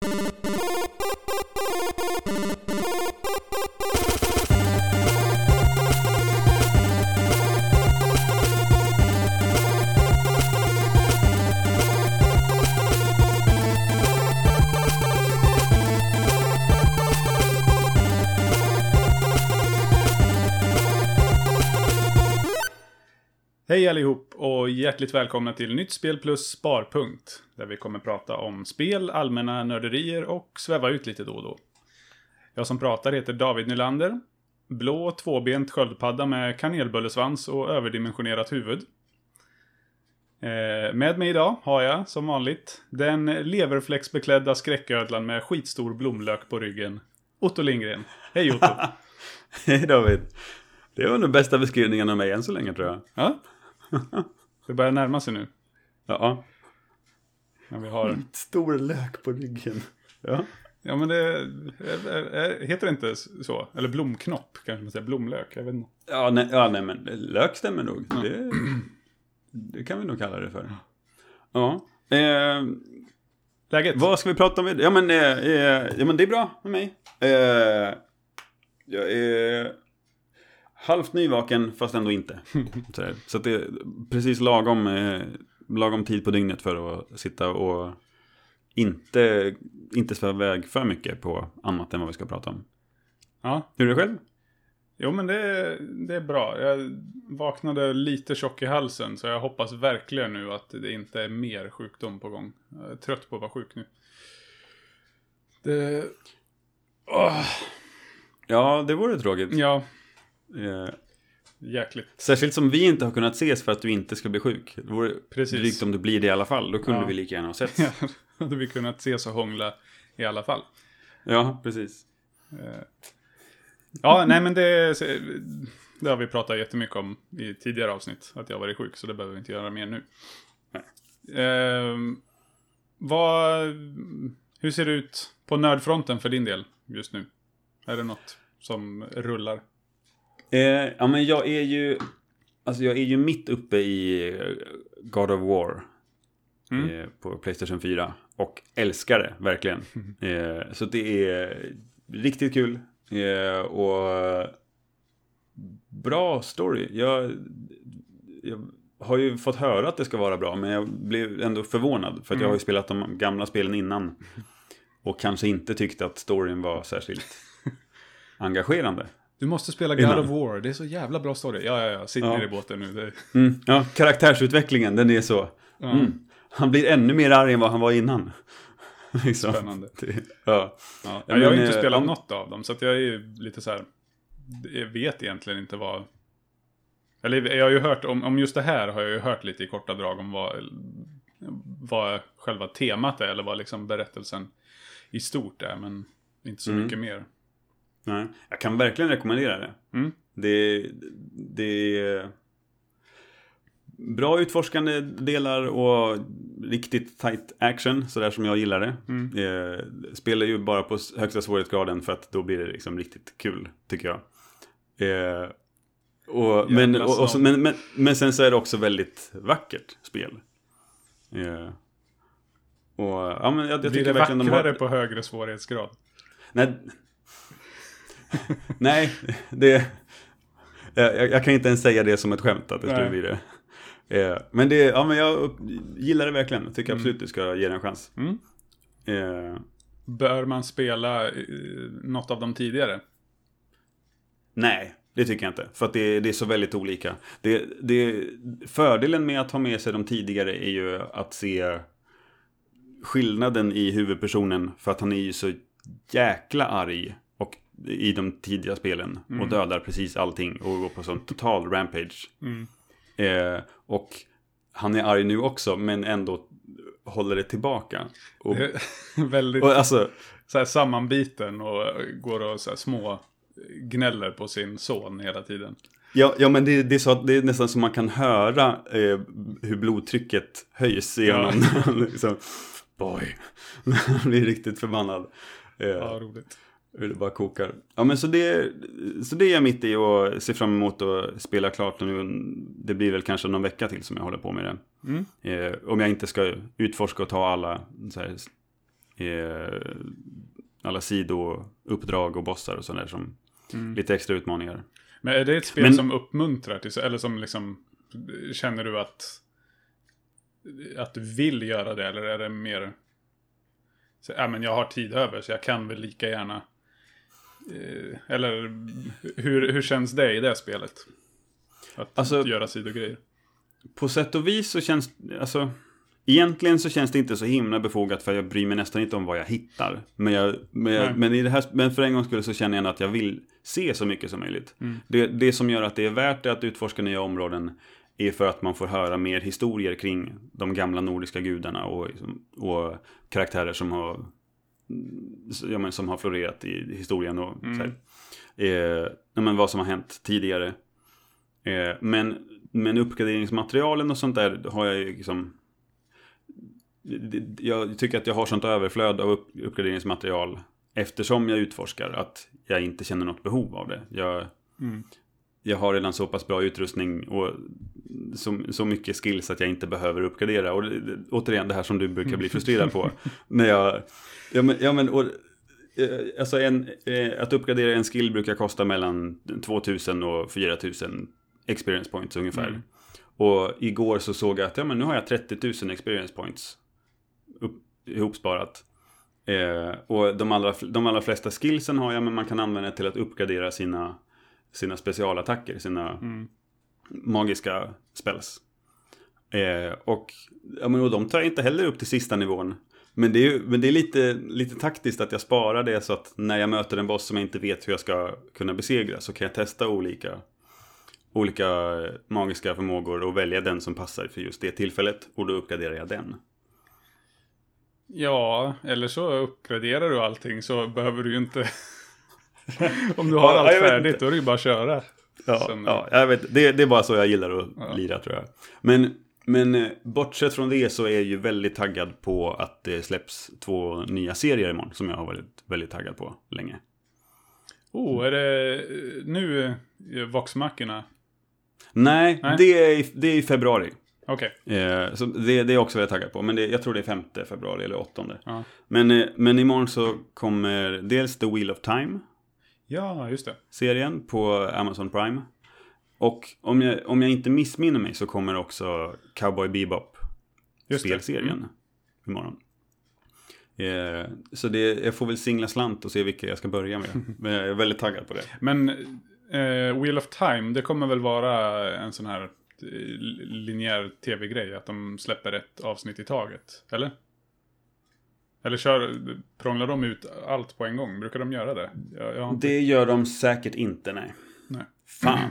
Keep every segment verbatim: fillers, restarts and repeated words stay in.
Hej allihop och hjärtligt välkomna till Nytt Spel plus Sparpunkt, där vi kommer prata om spel, allmänna nörderier och sväva ut lite då och då. Jag som pratar heter David Nylander, blå tvåbent sköldpadda med kanelbullesvans och överdimensionerat huvud. Eh, med mig idag har jag, som vanligt, den leverfläcksbeklädda skräcködlan med skitstor blomlök på ryggen, Otto Lindgren. Hej Otto! Hej David! Det var den bästa beskrivningen av mig än så länge, tror jag. Ja? Det börjar närma sig nu. Ja. Ja, vi har... Stor lök på ryggen. Ja. Ja, men det är, är, heter det inte så? Eller blomknopp, kanske man säger. Blomlök, jag vet inte. Ja, nej, ja, nej men lök stämmer nog. Ja. Det, det kan vi nog kalla det för. Ja. Eh, Läget? Vad ska vi prata om? Ja, men, eh, eh, ja, men det är bra med mig. Eh, jag är... halvt nyvaken, fast ändå inte. Så, så att det är precis lagom, eh, lagom tid på dygnet för att sitta och inte, inte sväva iväg för mycket på annat än vad vi ska prata om. Ja. Hur är det själv? Jo, men det, det är bra. Jag vaknade lite tjock i halsen, så jag hoppas verkligen nu att det inte är mer sjukdom på gång. Jag är trött på att vara sjuk nu. Det... Åh. Ja, det vore tråkigt. Ja. Eh, Jäkligt. Särskilt som vi inte har kunnat ses för att du inte ska bli sjuk. Det vore Precis. drygt om du blir det i alla fall. Då kunde Ja. vi lika gärna ha sett. Ja, då hade vi kunnat ses och hångla i alla fall. Ja, precis. Eh. Ja, nej men det, det har vi pratat jättemycket om i tidigare avsnitt. Att jag varit sjuk, så det behöver vi inte göra mer nu. Eh, vad, hur ser det ut på nördfronten för din del just nu? Är det något som rullar? Eh, ja, men jag är ju alltså jag är ju mitt uppe i God of War mm. eh, på PlayStation fyra och älskar det verkligen. Eh, så det är riktigt kul eh, och bra story. Jag, jag har ju fått höra att det ska vara bra, men jag blev ändå förvånad för att mm. jag har ju spelat de gamla spelen innan och kanske inte tyckte att storyn var särskilt engagerande. Du måste spela God of War. Det är så jävla bra story. Ja, ja, ja. Sitter ja. i båten nu. Det... Mm. Ja, karaktärsutvecklingen, den är så. Ja. Mm. Han blir ännu mer arg än vad han var innan. liksom. Spännande. Det, ja. Ja. Jag har ju inte spelat om... något av dem. Så att jag är ju lite så här... Jag vet egentligen inte vad... Eller jag har ju hört... Om, om just det här har jag ju hört lite i korta drag om vad... Vad själva temat är. Eller vad liksom berättelsen i stort är. Men inte så mm. mycket mer. Nej, jag kan verkligen rekommendera det. Mm. Det, det är bra utforskande delar och riktigt tight action, så där som jag gillar det. Mm. Eh, spelar ju bara på högsta svårighetsgraden för att då blir det liksom riktigt kul, tycker jag. Eh, och, men, och, och så, men, men, men sen så är det också väldigt vackert spel. Eh, och, ja, men jag, jag blir det verkligen vackrare de har... på högre svårighetsgrad? Nej... Nej, det, jag, jag kan inte ens säga det som ett skämt att det skulle bli det. Eh, men, det ja, men jag gillar det verkligen. Jag tycker mm. absolut du ska ge det en chans. Mm. Eh, Bör man spela eh, något av dem tidigare? Nej, det tycker jag inte. För att det, det är så väldigt olika. Det, det, fördelen med att ha med sig de tidigare är ju att se skillnaden i huvudpersonen. För att han är ju så jäkla arg i de tidiga spelen mm. och dödar precis allting och går på sån total rampage. Mm. Eh, och han är arg nu också, men ändå håller det tillbaka. Och, det väldigt och alltså, så här sammanbiten och går och så här små gnäller på sin son hela tiden. Ja, ja men det, det, är så, det är nästan som man kan höra eh, hur blodtrycket höjs i honom. Ja. liksom, boy. Han blir riktigt förbannad. Eh, ja, roligt. Hur det bara kokar. Ja, men så det, så det är jag mitt i och ser fram emot att spela klart nu. Det blir väl kanske någon vecka till som jag håller på med det. Mm. Eh, om jag inte ska utforska och ta alla så här, eh, alla sidouppdrag och bossar och sådär som mm. lite extra utmaningar. Men är det ett spel Men, som uppmuntrar till, eller som liksom, känner du att att du vill göra det, eller är det mer så, ja men jag har tid över så jag kan väl lika gärna eh, eller hur, hur känns det i det spelet? Att alltså, göra sidogrejer. På sätt och vis så känns, alltså egentligen så känns det inte så himla befogat, för jag bryr mig nästan inte om vad jag hittar. Men, jag, men, jag, men, i det här, men för en gång skulle så känner jag att jag vill se så mycket som möjligt. Mm. Det, det som gör att det är värt det att utforska nya områden är för att man får höra mer historier kring de gamla nordiska gudarna och, och karaktärer som har, ja, men, som har florerat i historien och mm. så här. Eh, men vad som har hänt tidigare. Eh, men, men uppgraderingsmaterialen och sånt där har jag ju liksom, jag tycker att jag har sånt överflöd av upp, uppgraderingsmaterial eftersom jag utforskar att jag inte känner något behov av det. Jag, mm. jag har redan så pass bra utrustning och så, så mycket skills att jag inte behöver uppgradera. Och det, återigen det här som du brukar bli frustrerad på. När jag, ja men, ja men och, alltså en, att uppgradera en skill brukar kosta mellan tvåtusen och fyra tusen experience points ungefär. Mm. Och igår så såg jag att ja, men nu har jag trettio tusen experience points upp, ihopsparat. Eh, och de allra, de allra flesta skillsen har jag, men man kan använda till att uppgradera sina, sina specialattacker, sina mm. magiska spells. Eh, och, ja, men, och de tar jag inte heller upp till sista nivån. Men det är, men det är lite, lite taktiskt att jag sparar det så att när jag möter en boss som jag inte vet hur jag ska kunna besegra så kan jag testa olika olika magiska förmågor och välja den som passar för just det tillfället, och då uppgraderar jag den. Ja, eller så uppgraderar du allting så behöver du ju inte om du har ja, allt färdigt då är det ju bara att köra. Ja, Sen, ja jag vet, det, det är bara så jag gillar att ja. lira tror jag. Men, men bortsett från det så är jag ju väldigt taggad på att det släpps två nya serier imorgon som jag har varit väldigt taggad på länge. Oh, är det nu Vox-mackorna? Nej, Nej, det är i, det är i februari. Okej. Okay. Eh, så det, det är också väldigt taggad på. Men det, jag tror det är femte februari eller åttonde. Ja. Men, eh, men imorgon så kommer dels The Wheel of Time. Ja, just det. Serien på Amazon Prime. Och om jag, om jag inte missminner mig så kommer också Cowboy Bebop spelserien mm. imorgon. Eh, så det, jag får väl singla slant och se vilka jag ska börja med. Men jag är väldigt taggad på det. Men eh, Wheel of Time, det kommer väl vara en sån här linjär tv-grej att de släpper ett avsnitt i taget, eller? Eller kör, prånglar de ut allt på en gång? Brukar de göra det? Jag, jag inte... Det gör de säkert inte, nej. Nej. Fan.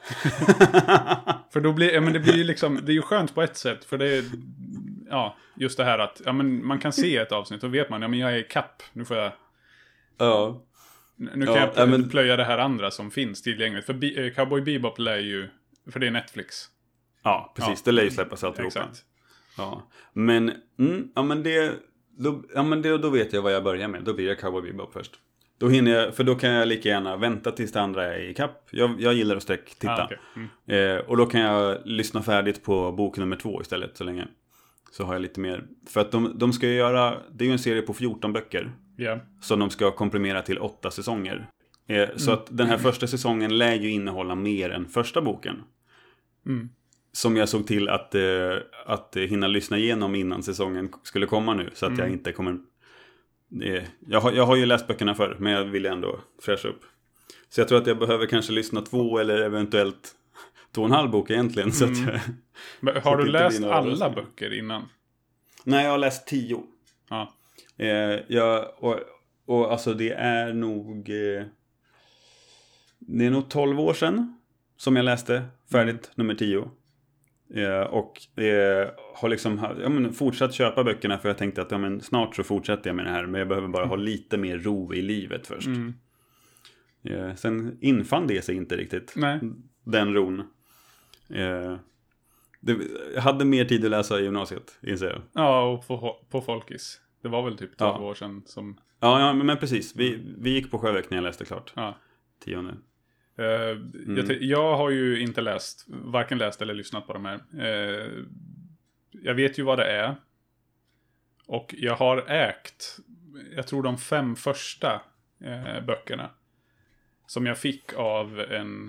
För då blir, ja, men det blir ju liksom, det är ju skönt på ett sätt, för det är, ja, just det här att, ja men man kan se ett avsnitt och vet man, ja men jag är i kapp, nu får jag, ja. Nu kan ja, jag men... plöja det här andra som finns tillgängligt. För Be- Cowboy Bebop lär ju, för det är Netflix. Ja, precis. Ja. Det lär ju släppas alltihopa. Exakt. Ja. Men, mm, ja men det, då, ja men det, då vet jag vad jag börjar med. Då blir det Cowboy Bebop först. Då hinner jag, för då kan jag lika gärna vänta tills det andra är i kapp. Jag, jag gillar att sträck titta. Ah, okay. mm. eh, och då kan jag lyssna färdigt på bok nummer två istället så länge. Så har jag lite mer. För att de, de ska ju göra, det är ju en serie på fjorton böcker. Yeah. Som de ska komprimera till åtta säsonger. Eh, mm. Så att den här första säsongen lär ju innehålla mer än första boken. Mm. Som jag såg till att, eh, att hinna lyssna igenom innan säsongen skulle komma nu. Så att mm. jag inte kommer... Eh, jag, har, jag har ju läst böckerna förr, men jag vill ändå fräscha upp. Så jag tror att jag behöver kanske lyssna två eller eventuellt två och en halv bok egentligen. Mm. Så att, men har du läst alla böcker innan? Nej, jag har läst tio. Ja. Eh, jag, och, och alltså det är nog... Eh, det är nog tolv år sedan som jag läste färdigt mm. nummer tio. Eh, och eh, har liksom ja, men fortsatt köpa böckerna för jag tänkte att ja, men snart så fortsätter jag med det här. Men jag behöver bara ha lite mer ro i livet först. Mm. Eh, sen infann det sig inte riktigt. Nej. Den ron. Eh, det, jag hade mer tid att läsa i gymnasiet, inser jag. Ja, och på, på Folkis. Det var väl typ tolv ja. år sedan som... Ja, ja men, men precis. Vi, vi gick på Sjövik när jag läste klart. Ja. Tionde. Uh, mm. jag, jag har ju inte läst, varken läst eller lyssnat på de här. Uh, jag vet ju vad det är. Och jag har ägt, jag tror de fem första eh, böckerna. Som jag fick av en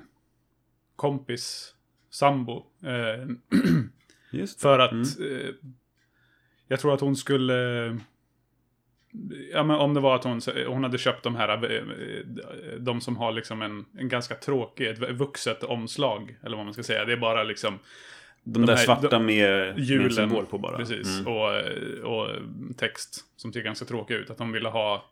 kompis sambo. Eh, Just det. för att Mm. eh, jag tror att hon skulle... Ja, men om det var att hon, hon hade köpt de här, de som har liksom en, en ganska tråkig, ett vuxet omslag, eller vad man ska säga. Det är bara liksom... De, de där här, svarta de, med, julen, med symbol på bara. Precis, Mm. och, och text som ser ganska tråkig ut. Att de ville ha,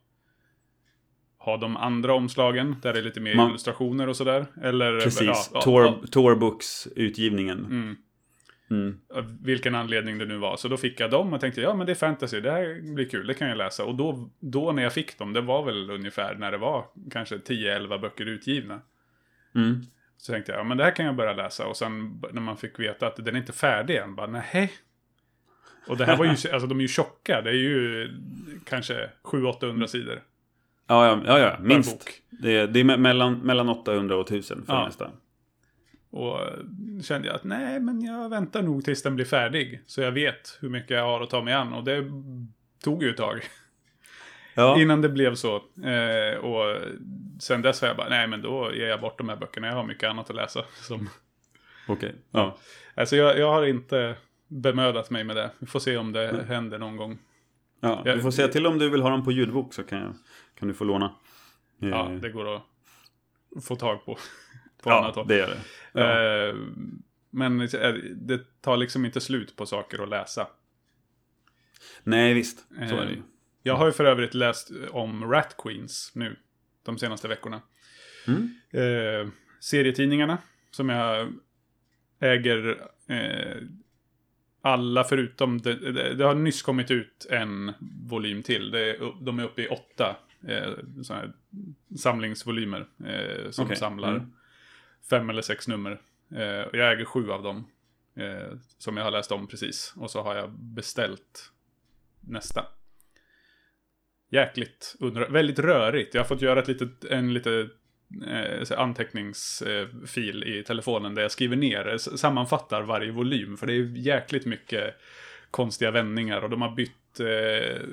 ha de andra omslagen, där det är lite mer Man, illustrationer och sådär. Eller, precis, ja, Tor, ja, Torbooks-utgivningen. Mm. Mm. Av vilken anledning det nu var. Så då fick jag dem och tänkte, ja men det är fantasy, det här blir kul, det kan jag läsa. Och då, då när jag fick dem, det var väl ungefär när det var kanske tio elva böcker utgivna. Mm. Så tänkte jag, ja men det här kan jag börja läsa. Och sen när man fick veta att den är inte färdig än, bara nej. Och det här var ju, alltså de är ju tjocka, det är ju kanske sju till åttahundra sidor. Ja, ja, ja, ja minst. Bok. Det är, det är me- mellan, mellan åttahundra och tusen för Ja. det mesta. Och kände jag att nej, men jag väntar nog tills den blir färdig. Så jag vet hur mycket jag har att ta mig an. Och det tog ju ett tag. Ja. Innan det blev så. Eh, och sen dess har jag bara, nej men då ger jag bort de här böckerna. Jag har mycket annat att läsa. Som... Okej. Okay. Ja. Alltså jag, jag har inte bemödat mig med det. Vi får se om det mm. händer någon gång. Ja, jag, du får säga till om du vill ha dem på ljudbok, så kan, jag, kan du få låna. Ja, det går att få tag på. på ja, annat håll. det gör det. Ja. Eh, men det tar liksom inte slut på saker att läsa. Nej, visst. Så är det ju. Jag har ju för övrigt läst om Rat Queens nu, de senaste veckorna. Mm. Eh, serietidningarna som jag äger eh, alla förutom, det, det, det har nyss kommit ut en volym till. Det är, de är uppe i åtta eh, såna här samlingsvolymer eh, som okay. samlar mm. fem eller sex nummer. Eh, jag äger sju av dem eh, som jag har läst om precis. Och så har jag beställt nästa. Jäkligt undra, väldigt rörigt. Jag har fått göra ett litet, en lite eh, anteckningsfil i telefonen där jag skriver ner, sammanfattar varje volym. För det är jäkligt mycket konstiga vändningar och de har bytt eh,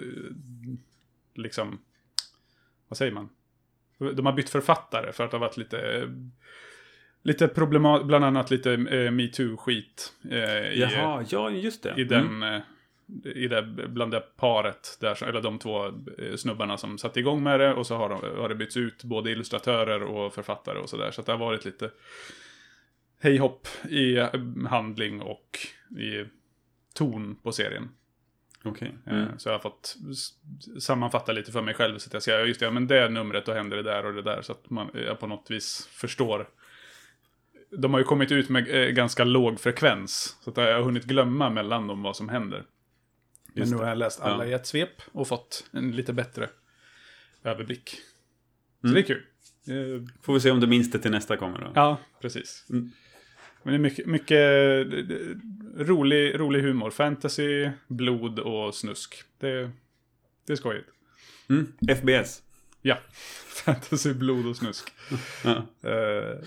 liksom, vad säger man? De har bytt författare för att det har varit lite lite problemat, bland annat lite eh, MeToo-skit eh, Jaha, ja just det. I den mm. eh, i det, bland det paret där, eller de två snubbarna som satt igång med det, och så har, de, har det bytts ut både illustratörer och författare och sådär, så att det har varit lite hejhopp i handling och i ton på serien. Okej. Okay. Mm. Så jag har fått sammanfatta lite för mig själv, så att jag säger, just det, ja, men det numret, då händer det där och det där, så att man jag på något vis förstår. De har ju kommit ut med ganska låg frekvens, så att jag har hunnit glömma mellan dem vad som händer. Men nu har jag läst alla ja. i ett svep och fått en lite bättre överblick. Så mm. det är kul. Får vi se om du minns det till nästa kommer då. Ja, precis. Mm. Men det är mycket, mycket rolig, rolig humor. Fantasy, blod och snusk. Det, det är skojigt. Mm. F B S. Ja, fantasy, blod och snusk. ja, uh,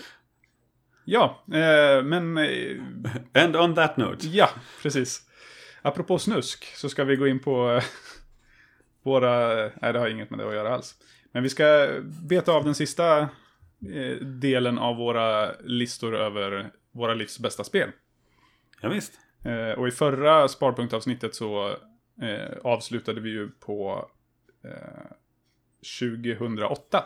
ja uh, men... Uh, And on that note. Ja, precis. Apropå snusk så ska vi gå in på våra... Nej, det har inget med det att göra alls. Men vi ska beta av den sista eh, delen av våra listor över våra livs bästa spel. Ja, visst. Eh, och i förra sparpunktavsnittet så eh, avslutade vi ju på eh, tjugohundraåtta.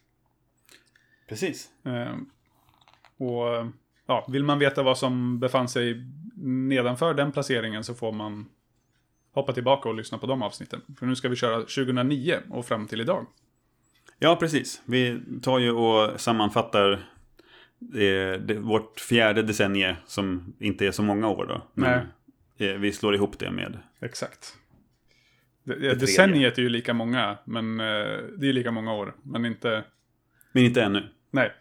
Precis. Eh, och ja, vill man veta vad som befann sig nedanför den placeringen, så får man hoppa tillbaka och lyssna på de avsnitten. För nu ska vi köra tjugohundranio och fram till idag. Ja, precis. Vi tar ju och sammanfattar det, det, vårt fjärde decennium, som inte är så många år då. Men Nej. vi slår ihop det med... Exakt. Det, det decenniet är ju lika många, men det är lika många år. Men inte... Men inte ännu. Nej.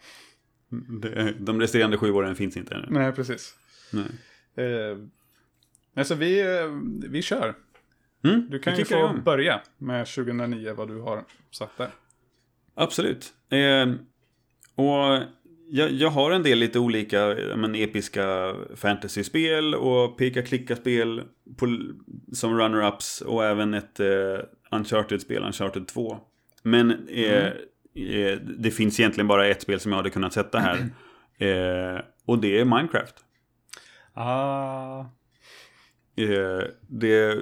De resterande sju åren finns inte ännu. Nej, precis. Nej. Eh, alltså vi, vi kör. Mm, du kan ju få börja med tjugohundranio, vad du har satt där. Absolut. Eh, och jag, jag har en del lite olika men, episka fantasy-spel och peka-klicka-spel på, som runner-ups och även ett eh, Uncharted-spel, Uncharted två. Men eh, mm. eh, det finns egentligen bara ett spel som jag hade kunnat sätta här. eh, och det är Minecraft. Ah. Eh, det,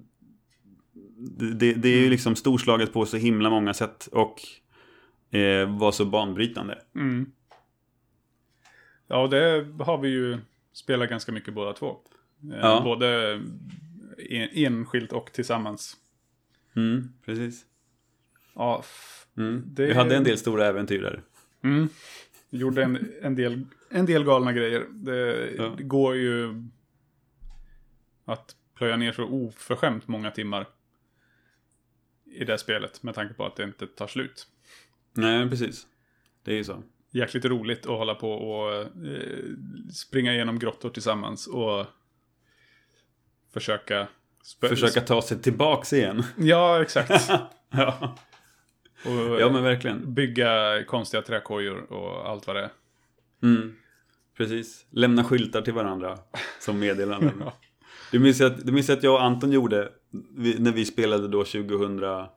det, det är ju liksom storslaget på så himla många sätt och eh, var så banbrytande. Mm. Ja, och det har vi ju spelat ganska mycket båda två. Eh, ja. Både en, enskilt och tillsammans. Mm, precis. Ja, mm. det... Vi hade en del stora äventyr där. Mm. Gjorde en, en, del, en del galna grejer. Det, ja. det går ju att plöja ner så oförskämt många timmar i det spelet med tanke på att det inte tar slut. Nej, precis. Det är ju så. Jäkligt roligt att hålla på och eh, springa igenom grottor tillsammans och försöka spö- försöka ta sig tillbaks igen. Ja, exakt. ja. Och ja, men verkligen. Bygga konstiga träkojor och allt vad det är. Mm. Precis. Lämna skyltar till varandra som meddelanden. ja. Du minns att, du minns att jag och Anton gjorde vi, när vi spelade då tjugohundraelva.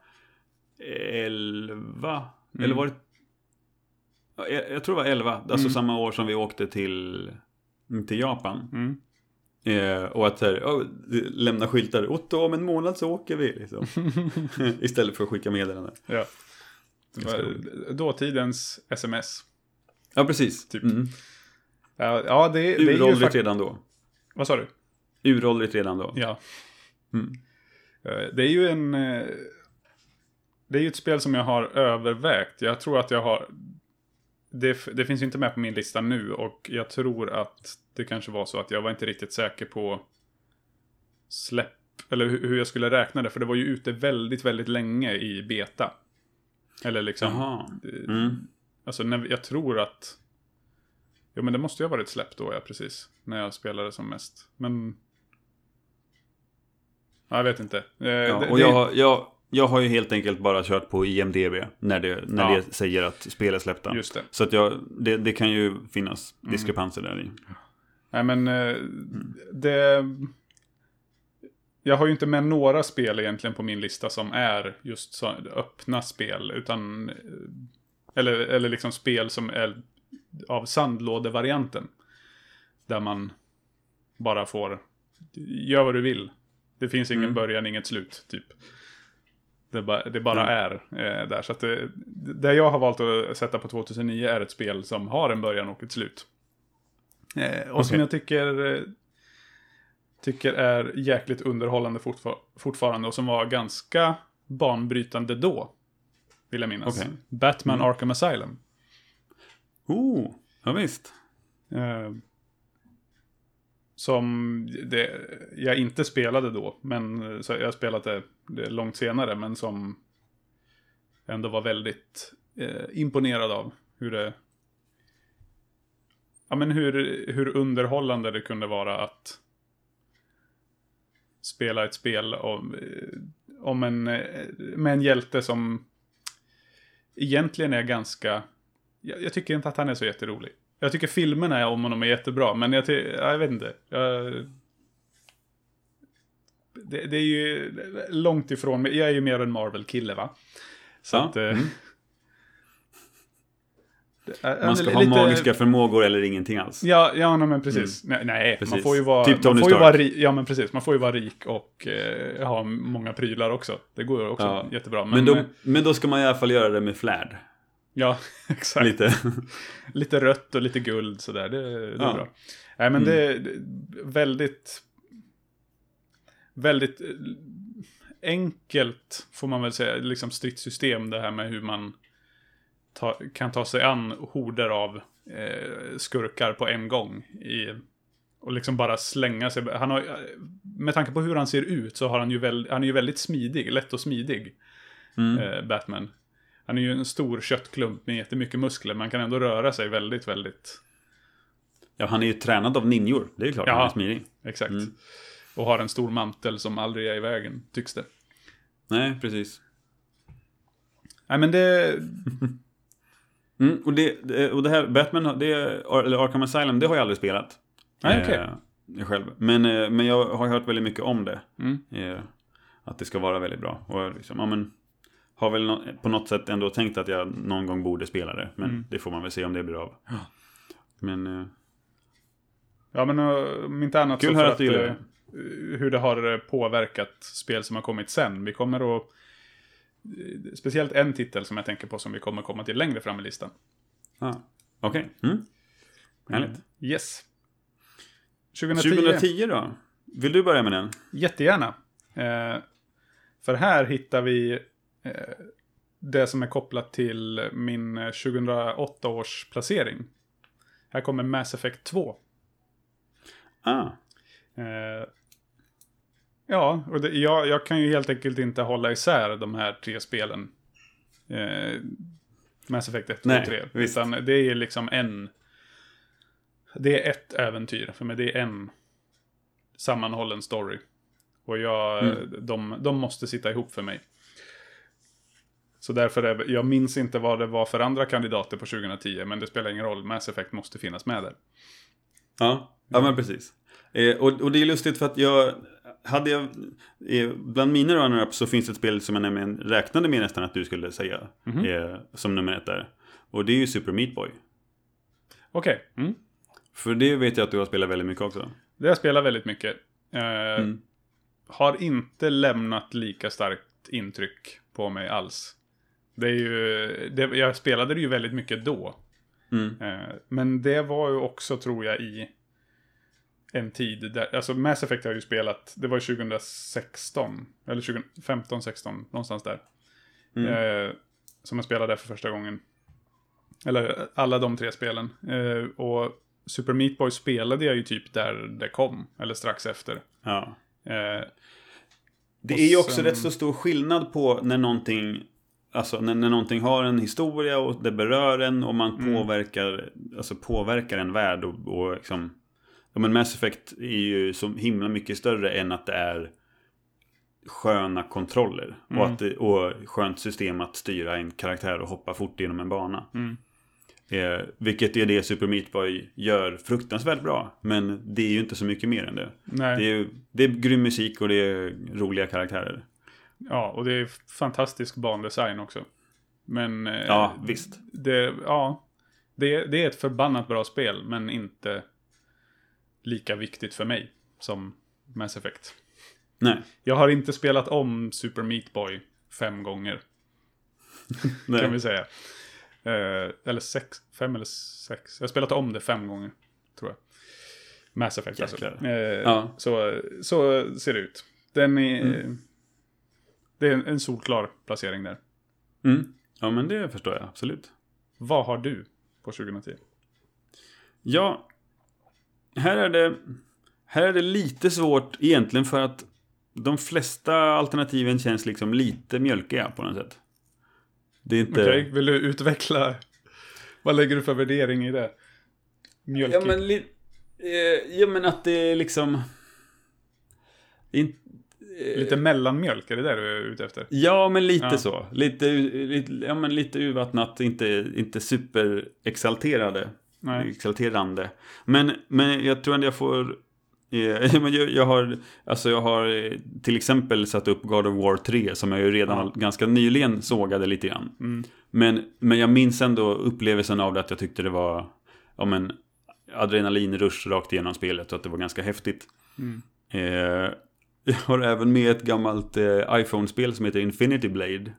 Mm. Eller var det... Jag, jag tror det var elva. Alltså mm. samma år som vi åkte till, till Japan. Mm. Eh, och att här, oh, lämna skyltar. Otto, om en månad så åker vi. Liksom. Istället för att skicka meddelanden. Ja. Det var dåtidens sms. Ja, precis. Typ. Mm. Ja, ja, det, det är ju Uråldrigt fakt- redan då. Vad sa du? Uråldrigt redan då. Ja. Mm. Det är ju en... Det är ju ett spel som jag har övervägt. Jag tror att jag har... Det, det finns ju inte med på min lista nu. Och jag tror att det kanske var så att jag var inte riktigt säker på släpp. Eller hur jag skulle räkna det. För det var ju ute väldigt, väldigt länge i beta. Eller liksom... Jaha. Mm. Alltså när, jag tror att... Ja, men det måste ju ha varit släppt då, ja, precis. När jag spelade som mest. Men... Ja, jag vet inte. Eh, ja, det, och jag, har, jag, jag har ju helt enkelt bara kört på I M D B när det, när ja. det säger att spelet släppta. Just det. Så att jag, det, det kan ju finnas diskrepanser mm. där i. Nej, men eh, mm. det... Jag har ju inte med några spel egentligen på min lista som är just så öppna spel. Utan... Eller, eller liksom spel som är av sandlådevarianten. Där man bara får... Gör vad du vill. Det finns ingen mm. början, inget slut, typ. Det, ba, det bara mm. är eh, där. Så att det, det jag har valt att sätta på tjugohundranio är ett spel som har en början och ett slut. Eh, och okay. som jag tycker... Tycker är jäkligt underhållande fortfar- fortfarande. Och som var ganska banbrytande då. Vill jag minnas. Okay. Batman mm. Arkham Asylum. Oh, ja visst. Eh, som det, jag inte spelade då. Men så jag spelade det långt senare. Men som ändå var väldigt eh, imponerad av hur det... Ja, men hur, hur underhållande det kunde vara att spela ett spel om, om en, med en hjälte som egentligen är ganska... Jag, jag tycker inte att han är så jätterolig. Jag tycker filmerna om honom är jättebra, men jag, jag vet inte. Jag, det, det är ju långt ifrån. Jag är ju mer en Marvel-kille, va? Så ja. att... Mm. Det, man ska lite, ha magiska förmågor eller ingenting alls. Ja, ja men precis. Mm. Nej, nej precis. Man får ju vara... Typ Tony man får Stark. ju vara ri, ja, men precis. Man får ju vara rik och eh, ha många prylar också. Det går också ja. jättebra. Men, men, då, men då ska man i alla fall göra det med flärd. Ja, exakt. Lite. lite rött och lite guld sådär. Det, det är ja. bra. Nej, men mm. det är väldigt... Väldigt enkelt, får man väl säga, liksom stridssystem. Det här med hur man ta, kan ta sig an horder av eh, skurkar på en gång. I, och liksom bara slänga sig. Han har, med tanke på hur han ser ut så har han ju väl, han är ju väldigt smidig, lätt och smidig. Mm. Eh, Batman. Han är ju en stor köttklump med jättemycket muskler. Man kan ändå röra sig väldigt, väldigt... Ja, han är ju tränad av ninjor. Det är ju klart ja, han är smidig. Exakt. Mm. Och har en stor mantel som aldrig är i vägen, tycks det. Nej, precis. Nej, men det... Mm, och, det, det, och det här Batman, det, eller Arkham Asylum, det har jag aldrig spelat. Nej, okej. Eh, själv. Men, eh, men jag har hört väldigt mycket om det. Mm. Eh, att det ska vara väldigt bra. Och liksom, ja, men, har väl no- på något sätt ändå tänkt att jag någon gång borde spela det. Men Mm. det får man väl se om det blir av. Men... Eh, Ja, men uh, om inte annat Kul så för att att, du gillar uh, hur det har påverkat spel som har kommit sen. Vi kommer att... uh, Speciellt en titel som jag tänker på som vi kommer komma till längre fram i listan. ah, Okej. Okay. Mm. Härligt. Mm. Yes. tjugohundratio. tjugohundratio då? Vill du börja med den? Jättegärna. Uh, för här hittar vi uh, det som är kopplat till min tjugohundraåtta års placering. Här kommer Mass Effect två. Ah. Eh, ja, och det, jag, jag kan ju helt enkelt inte hålla isär de här tre spelen. Eh, Mass Effect ett, två och tre. Visst. Utan det är liksom en... Det är ett äventyr. För mig det är en sammanhållen story. Och jag, mm. de, de måste sitta ihop för mig. Så därför är, jag minns inte vad det var för andra kandidater på tjugohundratio. Men det spelar ingen roll. Mass Effect måste finnas med där. Ja, ja men precis. Eh, och, och det är lustigt för att jag hade jag eh, bland mina runner-ups så finns det ett spel som jag nämligen räknade med nästan att du skulle säga mm-hmm. eh, som nummer ett där. Och det är ju Super Meat Boy. Okej. Okay. Mm. För det vet jag att du har spelat väldigt mycket också. Det har jag spelat väldigt mycket. Eh, mm. Har inte lämnat lika starkt intryck på mig alls. Det är ju, det, jag spelade det ju väldigt mycket då. Mm. Eh, men det var ju också, tror jag, i en tid där, alltså Mass Effect har jag ju spelat, det var tjugohundrasexton eller tjugofemton sexton någonstans där. Mm. Eh, som jag spelade för första gången. Eller alla de tre spelen. Eh, och Super Meat Boy spelade jag ju typ där det kom, eller strax efter. Ja. Eh, det är ju också sen... rätt så stor skillnad på när någonting, alltså när, när någonting har en historia och det berör en och man mm. påverkar, alltså påverkar en värld och, och liksom, ja, men Mass Effect är ju så himla mycket större än att det är sköna kontroller mm. och, att det, och skönt system att styra en karaktär och hoppa fort genom en bana. Mm. Eh, vilket är det Super Meat Boy gör fruktansvärt bra. Men det är ju inte så mycket mer än det. Nej. Det är ju, det är grym musik och det är roliga karaktärer. Ja, och det är fantastisk bandesign också. Men eh, ja, visst. Det, ja, det, det är ett förbannat bra spel, men inte lika viktigt för mig som Mass Effect. Nej. Jag har inte spelat om Super Meat Boy fem gånger. Kan vi säga. Eh, eller sex, fem eller sex. Jag har spelat om det fem gånger, tror jag. Mass Effect alltså. Eh, ja. så, så ser det ut. Den är, mm. Det är en, en solklar placering där. Mm. Ja, men det förstår jag, absolut. Vad har du på tjugohundratio? Ja, här är det här är det lite svårt egentligen för att de flesta alternativen känns liksom lite mjölkiga på något sätt. Det är inte... Okej, okay. Vill du utveckla? Vad lägger du för värdering i det? Mjölkig? Ja, men, li... eh, ja, men att det är liksom... In... Lite mellanmjölk, är det där du är ute efter? Ja, men lite ja. så. Lite, lite, ja, men lite urvattnat, inte, inte super exalterade. Nej. Exalterande. Men, men jag tror att jag får... Eh, jag, jag, har, alltså jag har till exempel satt upp God of War tre som jag ju redan ja. ganska nyligen sågade lite grann. Mm. Men, men jag minns ändå upplevelsen av det att jag tyckte det var ja, men, adrenalinrush rakt igenom spelet och att det var ganska häftigt. Mm. Eh, jag har även med ett gammalt eh, iPhone-spel som heter Infinity Blade.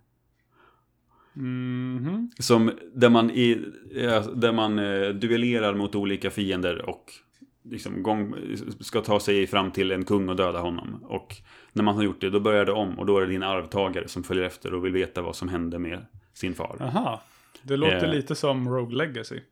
Mm-hmm. Som, där man, i, där man eh, duellerar mot olika fiender och liksom gång, ska ta sig fram till en kung och döda honom. Och när man har gjort det, då börjar det om. Och då är det din arvtagare som följer efter och vill veta vad som hände med sin far. Aha, det låter eh, lite som Rogue Legacy.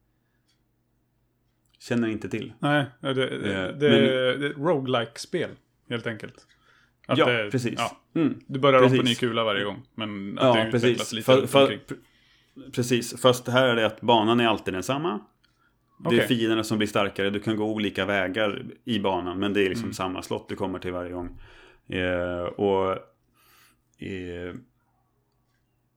Känner inte till. Nej, det, det, eh, det, men, det är ett roguelike-spel, helt enkelt. Att ja, det, precis. Ja, mm, du börjar precis. om på ny kula varje gång. Men att ja, det precis. utvecklas lite för, för, för, Precis, fast här är det att banan är alltid densamma. Det okay. är fienderna som blir starkare. Du kan gå olika vägar i banan, men det är liksom mm. samma slott du kommer till varje gång. Eh, och eh,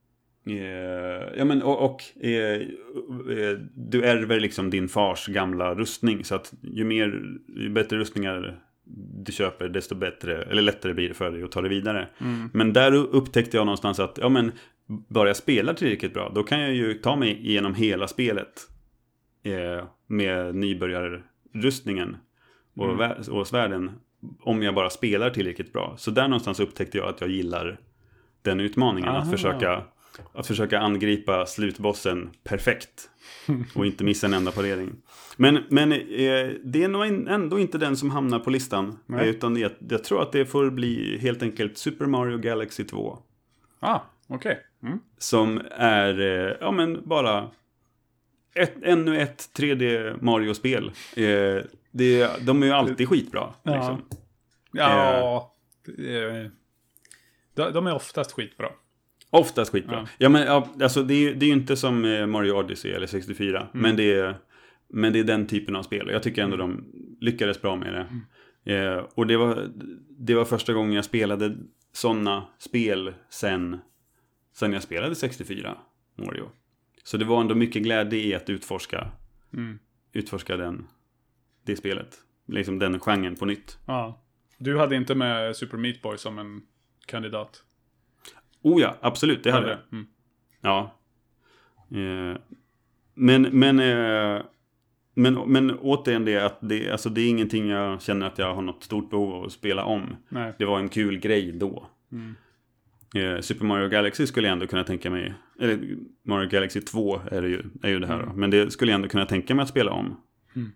Eh, ja, men och, och eh, eh, du ärver liksom din fars gamla rustning. Så att ju mer, ju bättre rustningar du köper, desto bättre, eller lättare blir det för dig att ta det vidare. Mm. Men där upptäckte jag någonstans att, ja men, bara jag spelar tillräckligt bra, då kan jag ju ta mig igenom hela spelet eh, med nybörjarrustningen och, Mm. vä- och svärden, om jag bara spelar tillräckligt bra. Så där någonstans upptäckte jag att jag gillar den utmaningen, Aha. att försöka Att försöka angripa slutbossen perfekt och inte missa en enda parering. Men, men eh, det är nog ändå inte den som hamnar på listan. Nej. Utan jag, jag tror att det får bli helt enkelt Super Mario Galaxy två. Ah, okej. Okay. Mm. Som är, eh, ja men bara ett, ännu ett tre D Mario-spel. Eh, det, de är ju alltid skitbra. Ja. Liksom. Ja, eh, de, de är oftast skitbra. Oftast skitbra. Ja. Ja, men ja, alltså det är, det är ju inte som Mario Odyssey eller sextiofyra. Mm. Men, det är, men det är den typen av spel. Jag tycker ändå mm. de lyckades bra med det. Mm. Eh, och det var, det var första gången jag spelade sådana spel sen, sen jag spelade sextiofyra Mario. Så det var ändå mycket glädje i att utforska, mm. utforska den, det spelet. Liksom den genren på nytt. Ja. Du hade inte med Super Meat Boy som en kandidat? Oh ja, absolut, det hade jag. Mm. Ja. Eh, men, men, eh, men, men återigen det att det, alltså det är ingenting jag känner att jag har något stort behov av att spela om. Nej. Det var en kul grej då. Mm. Eh, Super Mario Galaxy skulle jag ändå kunna tänka mig, eller Mario Galaxy två är, det ju, är ju det här. Mm. Men det skulle jag ändå kunna tänka mig att spela om. Mm.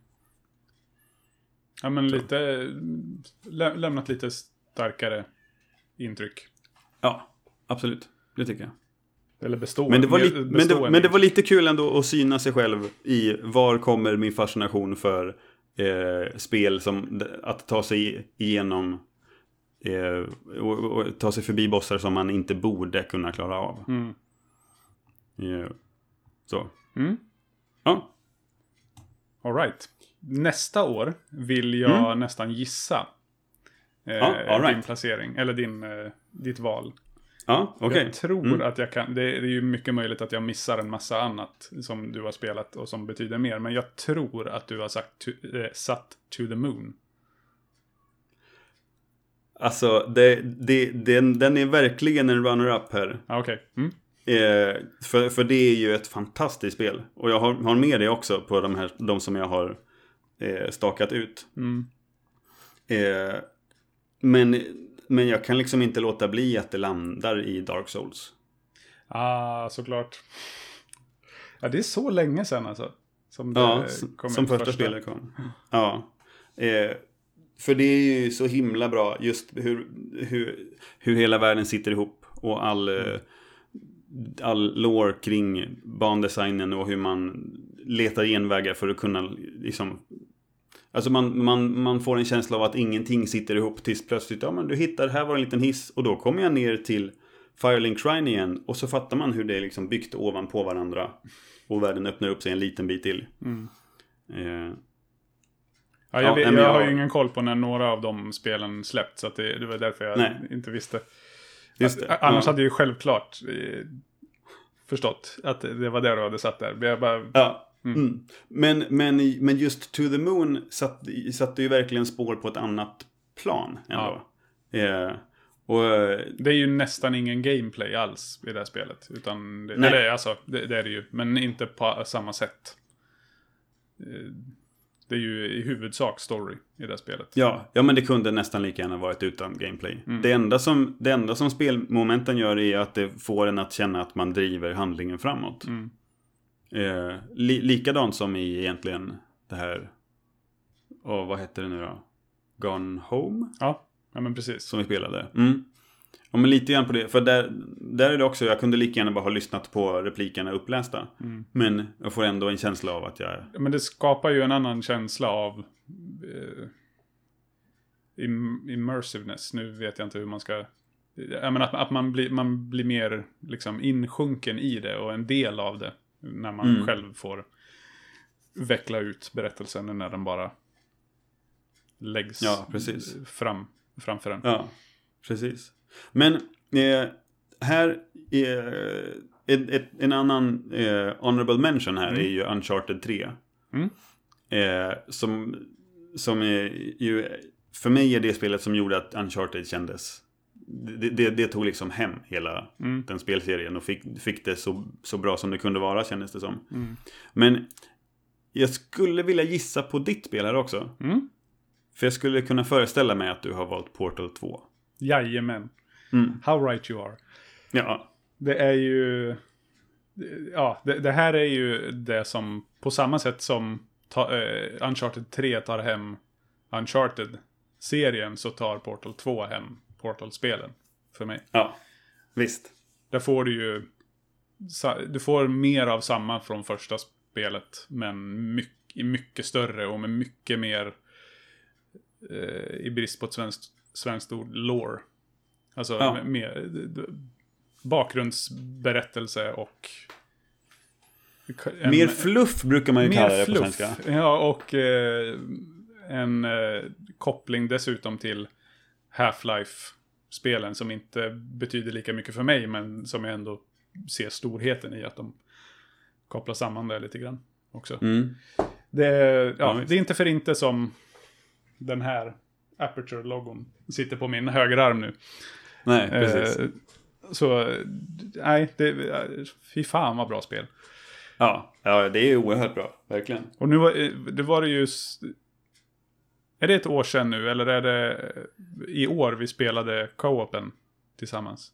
Ja, men lite lä- lämnat lite starkare intryck. Ja. Absolut, det tycker jag. Eller bestå, men, det var li- men, det, men det var lite kul ändå att syna sig själv i var kommer min fascination för eh, spel som att ta sig igenom eh, och, och ta sig förbi bossar som man inte borde kunna klara av. Mm. Eh, så. Mm. Ja. All right. Nästa år vill jag mm. nästan gissa eh, ja, all right. din placering, eller din, eh, ditt val. Ja, okay. Jag tror mm. att jag kan, det är, det är ju mycket möjligt att jag missar en massa annat som du har spelat och som betyder mer. Men jag tror att du har sagt to, eh, satt To the Moon. Alltså, det, det, den, den är verkligen en runner-up här. Ah, okej. Okay. Mm. Eh, för, för det är ju ett fantastiskt spel. Och jag har, har med det också på de, här, de som jag har eh, stakat ut. Mm. Eh, men... Men jag kan liksom inte låta bli att det landar i Dark Souls. Ah, såklart. Ja, det är så länge sedan alltså. Som, det ja, kom som första, första spelet kom. Ja. Eh, för det är ju så himla bra just hur, hur, hur hela världen sitter ihop. Och all, mm. all lore kring bandesignen och hur man letar genvägar för att kunna liksom... Alltså man, man, man får en känsla av att ingenting sitter ihop tills plötsligt, ja men du hittar, här var en liten hiss och då kommer jag ner till Firelink Shrine igen och så fattar man hur det är liksom byggt ovanpå varandra och världen öppnar upp sig en liten bit till. Mm. Eh. Ja, jag, vet, ja, jag, jag har ju ingen koll på när några av de spelen släppt så att det, det var därför jag nej. inte visste. Just det. Annars ja. hade jag ju självklart eh, förstått att det var där du hade satt där. Jag bara... Ja. Mm. Mm. Men, men, men just To the Moon satte satt ju verkligen spår på ett annat plan ändå. Ja. Eh, och, det är ju nästan ingen gameplay alls i det här spelet. Utan det, eller, alltså, det, det är det ju. Men inte på samma sätt. Eh, det är ju i huvudsak story i det här spelet. Ja, ja men det kunde nästan lika gärna varit utan gameplay. Mm. Det, enda som, det enda som spelmomenten gör är att det får en att känna att man driver handlingen framåt. Mm. Eh, li, likadant som i egentligen det här och vad heter det nu då? Gone Home? Ja, ja men precis. Som vi spelade. Mm. Ja, men lite grann på det. För där, där är det också, jag kunde lika gärna bara ha lyssnat på replikerna upplästa. Mm. Men jag får ändå en känsla av att jag... Ja, men det skapar ju en annan känsla av eh, im- immersiveness. Nu vet jag inte hur man ska... Jag menar att, att man, blir, man blir mer liksom insjunken i det och en del av det. När man mm. själv får veckla ut berättelsen när den bara läggs ja, precis. Fram, framför den. Ja, precis. Men eh, här är, ett, ett, en annan eh, honorable mention här Mm. är ju Uncharted tre. Mm. Eh, som, som är ju, för mig är det spelet som gjorde att Uncharted kändes. Det, det, det tog liksom hem hela Mm. den spelserien och fick, fick det så, så bra som det kunde vara, kändes det som. Mm. Men jag skulle vilja gissa på ditt spel här också. Mm. För jag skulle kunna föreställa mig att du har valt Portal två. Jajamän. Mm. How right you are. Ja. Det är ju... Ja, det, det här är ju det som på samma sätt som ta, eh, Uncharted tre tar hem Uncharted-serien, så tar Portal två hem Portal-spelen för mig. Ja, visst. Där får du ju... Du får mer av samma från första spelet, men mycket, mycket större och med mycket mer, eh, i brist på ett svenskt, svenskt ord, lore. Alltså Ja. med, med bakgrundsberättelse och... En, Mer fluff brukar man ju mer kalla det på fluff, svenska. ja, och eh, en eh, koppling dessutom till Half-Life-spelen som inte betyder lika mycket för mig, men som jag ändå ser storheten i att de kopplar samman det lite grann också. Mm. Det, ja, Ja, det är inte för inte som den här Aperture-logon sitter på min högerarm nu. Nej, precis. Eh, så, nej, det, fy fan vad bra spel. Ja, ja, det är oerhört bra, verkligen. Och nu var det, var det ju... Är det ett år sedan nu, eller är det i år vi spelade co-open tillsammans?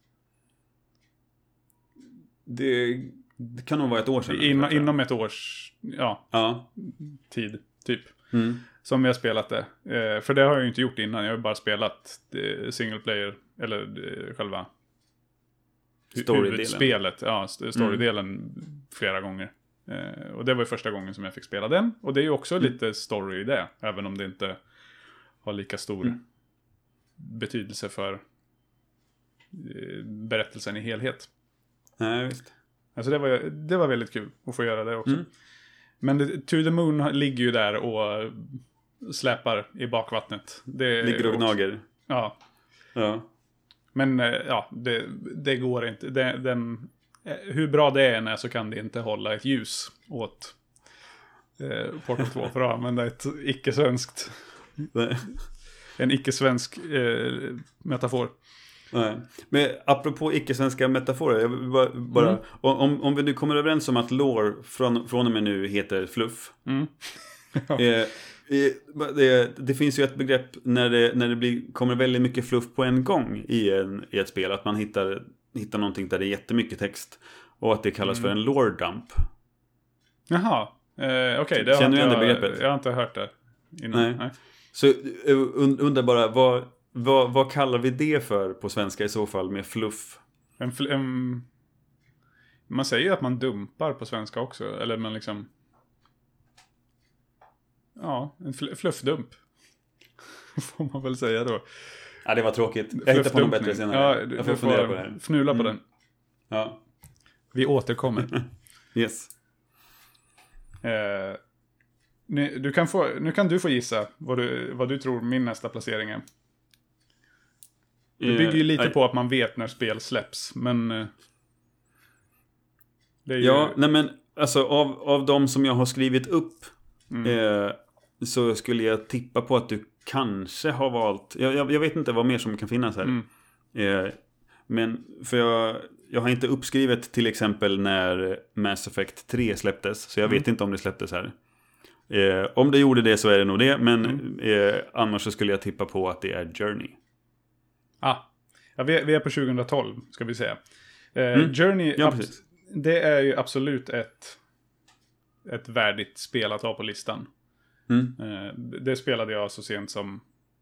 Det, det kan nog vara ett år sedan. In, tror jag. inom ett års ja, Ja. tid, typ. Mm. Som vi har spelat det. Eh, för det har jag ju inte gjort innan. Jag har ju bara spelat eh, single player, eller eh, själva Storydelen. huvudspelet. Ja, st- storydelen mm. flera gånger. Eh, och det var ju första gången som jag fick spela den. Och det är ju också mm. lite story i det. Även om det inte har lika stor mm. betydelse för eh, berättelsen i helhet. Nej, visst. Alltså det var, det var väldigt kul att få göra det också. Mm. Men det, To the Moon ligger ju där och släpar i bakvattnet. Det, ligger och gnager. Ja. Ja. Men ja, det, det går inte. Det, den, hur bra det än är så kan det inte hålla ett ljus åt eh, Portal två, för att använda ett icke-svenskt en icke-svensk eh, metafor. Nej. Men apropå icke-svenska metaforer, jag vill bara, bara mm. om, om vi nu kommer överens om att lore från, från och med nu heter fluff. Mm. Ja. eh, det, det finns ju ett begrepp när det, när det blir, kommer väldigt mycket fluff på en gång i, en, i ett spel, att man hittar, hittar någonting där det är jättemycket text och att det kallas mm. för en lore dump. Jaha, eh, okej. Okay, Känner du igen det jag, begreppet? Jag har inte hört det innan. Nej. Nej. Så undrar bara, vad, vad, vad kallar vi det för på svenska i så fall med fluff? En, fl- en, man säger ju att man dumpar på svenska också. Eller man liksom... Ja, en fl- fluffdump. Får man väl säga då. Ja, det var tråkigt. Jag hittar på något bättre senare. Ja, du, jag får du fundera får på det här. Fnula på mm. den. Ja. Vi återkommer. Yes. Eh, nu, du kan få, nu kan du få gissa vad du, vad du tror min nästa placering är. Det bygger ju lite uh, på att man vet när spel släpps. Men uh, det är ju... Ja, nej men alltså av, av de som jag har skrivit upp mm. eh, så skulle jag tippa på att du kanske har valt, jag, jag, jag vet inte vad mer som kan finnas här. Mm. Eh, men för jag, jag har inte uppskrivet till exempel när Mass Effect tre släpptes, så jag mm. vet inte om det släpptes här. Eh, om det gjorde det så är det nog det, men mm. eh, annars så skulle jag tippa på att det är Journey. Ah, ja, vi, är, vi är på tjugohundratolv ska vi säga. Eh, mm. Journey, ja, ab- det är ju absolut ett ett värdigt spel att ha på listan. Mm. Eh, det spelade jag så sent som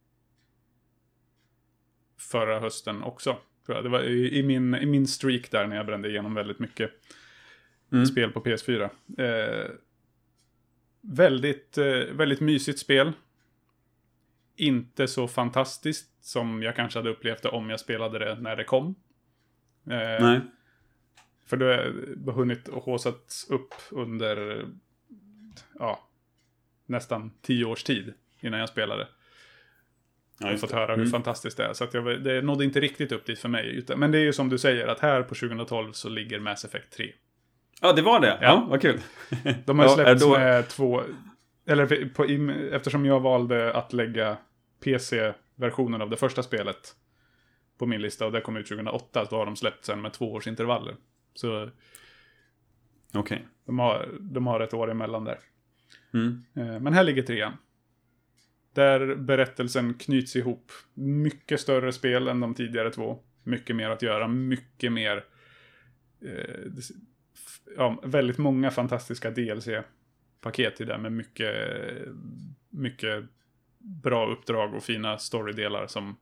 förra hösten också. Det var i, i, min, i min streak där när jag brände igenom väldigt mycket mm. spel på P S fyra. Eh, väldigt, eh, väldigt mysigt spel. Inte så fantastiskt som jag kanske hade upplevt det om jag spelade det när det kom. Eh, Nej. För det har hunnit och håsats upp under ja, nästan tio års tid innan jag spelade. Jag har fått höra hur mm. fantastiskt det är. Så att jag, det nådde inte riktigt upp dit för mig. Utan, men det är ju som du säger, att här på tjugohundratolv så ligger Mass Effect tre. Ja, det var det. Ja, ja vad kul. De har ju släppts ja, då... med två... Eller på, eftersom jag valde att lägga P C-versionen av det första spelet på min lista, och det kom ut tjugohundraåtta, så har de släppt sen med två års intervaller. Så okej. Okay. De har, de har ett år emellan där. Mm. Men här ligger trean. Där berättelsen knyts ihop. Mycket större spel än de tidigare två. Mycket mer att göra. Mycket mer... Eh, ja, väldigt många fantastiska D L C-paket i det. Med mycket, mycket bra uppdrag och fina storydelar som...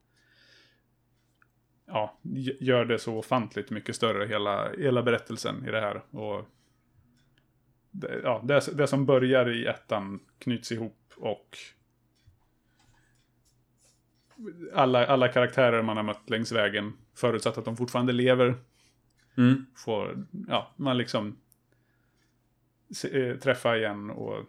Ja, gör det så ofantligt mycket större. Hela, hela berättelsen i det här. Och... Det, ja, det, det som börjar i ettan knyts ihop och... Alla, alla karaktärer man har mött längs vägen, förutsatt att de fortfarande lever, mm. får, ja, man liksom se, äh, träffa igen och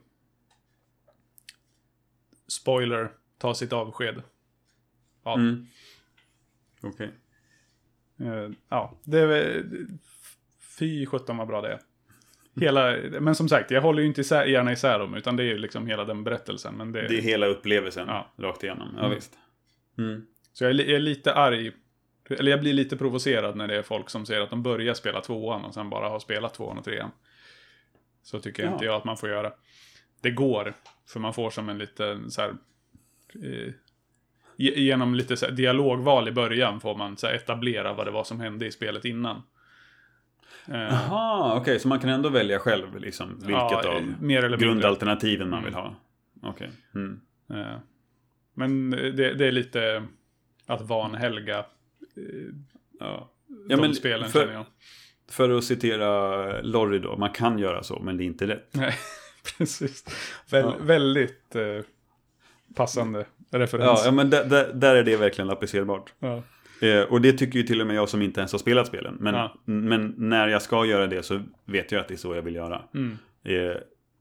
spoiler, ta sitt avsked. Ja. Mm. Okej. Okay. Äh, ja, det är fy sjutton vad bra det är. Hela, men som sagt, jag håller ju inte isär, gärna isär dem, utan det är ju liksom hela den berättelsen. Men det, det är hela upplevelsen, ja. Rakt igenom. Ja, mm. visst. Mm. Så jag är, jag är lite arg, eller jag blir lite provocerad när det är folk som säger att de börjar spela tvåan och sen bara har spelat tvåan och trean. Så tycker ja. inte jag att man får göra. Det går, för man får som en liten så här, eh, genom lite så här, dialogval i början får man så här, etablera vad det var som hände i spelet innan. Jaha, okej, okay, så man kan ändå välja själv liksom, vilket ja, av mer eller grundalternativen man mm. vill ha. Okej. Okay. Mm. Uh, men det, det är lite att vanhelga uh, ja. de ja, men spelen, för, känner jag. För att citera Lorry då, man kan göra så, men det är inte rätt. Nej, precis. Väl, ja. Väldigt uh, passande referens. Ja, ja men där, där, där är det verkligen applicerbart. Ja. Eh, och det tycker ju till och med jag som inte ens har spelat spelen. Men, ja. men när jag ska göra det så vet jag att det är så jag vill göra. Mm. Eh,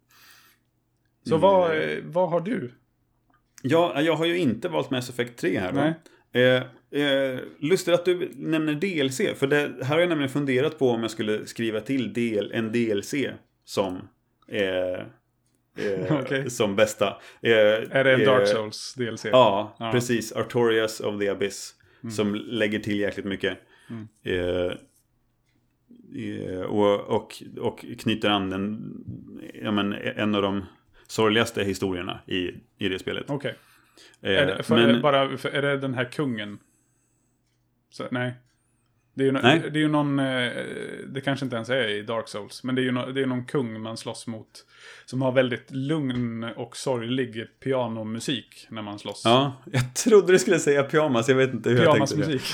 så vad, eh, vad har du? Ja, jag har ju inte valt Mass Effect tre här. Nej. Eh, eh, lustigt att du nämner D L C. För det, här har jag nämligen funderat på om jag skulle skriva till del, en D L C som... Eh, Eh, okay. som bästa. Eh, är det en Dark eh, Souls D L C? Ja, ja, precis. Artorias of the Abyss. Mm. Som lägger till jäkligt mycket. Mm. Eh, eh, och, och, och knyter an den, ja, men, en av de sorgligaste historierna i, i det spelet. Okej. Okay. Eh, är, men... bara, för, är det den här kungen? Så, nej. Det är, ju, Nej. det är ju någon, det kanske inte ens är i Dark Souls, men det är ju no, det är någon kung man slåss mot som har väldigt lugn och sorglig pianomusik när man slåss. Ja, jag trodde du skulle säga pyjamas, jag vet inte hur jag tänkte det.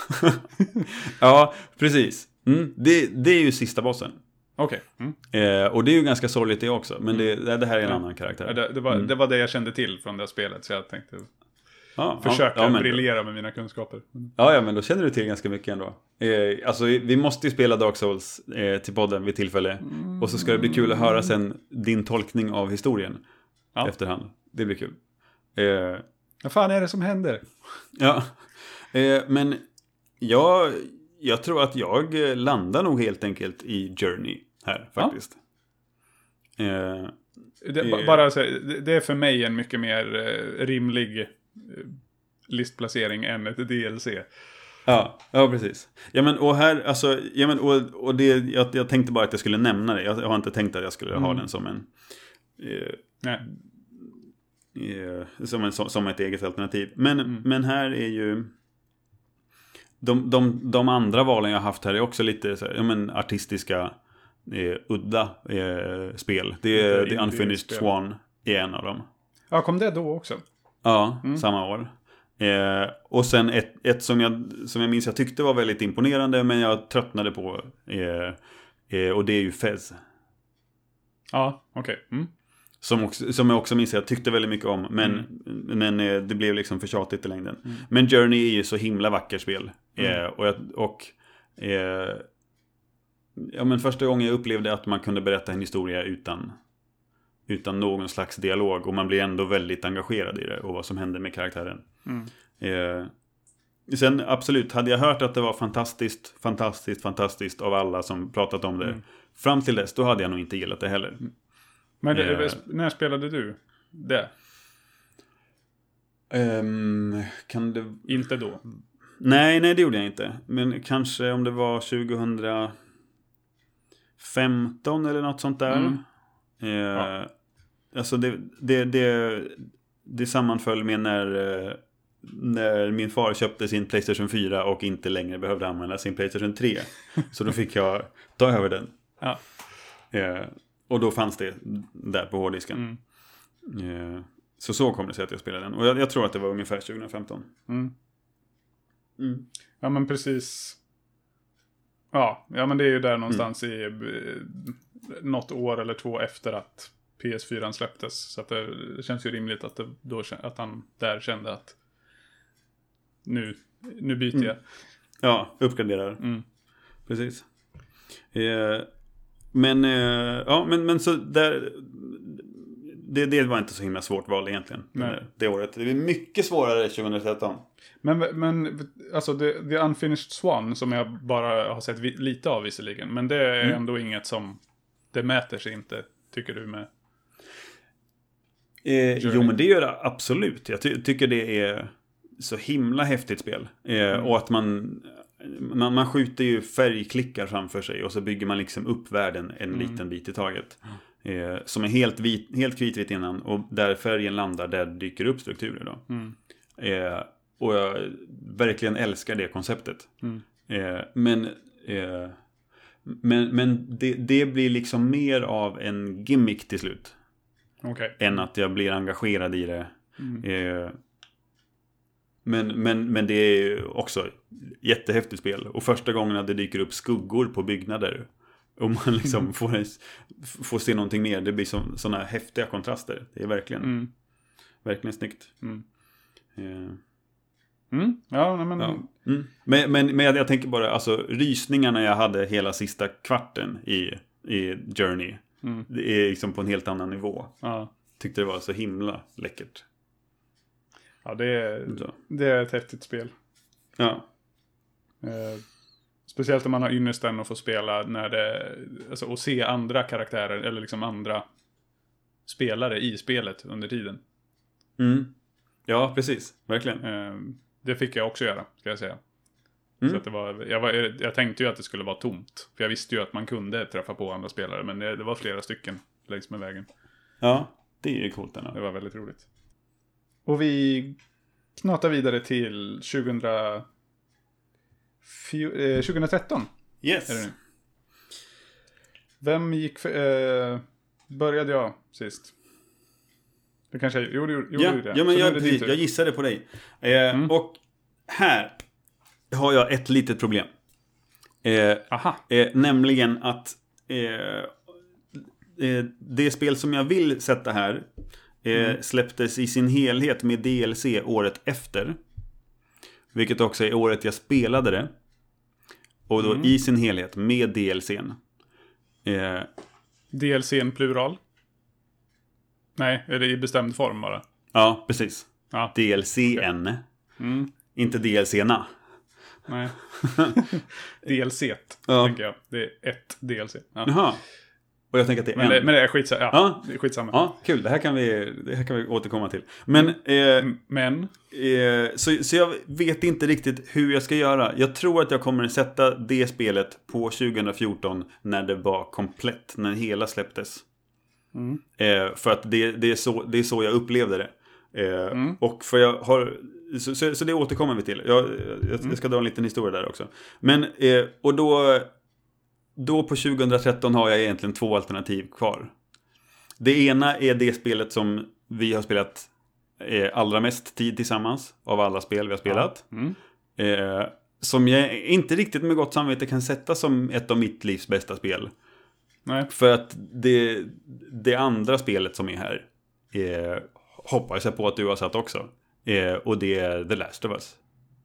Ja, precis. Mm, det, det är ju sista bossen. Okej. Okay. Mm. Eh, och det är ju ganska sorgligt det också, men mm. det, det här är en ja. annan karaktär. Det, det, var, mm. det var det jag kände till från det spelet, så jag tänkte... Ja, försöka ja, men, briljera med mina kunskaper. Ja, ja, men då känner du till ganska mycket ändå. Eh, alltså, vi måste ju spela Dark Souls eh, till podden vid tillfälle. Mm. Och så ska det bli kul att höra sen din tolkning av historien ja. efterhand. Det blir kul. Eh, Vad fan är det som händer? Ja, eh, men jag, jag tror att jag landar nog helt enkelt i Journey här faktiskt. Ja. Eh, det, bara så, det är för mig en mycket mer eh, rimlig listplacering än ett D L C. Ja, ja precis. Ja men och här alltså ja men och och det jag, jag tänkte bara att jag skulle nämna det. Jag, jag har inte tänkt att jag skulle mm. ha den som en eh, Nej. Eh, som en som, som ett eget alternativ. Men mm. men här är ju de de de andra valen jag har haft här är också lite så här, ja men artistiska eh, udda eh, spel. Det är The Unfinished Swan är en av dem. Ja, kom det då också? Ja, mm. samma år. Eh, och sen ett, ett som, jag, som jag minns jag tyckte var väldigt imponerande, men jag tröttnade på. Eh, eh, och det är ju Fez. Ja, okej. Okay. Mm. Som, som jag också minns jag tyckte väldigt mycket om. Men, mm. men eh, det blev liksom för tjatigt i längden. Mm. Men Journey är ju så himla vacker spel. Eh, mm. Och, jag, och eh, ja, men första gången jag upplevde att man kunde berätta en historia utan... utan någon slags dialog, och man blir ändå väldigt engagerad i det och vad som händer med karaktären. Mm. Eh, sen absolut, hade jag hört att det var fantastiskt, fantastiskt, fantastiskt av alla som pratat om det. Mm. Fram till dess, då hade jag nog inte gillat det heller. Men det, eh, när spelade du det? Um, kan det... Inte då? Nej, nej det gjorde jag inte. Men kanske om det var tjugohundrafemton eller något sånt där. Mm. Eh, ja. Alltså det, det, det, det sammanföll med när, när min far köpte sin PlayStation fyra och inte längre behövde använda sin PlayStation tre. Så då fick jag ta över den. Ja. Eh, och då fanns det där på hårddisken. Mm. Eh, så så kom det sig att jag spelade den. Och jag, jag tror att det var ungefär tjugohundrafemton. Mm. Mm. Ja men precis. Ja, ja men det är ju där någonstans mm. i eh, något år eller två efter att P S fyra släpptes. Så att det, det känns ju rimligt att, det, då, att han där kände att nu, nu byter mm. jag. Ja, uppgraderar. Mm. Precis. Eh, men, eh, ja, men, men så där... Det, det var inte så himla svårt val egentligen. Det, det året. Det är mycket svårare tjugohundratretton. Men, men alltså the, the Unfinished Swan som jag bara har sett vi, lite av visserligen. Men det är mm. ändå inget som det mäter sig inte, tycker du med? Eh, jo men det gör det absolut. Jag ty- tycker det är så himla häftigt spel. Eh, mm. Och att man, man man skjuter ju färgklickar framför sig och så bygger man liksom upp världen en mm. liten bit i taget. Mm. Eh, som är helt, vit, helt kritvitt innan och där färgen landar, där dyker upp strukturer då. Mm. Eh, och jag verkligen älskar det konceptet. Mm. Eh, men eh, men, men det, det blir liksom mer av en gimmick till slut. Okay. Än att jag blir engagerad i det. Mm. Eh, men, men, men det är också jättehäftigt spel. Och första gången att det dyker upp skuggor på byggnader och man liksom mm. får, får se någonting mer. Det blir sådana häftiga kontraster. Det är verkligen mm. verkligen snyggt. Mm. Eh. Mm. Ja, men... Ja. Mm. Men, men, men jag tänker bara, alltså rysningarna jag hade hela sista kvarten i, i Journey. Mm. Det är liksom på en helt annan nivå. Ja. Tyckte det var så himla läckert. Ja, det är, det är ett häftigt spel. Ja. Eh, speciellt om man har ynnesten att få spela när det, alltså, och se andra karaktärer eller liksom andra spelare i spelet under tiden. Mm. Ja, precis. Verkligen. Eh, det fick jag också göra, ska jag säga. Mm. Så att det var, jag, var, jag tänkte ju att det skulle vara tomt. För jag visste ju att man kunde träffa på andra spelare. Men det, det var flera stycken längs med vägen. Ja, det är ju coolt ändå. Det var väldigt roligt. Och vi knatar vidare till tjugohundra, eh, tjugohundratretton. Yes. Är det nu? Vem gick för... Eh, började jag sist? Det kanske jag gjorde, gjorde ja, det. Ja, men jag, precis, jag gissade på dig. Eh, mm. Och här har jag ett litet problem. Eh, Aha. Eh, nämligen att eh, eh, det spel som jag vill sätta här eh, mm. släpptes i sin helhet med D L C året efter. Vilket också är året jag spelade det. Och då mm. i sin helhet med D L C:n. Eh, D L C:n plural? Nej, är det i bestämd form bara? Ja, precis. Ja. D L C:n. Mm. Inte D L C:na. Nej. D L C, ja. tänker jag. Det är ett D L C. Ja. Jaha. Och jag tänker att det är men en. Det, men det är skitsamma. Ja, ja. Det är skitsamma. Ja, kul. Det här kan vi, det här kan vi återkomma till. Men, eh, men? Eh, så, så jag vet inte riktigt hur jag ska göra. Jag tror att jag kommer sätta det spelet på tjugohundrafjorton när det var komplett. När hela släpptes. Mm. Eh, för att det, det, är så, det är så jag upplevde det. Eh, mm. Och för jag har... Så, så, så det återkommer vi till. Jag, jag, jag ska dra en liten historia där också. Men, eh, och då... Då på tjugohundratretton har jag egentligen två alternativ kvar. Det ena är det spelet som vi har spelat eh, allra mest tid tillsammans. Av alla spel vi har spelat. Ja. Mm. Eh, som jag inte riktigt med gott samvete kan sätta som ett av mitt livs bästa spel. Nej. För att det, det andra spelet som är här eh, hoppas jag på att du har satt också. Eh, och det är The Last of Us.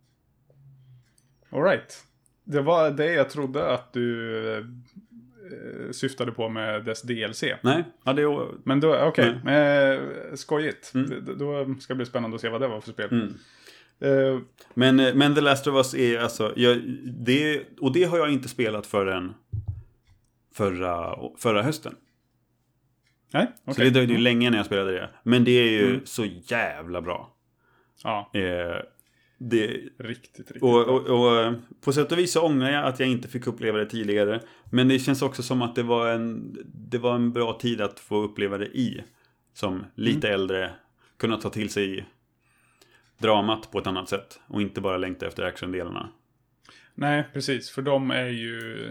All right. Det var det jag trodde att du eh, syftade på med dess D L C. Nej, ja, det är... Men då, okej. Okay. Eh, skojigt. Mm. Då ska det bli spännande att se vad det var för spel. Mm. Uh, men, men The Last of Us är alltså... Jag, det, och det har jag inte spelat förrän förra, förra hösten. Nej, okay. Så det dröjde ju mm. länge när jag spelade det. Men det är ju mm. så jävla bra. Ja. Eh, det, riktigt, riktigt och, bra. Och, och, och på sätt och vis så ångrar jag att jag inte fick uppleva det tidigare. Men det känns också som att det var en, det var en bra tid att få uppleva det i. Som lite mm. äldre kunna ta till sig dramat på ett annat sätt. Och inte bara längta efter actiondelarna. Nej, precis. För de är ju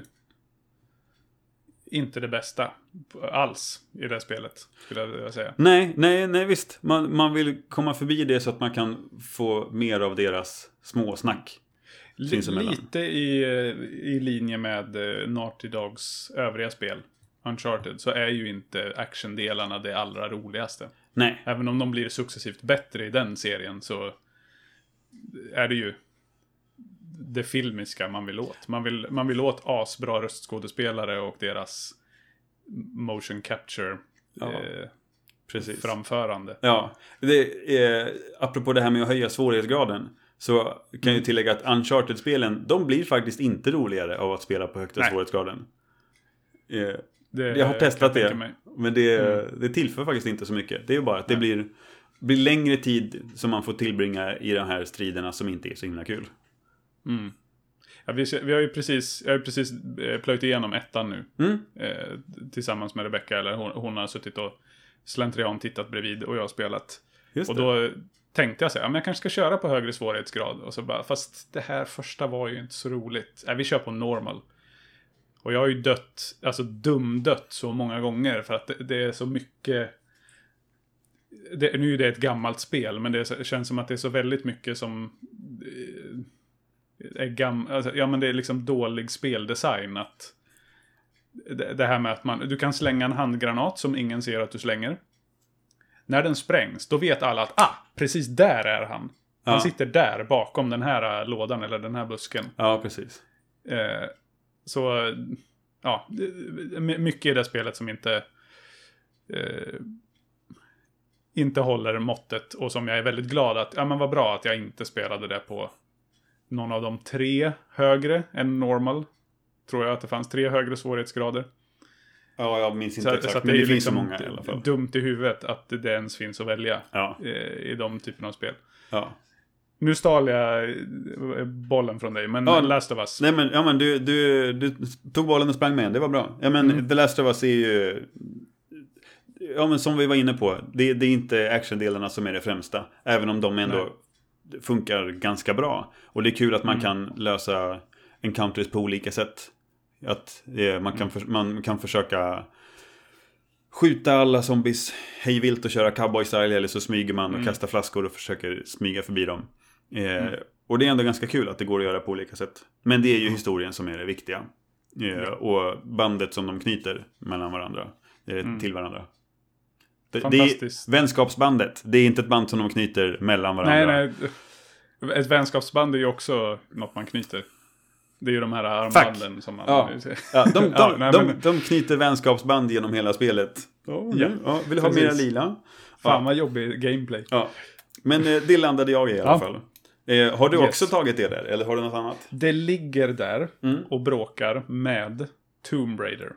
inte det bästa alls i det spelet, skulle jag vilja säga. Nej, nej, nej visst. Man, man vill komma förbi det så att man kan få mer av deras småsnack. Lite i, i linje med Naughty Dogs övriga spel, Uncharted, så är ju inte actiondelarna det allra roligaste. Nej. Även om de blir successivt bättre i den serien så är det ju det filmiska man vill åt. Man vill, man vill åt asbra röstskådespelare och deras motion capture ja, eh, precis. framförande. Ja, det är, apropå det här med att höja svårighetsgraden, så kan jag ju tillägga att Uncharted-spelen, de blir faktiskt inte roligare av att spela på högsta Nej. svårighetsgraden. Eh, det, jag har testat det, men det, mm. det tillför faktiskt inte så mycket. Det är ju bara att Nej. det blir, blir längre tid som man får tillbringa i de här striderna som inte är så himla kul. Mm. Ja, vi, vi har ju precis, jag har ju precis plöjt igenom ettan nu. Mm. Eh, tillsammans med Rebecca. Eller hon, hon har suttit och slentrian tittat bredvid och jag har spelat. Just och då tänkte jag så här, ja, men jag kanske ska köra på högre svårighetsgrad. Och så bara, fast det här första var ju inte så roligt. Nej, vi kör på normal. Och jag har ju dött, alltså dumdött så många gånger. För att det, det är så mycket... Det, nu är det ett gammalt spel, men det känns som att det är så väldigt mycket som... Är gam, alltså, ja, men det är liksom dålig speldesign. Att det, det här med att man... Du kan slänga en handgranat som ingen ser att du slänger. När den sprängs, då vet alla att ah, precis där är han. Han ja. sitter där bakom den här lådan eller den här busken. Ja, precis. Eh, så, ja, mycket i det spelet som inte eh, inte håller måttet. Och som jag är väldigt glad att, ja men vad bra att jag inte spelade det på någon av de tre högre än normal. Tror jag att det fanns tre högre svårighetsgrader. Ja, jag minns inte så, exakt, så att men det, det är finns liksom så många i alla fall. Dumt i huvudet att det ens finns att välja ja. eh, i de typerna av spel. Ja. Nu stal jag bollen från dig, men ja, Last of Us. Nej, men, ja, men du, du, du tog bollen och sprang med, det var bra. Ja, men mm. The Last of Us är ju... Ja, men som vi var inne på, det, det är inte actiondelarna som är det främsta. Även om de ändå Nej. funkar ganska bra. Och det är kul att man mm. kan lösa encounters på olika sätt. Att eh, man, kan mm. för, man kan försöka skjuta alla zombies hej vilt och köra cowboy-style, eller så smyger man och mm. kastar flaskor och försöker smyga förbi dem. Eh, mm. Och det är ändå ganska kul att det går att göra på olika sätt. Men det är ju mm. historien som är det viktiga. Eh, mm. Och bandet som de knyter mellan varandra. Eh, mm. Till varandra. Det, det är vänskapsbandet. Det är inte ett band som de knyter mellan varandra. Nej, nej. Ett vänskapsband är ju också något man knyter. Det är ju de här armbanden Fuck. som man... Ja. Ja, de, de, ja, nej, de, men... de knyter vänskapsband genom hela spelet. Oh, ja. Ja, vill du ha mera lila? Fan ja. vad jobbig gameplay. Ja. Men eh, det landade jag i i alla ja. fall. Eh, har du yes. också tagit det där? Eller har du något annat? Det ligger där mm. och bråkar med Tomb Raider.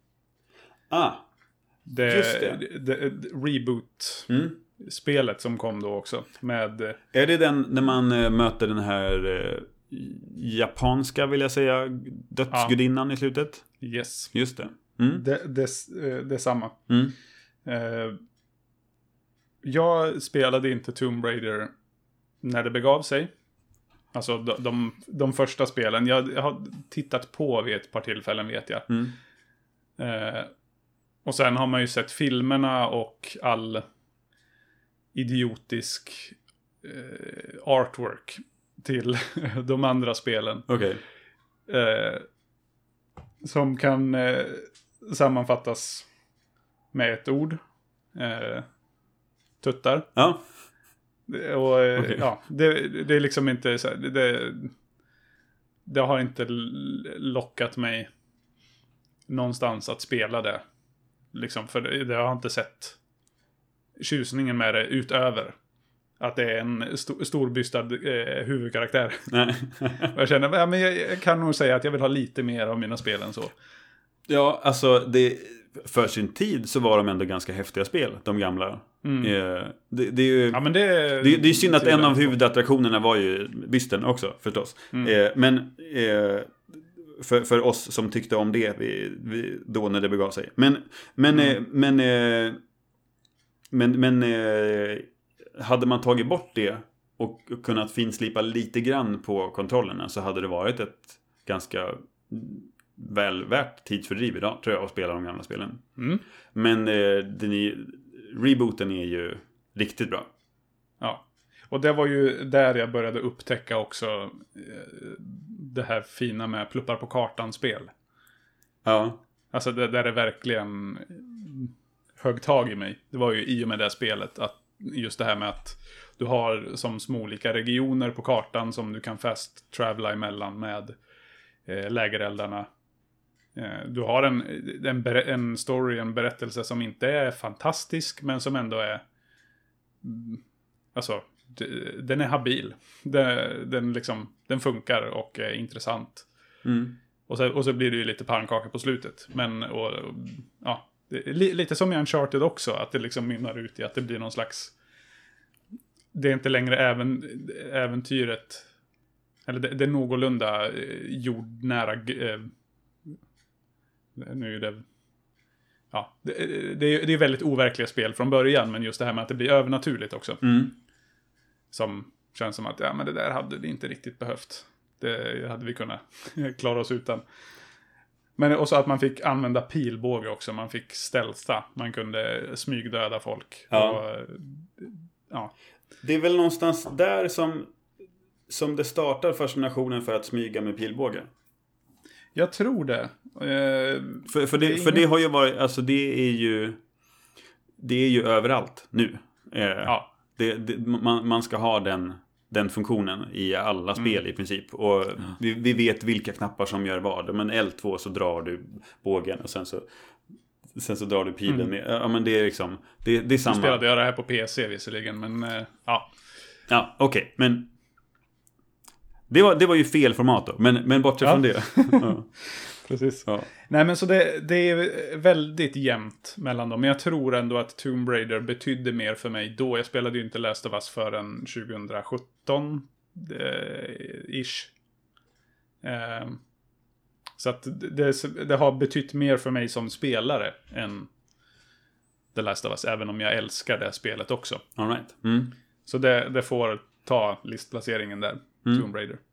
Ah, det, just det. det, det reboot mm. spelet som kom då också. Med... Är det den när man äh, möter den här... Äh, japanska vill jag säga dödsgudinnan ja. i slutet. Yes. Just det. Mm. Det, det, det är samma. Mm. Uh, jag spelade inte Tomb Raider när det begav sig. Alltså de, de, de första spelen. Jag, jag har tittat på vid ett par tillfällen vet jag. Mm. Uh, och sen har man ju sett filmerna och all idiotisk uh, artwork till de andra spelen. Okej. Okay. Eh, som kan eh, sammanfattas med ett ord. Eh, tuttar. Ja. Och eh, okay. ja, det, det är liksom inte så här, det, det har inte lockat mig någonstans att spela det. Liksom, för det, det har inte sett tjusningen med det utöver att det är en st- storbystad eh, huvudkaraktär. Nej. Och jag känner, ja, men jag, jag kan nog säga att jag vill ha lite mer av mina spel än så. Ja, alltså det, för sin tid så var de ändå ganska häftiga spel, de gamla. Mm. Eh, det, det är ju... Ja, men det, det, det är synd att en av huvudattraktionerna var ju Bystern också, förstås. Mm. Eh, men eh, för, för oss som tyckte om det vi, vi, då när det begav sig. Men, men, Mm. eh, men, eh, men, men eh, hade man tagit bort det och kunnat finslipa lite grann på kontrollerna så hade det varit ett ganska väl värt tidsfördriv idag, tror jag, att spela de gamla spelen. Mm. Men eh, den är, rebooten är ju riktigt bra. Ja, och det var ju där jag började upptäcka också eh, det här fina med pluppar på kartan-spel. Ja. Alltså det, där det verkligen högg tag i mig. Det var ju i och med det spelet att just det här med att du har som små olika regioner på kartan som du kan fast travela emellan med eh, lägereldarna. Eh, du har en, en, en story, en berättelse som inte är fantastisk men som ändå är mm, alltså d- den är habil. Den, den, liksom, den funkar och är intressant. Mm. Och så, och så blir det ju lite pannkaka på slutet. Men och, ja, det är li, lite som i Uncharted också. Att det liksom mynnar ut i att det blir någon slags... Det är inte längre även, äventyret. Eller det, det är någorlunda eh, jordnära... Eh, nu är det... Ja, det, det, är, det är väldigt overkliga spel från början. Men just det här med att det blir övernaturligt också. Mm. Som känns som att ja, men det där hade vi inte riktigt behövt. Det hade vi kunnat klara oss utan. Men också att man fick använda pilbåge också. Man fick stealtha. Man kunde smygdöda folk. Ja. Och, ja. Det är väl någonstans där som, som det startar fascinationen för att smyga med pilbåge. Jag tror det. Eh, För, för, det, det är för det har ju varit, alltså det är ju det är ju överallt nu. Eh, ja. det, det, man, man ska ha den, den funktionen i alla spel Mm. i princip. Och mm. vi, vi vet vilka knappar som gör vad. Men L två så drar du bågen och sen så sen så drar du pilen Mm. med. Ja, men det är liksom det, det är samma. Nu spelade jag det här på P C visserligen, men eh, ja. Ja, okej, okay, men det var, det var ju fel format då. Men, men bortsett Ja. från det. Ja. Precis. Ja. Nej, men så det, det är väldigt jämnt mellan dem. Men jag tror ändå att Tomb Raider betydde mer för mig då. Jag spelade ju inte Last of Us förrän tjugo sjutton eh, ish. Eh, så att det, det har betytt mer för mig som spelare än The Last of Us. Även om jag älskar det spelet också. All right. Mm. Så det, det får ta listplaceringen där. Mm. Tomb Raider.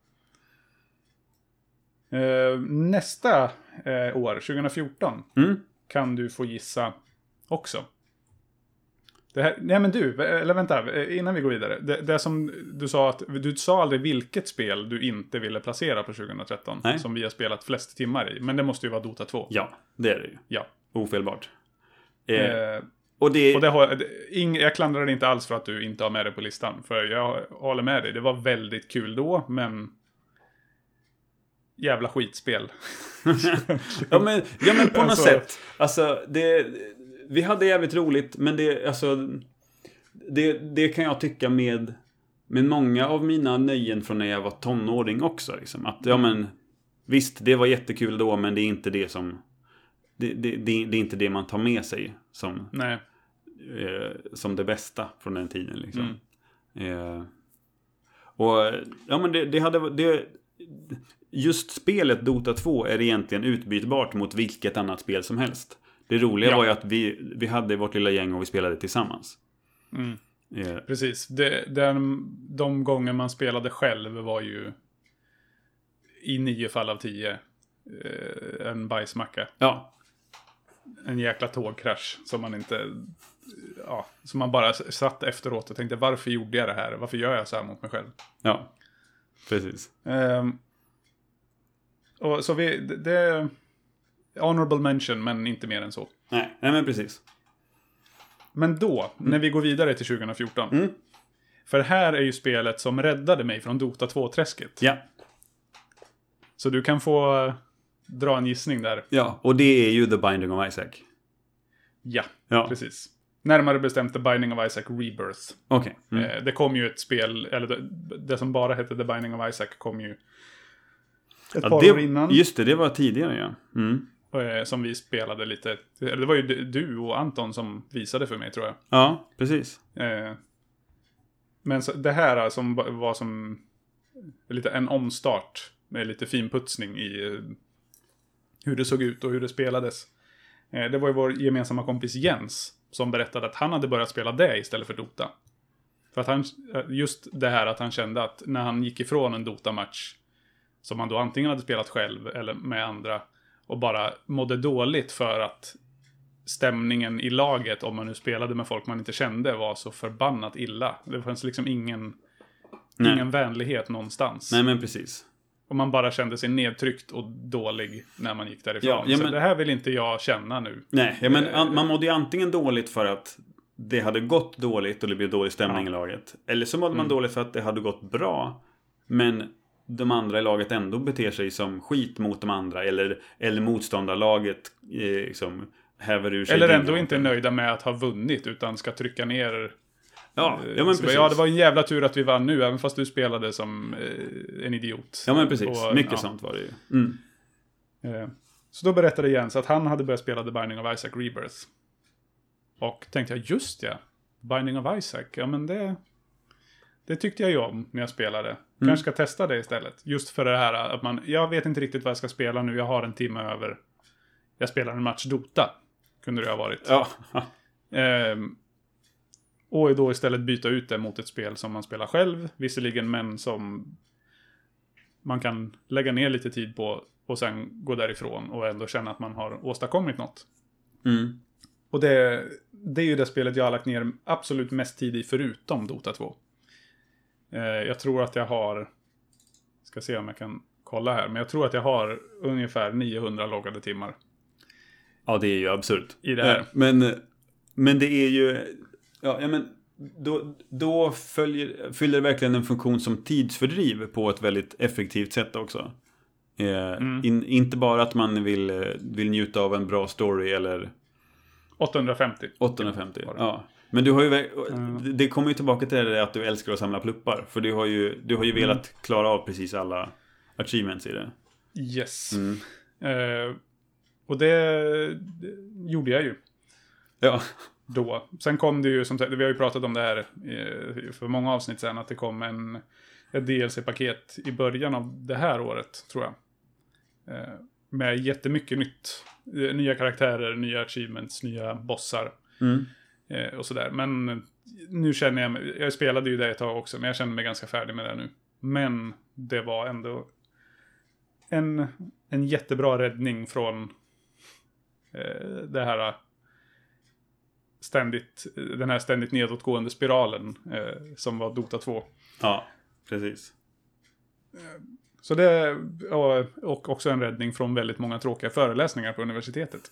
Eh, nästa eh, år, tjugo fjorton, Mm. kan du få gissa också. Det här, nej men du, eller vänta, innan vi går vidare. Det, det som du sa att, du sa aldrig vilket spel du inte ville placera på tjugo tretton. Nej. Som vi har spelat flest timmar i. Men det måste ju vara Dota två. Ja, det är det ju. Ja. Ofelbart. Eh, Eh, och det... och det har, det, ing, jag klandrar det inte alls för att du inte har med det på listan. För jag håller med dig, det var väldigt kul då, men... Jävla skitspel. ja, men, ja men på något Alltså- sätt. Alltså det, vi hade jävligt roligt. Men det, alltså, det, det kan jag tycka med, med många av mina nöjen från när jag var tonåring också. Liksom. Att, ja, men, visst, det var jättekul då, men det är inte det som det, det, det, det är inte det man tar med sig som, Nej. eh, som det bästa från den tiden. Liksom. Mm. Eh, och ja, men det, det hade det, just spelet Dota två är egentligen utbytbart mot vilket annat spel som helst. Det roliga Ja. var ju att vi, vi hade vårt lilla gäng och vi spelade tillsammans. Mm. Eh, Precis. Det, den, de gånger man spelade själv var ju i nio fall av tio eh, en bajsmacka. ja, En jäkla tågkrasch som man inte... Ja, som man bara satt efteråt och tänkte, varför gjorde jag det här? Varför gör jag så här mot mig själv? ja, precis. Ehm, och så vi... Det, det honorable mention, men inte mer än så. Nej, nej men precis. Men då, mm. när vi går vidare till tjugo fjorton. Mm. För här är ju spelet som räddade mig från Dota två-träsket. Ja. Så du kan få dra en gissning där. Ja, och det är ju The Binding of Isaac. Ja, Ja. precis. Närmare bestämt The Binding of Isaac Rebirth. Okej. Okay. Mm. Eh, det kom ju ett spel, eller det, det som bara hette The Binding of Isaac kom ju ett ja, par det, år innan. Just det, det var tidigare, ja. Mm. Eh, som vi spelade lite. Det var ju du och Anton som visade för mig, tror jag. Ja, precis. Eh, men så, det här som var som lite en omstart med lite finputsning i eh, hur det såg ut och hur det spelades. Eh, det var ju vår gemensamma kompis Jens som berättade att han hade börjat spela det istället för Dota. För att han, just det här att han kände att när han gick ifrån en Dota-match som han då antingen hade spelat själv eller med andra och bara mådde dåligt för att stämningen i laget, om man nu spelade med folk man inte kände, var så förbannat illa. Det fanns liksom ingen, ingen vänlighet någonstans. Nej, men precis. Och man bara kände sig nedtryckt och dålig när man gick därifrån. Ja, ja, men... Så det här vill inte jag känna nu. Nej, ja, men an- man mådde ju antingen dåligt för att det hade gått dåligt och det blev dålig stämning ja. i laget. Eller så mådde man mm. dåligt för att det hade gått bra, men de andra i laget ändå beter sig som skit mot de andra. Eller, eller motståndarlaget eh, liksom häver ur sig. Eller ändå inte är nöjda med att ha vunnit utan ska trycka ner. Ja, ja, men precis. Ja, det var en jävla tur att vi vann nu, även fast du spelade som eh, en idiot. Ja, men precis. Och, mycket ja. sånt var det ju. Mm. Eh, så då berättade Jens att han hade börjat spela The Binding of Isaac Rebirth. Och tänkte jag, just ja, Binding of Isaac, ja men det... Det tyckte jag ju om när jag spelade. Mm. Kanske ska testa det istället. Just för det här att man... Jag vet inte riktigt vad jag ska spela nu. Jag har en timme över. Jag spelar en match Dota. Kunde det ha varit. Ja. ehm, och då istället byta ut det mot ett spel som man spelar själv. Visserligen, men som man kan lägga ner lite tid på. Och sen gå därifrån. Och ändå känna att man har åstadkommit något. Mm. Och det, det är ju det spelet jag har lagt ner absolut mest tid i förutom Dota två. Jag tror att jag har, ska se om jag kan kolla här, men jag tror att jag har ungefär niohundra loggade timmar. Ja, det är ju absurt. I det här. Men, men det är ju, ja, ja men då, då följer, fyller det verkligen en funktion som tidsfördriv på ett väldigt effektivt sätt också. Eh, mm. in, inte bara att man vill, vill njuta av en bra story eller... åttahundrafemtio. åttahundrafemtio, ja. Men du har ju, mm. det kommer ju tillbaka till det att du älskar att samla pluppar. För du har ju, du har ju velat mm. klara av precis alla achievements i det. Yes. Mm. Uh, och det, det gjorde jag ju. Ja. Då. Sen kom det ju, som vi har ju pratat om det här för många avsnitt sen, att det kom en, ett D L C-paket i början av det här året, tror jag. Uh, med jättemycket nytt. Nya karaktärer, nya achievements, nya bossar. Mm. Och sådär. Men nu känner jag mig, jag spelade ju det ett tag också, men jag känner mig ganska färdig med det nu. Men det var ändå en, en jättebra räddning från eh, det här ständigt, den här ständigt nedåtgående spiralen eh, som var Dota två. Ja, precis. Så det, och också en räddning från väldigt många tråkiga föreläsningar på universitetet.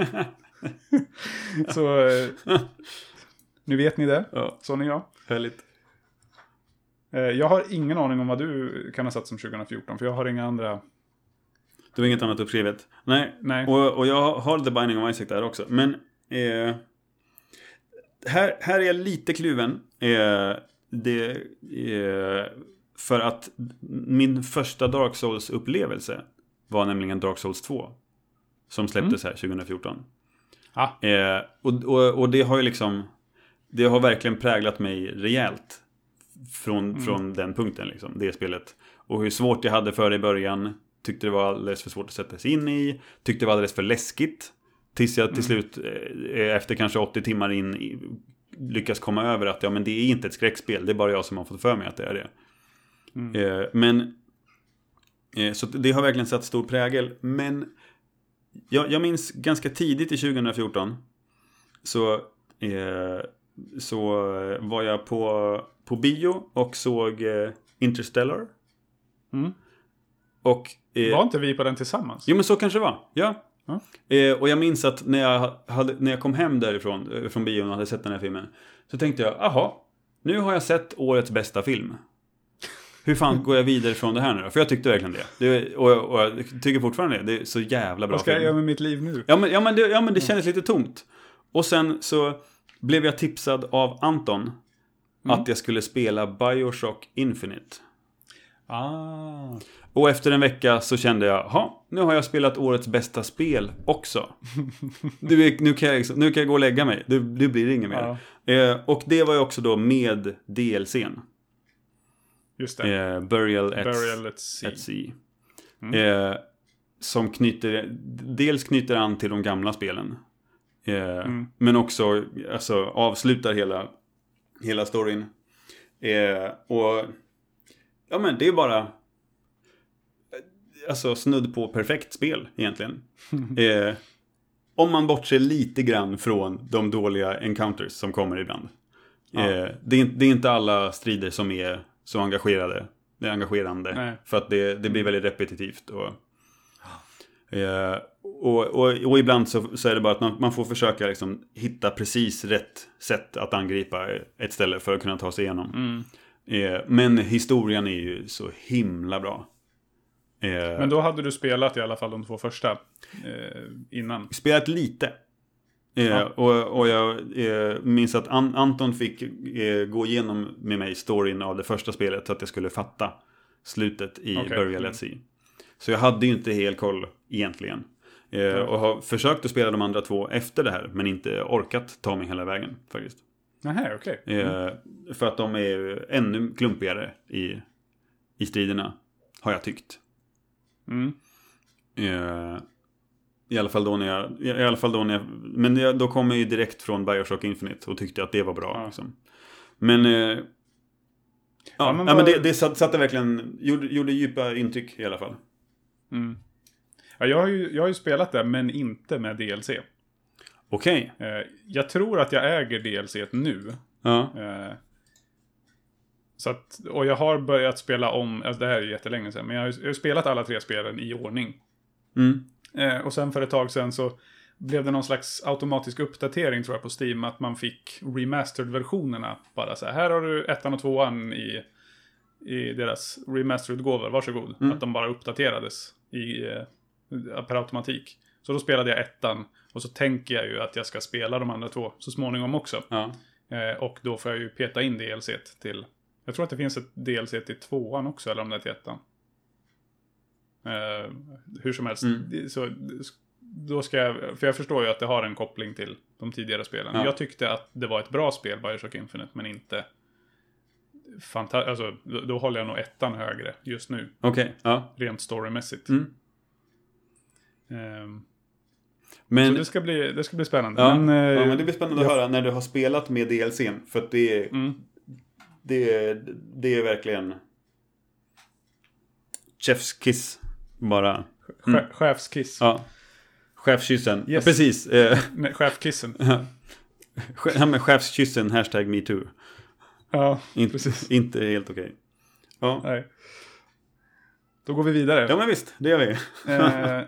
Så nu vet ni det. Ja. Så ni jag. Härligt. Jag har ingen aning om vad du kan ha satt som tjugo fjorton. För jag har inga andra. Du har inget annat uppskrivet. Nej. Nej. Och, och jag har The Binding of Isaac där också. Men eh, här, här är jag lite kluven. Eh, det eh, För att min första Dark Souls-upplevelse var nämligen Dark Souls två. Som släpptes mm. här tjugo fjorton. Ah. Eh, och, och, och det har ju liksom, det har verkligen präglat mig rejält från, mm. från den punkten liksom, det spelet. Och hur svårt jag hade för det i början. Tyckte det var alldeles för svårt att sätta sig in i. Tyckte det var alldeles för läskigt. Tills jag till mm. slut eh, efter kanske åttio timmar in i, lyckas komma över att ja, men det är inte ett skräckspel. Det är bara jag som har fått för mig att det är det. Mm. Eh, men eh, så det har verkligen satt stor prägel. Men jag, jag minns ganska tidigt i tjugo fjorton så, eh, så var jag på, på bio och såg eh, Interstellar. Mm. Och, eh, var inte vi på den tillsammans? Jo, men så kanske det var, ja. Mm. Eh, och jag minns att när jag, hade, när jag kom hem därifrån eh, från bion och hade sett den här filmen, så tänkte jag, aha, nu har jag sett årets bästa film. Hur fan går jag vidare från det här nu då? För jag tyckte verkligen det. det och, och jag tycker fortfarande det. Det är så jävla bra. Vad ska film. jag göra med mitt liv nu? Ja, men, ja, men, det, ja, men det kändes lite tomt. Och sen så blev jag tipsad av Anton mm. att jag skulle spela BioShock Infinite. Ah. Och efter en vecka så kände jag, ja, nu har jag spelat årets bästa spel också. Du, nu, kan jag, nu kan jag gå och lägga mig. Det, det blir inget mer. Ja. Eh, och det var ju också då med D L C:n. Just det. Eh, Burial at, Burial at Sea. At sea. Mm. Eh, som knyter, dels knyter an till de gamla spelen. Eh, mm. Men också alltså, avslutar hela, hela storyn. Eh, och ja, men det är bara alltså snudd på perfekt spel egentligen. eh, om man bortser lite grann från de dåliga encounters som kommer ibland. Ja. Eh, det, är, det är inte alla strider som är så engagerade. Det är engagerande. Nej. För att det, det blir väldigt repetitivt. Och, eh, och, och, och ibland så, så är det bara att man, man får försöka liksom hitta precis rätt sätt att angripa ett ställe för att kunna ta sig igenom. Mm. Eh, men historien är ju så himla bra. Eh, men då hade du spelat i alla fall de två första eh, innan? Spelat lite. Eh, ja. och, och jag eh, minns att An- Anton fick eh, gå igenom med mig storyn av det första spelet så att jag skulle fatta slutet i okay. Burial at Sea. Så jag hade ju inte helt koll egentligen. Eh, ja. Och har försökt att spela de andra två efter det här, men inte orkat ta mig hela vägen faktiskt. Nähä, okej. Okay. Mm. Eh, för att de är ännu klumpigare i, i striderna, har jag tyckt. Mm. Eh, I alla fall då när jag, i alla fall då när jag, men jag, då kom jag ju direkt från BioShock Infinite och tyckte att det var bra. Ja. Liksom. Men, eh, ja, ja, men, ja, men det, det satte verkligen, gjorde, gjorde djupa intryck i alla fall. Mm. Ja, jag har ju, jag har ju spelat det, men inte med D L C. Okej. Okay. Eh, jag tror att jag äger D L C nu. Ja. Eh, så att, och jag har börjat spela om, alltså det här är ju jättelänge sedan, men jag har, jag har spelat alla tre spelen i ordning. Mm. Eh, och sen för ett tag sedan så blev det någon slags automatisk uppdatering tror jag på Steam, att man fick remastered-versionerna. Bara så här, här har du ettan och tvåan i, i deras remastered-gåvor, varsågod. Mm. Att de bara uppdaterades i, eh, per automatik. Så då spelade jag ettan, och så tänker jag ju att jag ska spela de andra två så småningom också. Ja. Eh, och då får jag ju peta in D L C till, jag tror att det finns ett D L C till tvåan också, eller om det är till ettan. Uh, hur som helst mm. så, då ska jag, för jag förstår ju att det har en koppling till de tidigare spelen. Ja. Jag tyckte att det var ett bra spel, BioShock Infinite, men inte fanta- alltså, då, då håller jag nog ettan högre just nu. Okej, okay. Ja. Rent storymässigt. Mm. Um, men så det ska bli, det ska bli spännande. Ja, men, uh, ja, men det blir spännande jag... att höra när du har spelat med D L C:n, för att det är mm. det är, det är verkligen chef's kiss. Bara. Mm. Chefskiss. Ja. Chefskyssen. Yes. Ja, precis. Nej, chefkissen. Ja, men chefskyssen, hashtag MeToo. Ja, In, precis. Inte helt okej. Okay. Ja. Nej. Då går vi vidare. Ja, men visst. Det gör vi. eh,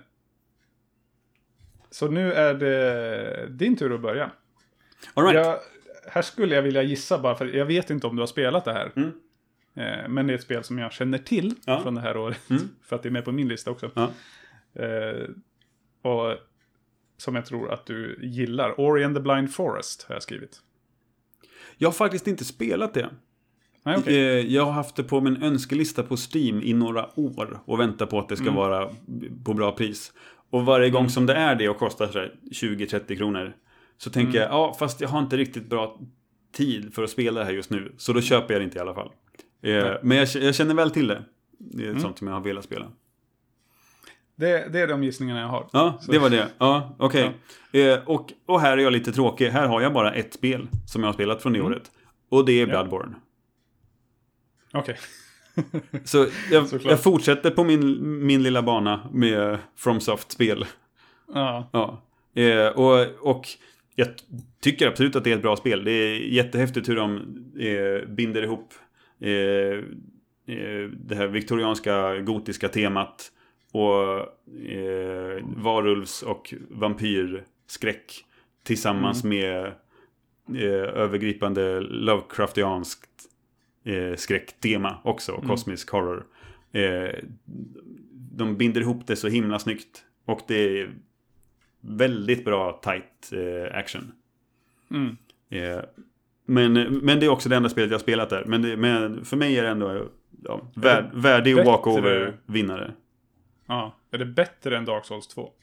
så nu är det din tur att börja. All right. Jag, här skulle jag vilja gissa bara, för jag vet inte om du har spelat det här. Mm. Men det är ett spel som jag känner till ja. från det här året. Mm. För att det är med på min lista också. Ja. Eh, och som jag tror att du gillar. Ori and the Blind Forest har jag skrivit. Jag har faktiskt inte spelat det. Nej, okay. Jag har haft det på min önskelista på Steam i några år. Och väntar på att det ska mm. vara på bra pris. Och varje gång som det är det och kostar tjugo till trettio kronor. Så tänker mm. jag, ja fast jag har inte riktigt bra tid för att spela det här just nu. Så då köper jag det inte i alla fall. Eh, men jag, jag känner väl till det. Det är mm. sånt som jag har velat spela. Det, det är de gissningarna jag har. Ja, så. Det var det. Ja, okej. Okay. Ja. Eh, och, och här är jag lite tråkig. Här har jag bara ett spel som jag har spelat från det mm. året. Och det är Bloodborne. Okej. Okay. Så jag, jag fortsätter på min, min lilla bana med FromSoft-spel. Ja. Ja. Eh, och, och jag tycker absolut att det är ett bra spel. Det är jättehäftigt hur de eh, binder ihop eh, eh, det här viktorianska gotiska temat och eh, varulvs- och vampyrskräck tillsammans mm. med eh, övergripande Lovecraftianskt eh, skräcktema också, mm. kosmisk horror. Eh, de binder ihop det så himla snyggt och det är väldigt bra tight eh, action. Mm. Eh, men, men det är också det enda spelet jag har spelat där. Men, det, men för mig är det ändå ja, värd, värdig bättre... walkover-vinnare. Ja, är det bättre än Dark Souls två?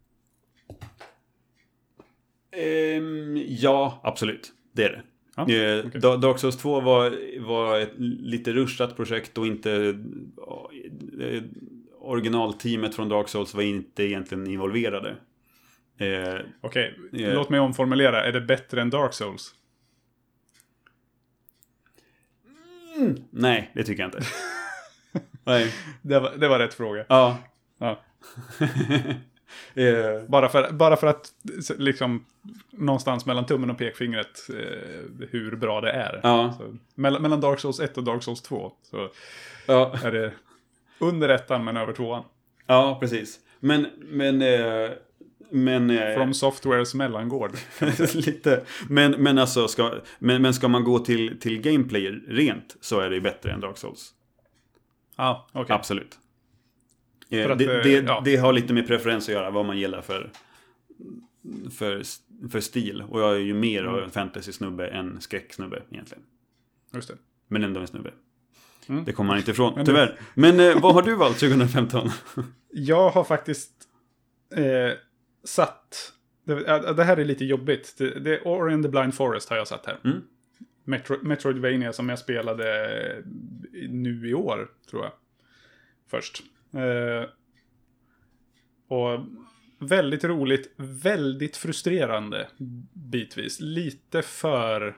Um, ja, absolut. Det är det. Ja, eh, okay. Dark Souls två var, var ett lite rushat projekt och inte eh, originalteamet från Dark Souls var inte egentligen involverade. Eh, Okej, okay. eh, låt mig omformulera. Är det bättre än Dark Souls? Mm, nej, det tycker jag inte. Nej. Det var, det var rätt fråga. Ja. Ja. eh. bara, för, bara för att liksom någonstans mellan tummen och pekfingret eh, hur bra det är. Ja. Så, mellan, mellan Dark Souls ett och Dark Souls två så ja. är det under ettan men över tvåan. Ja, precis. Men, men, eh, men eh, From Softwares mellangård. lite. Men, men alltså, ska, men, men ska man gå till, till gameplay rent så är det bättre än Dark Souls. Ja, okej. Okay. Absolut. Eh, att, det, det, ja. det har lite med preferens att göra, vad man gillar för, för, för stil. Och jag är ju mer av en fantasy-snubbe än skräcksnubbe egentligen. Just det. Men ändå en snubbe. Mm. Det kommer man inte ifrån, Men tyvärr. Men eh, vad har du valt tjugo femton? Jag har faktiskt eh, satt... Det, det här är lite jobbigt. Det, det är Ori and the Blind Forest har jag satt här. Mm. Metro, Metroidvania som jag spelade nu i år, tror jag. Först. Eh, och väldigt roligt, väldigt frustrerande bitvis. Lite för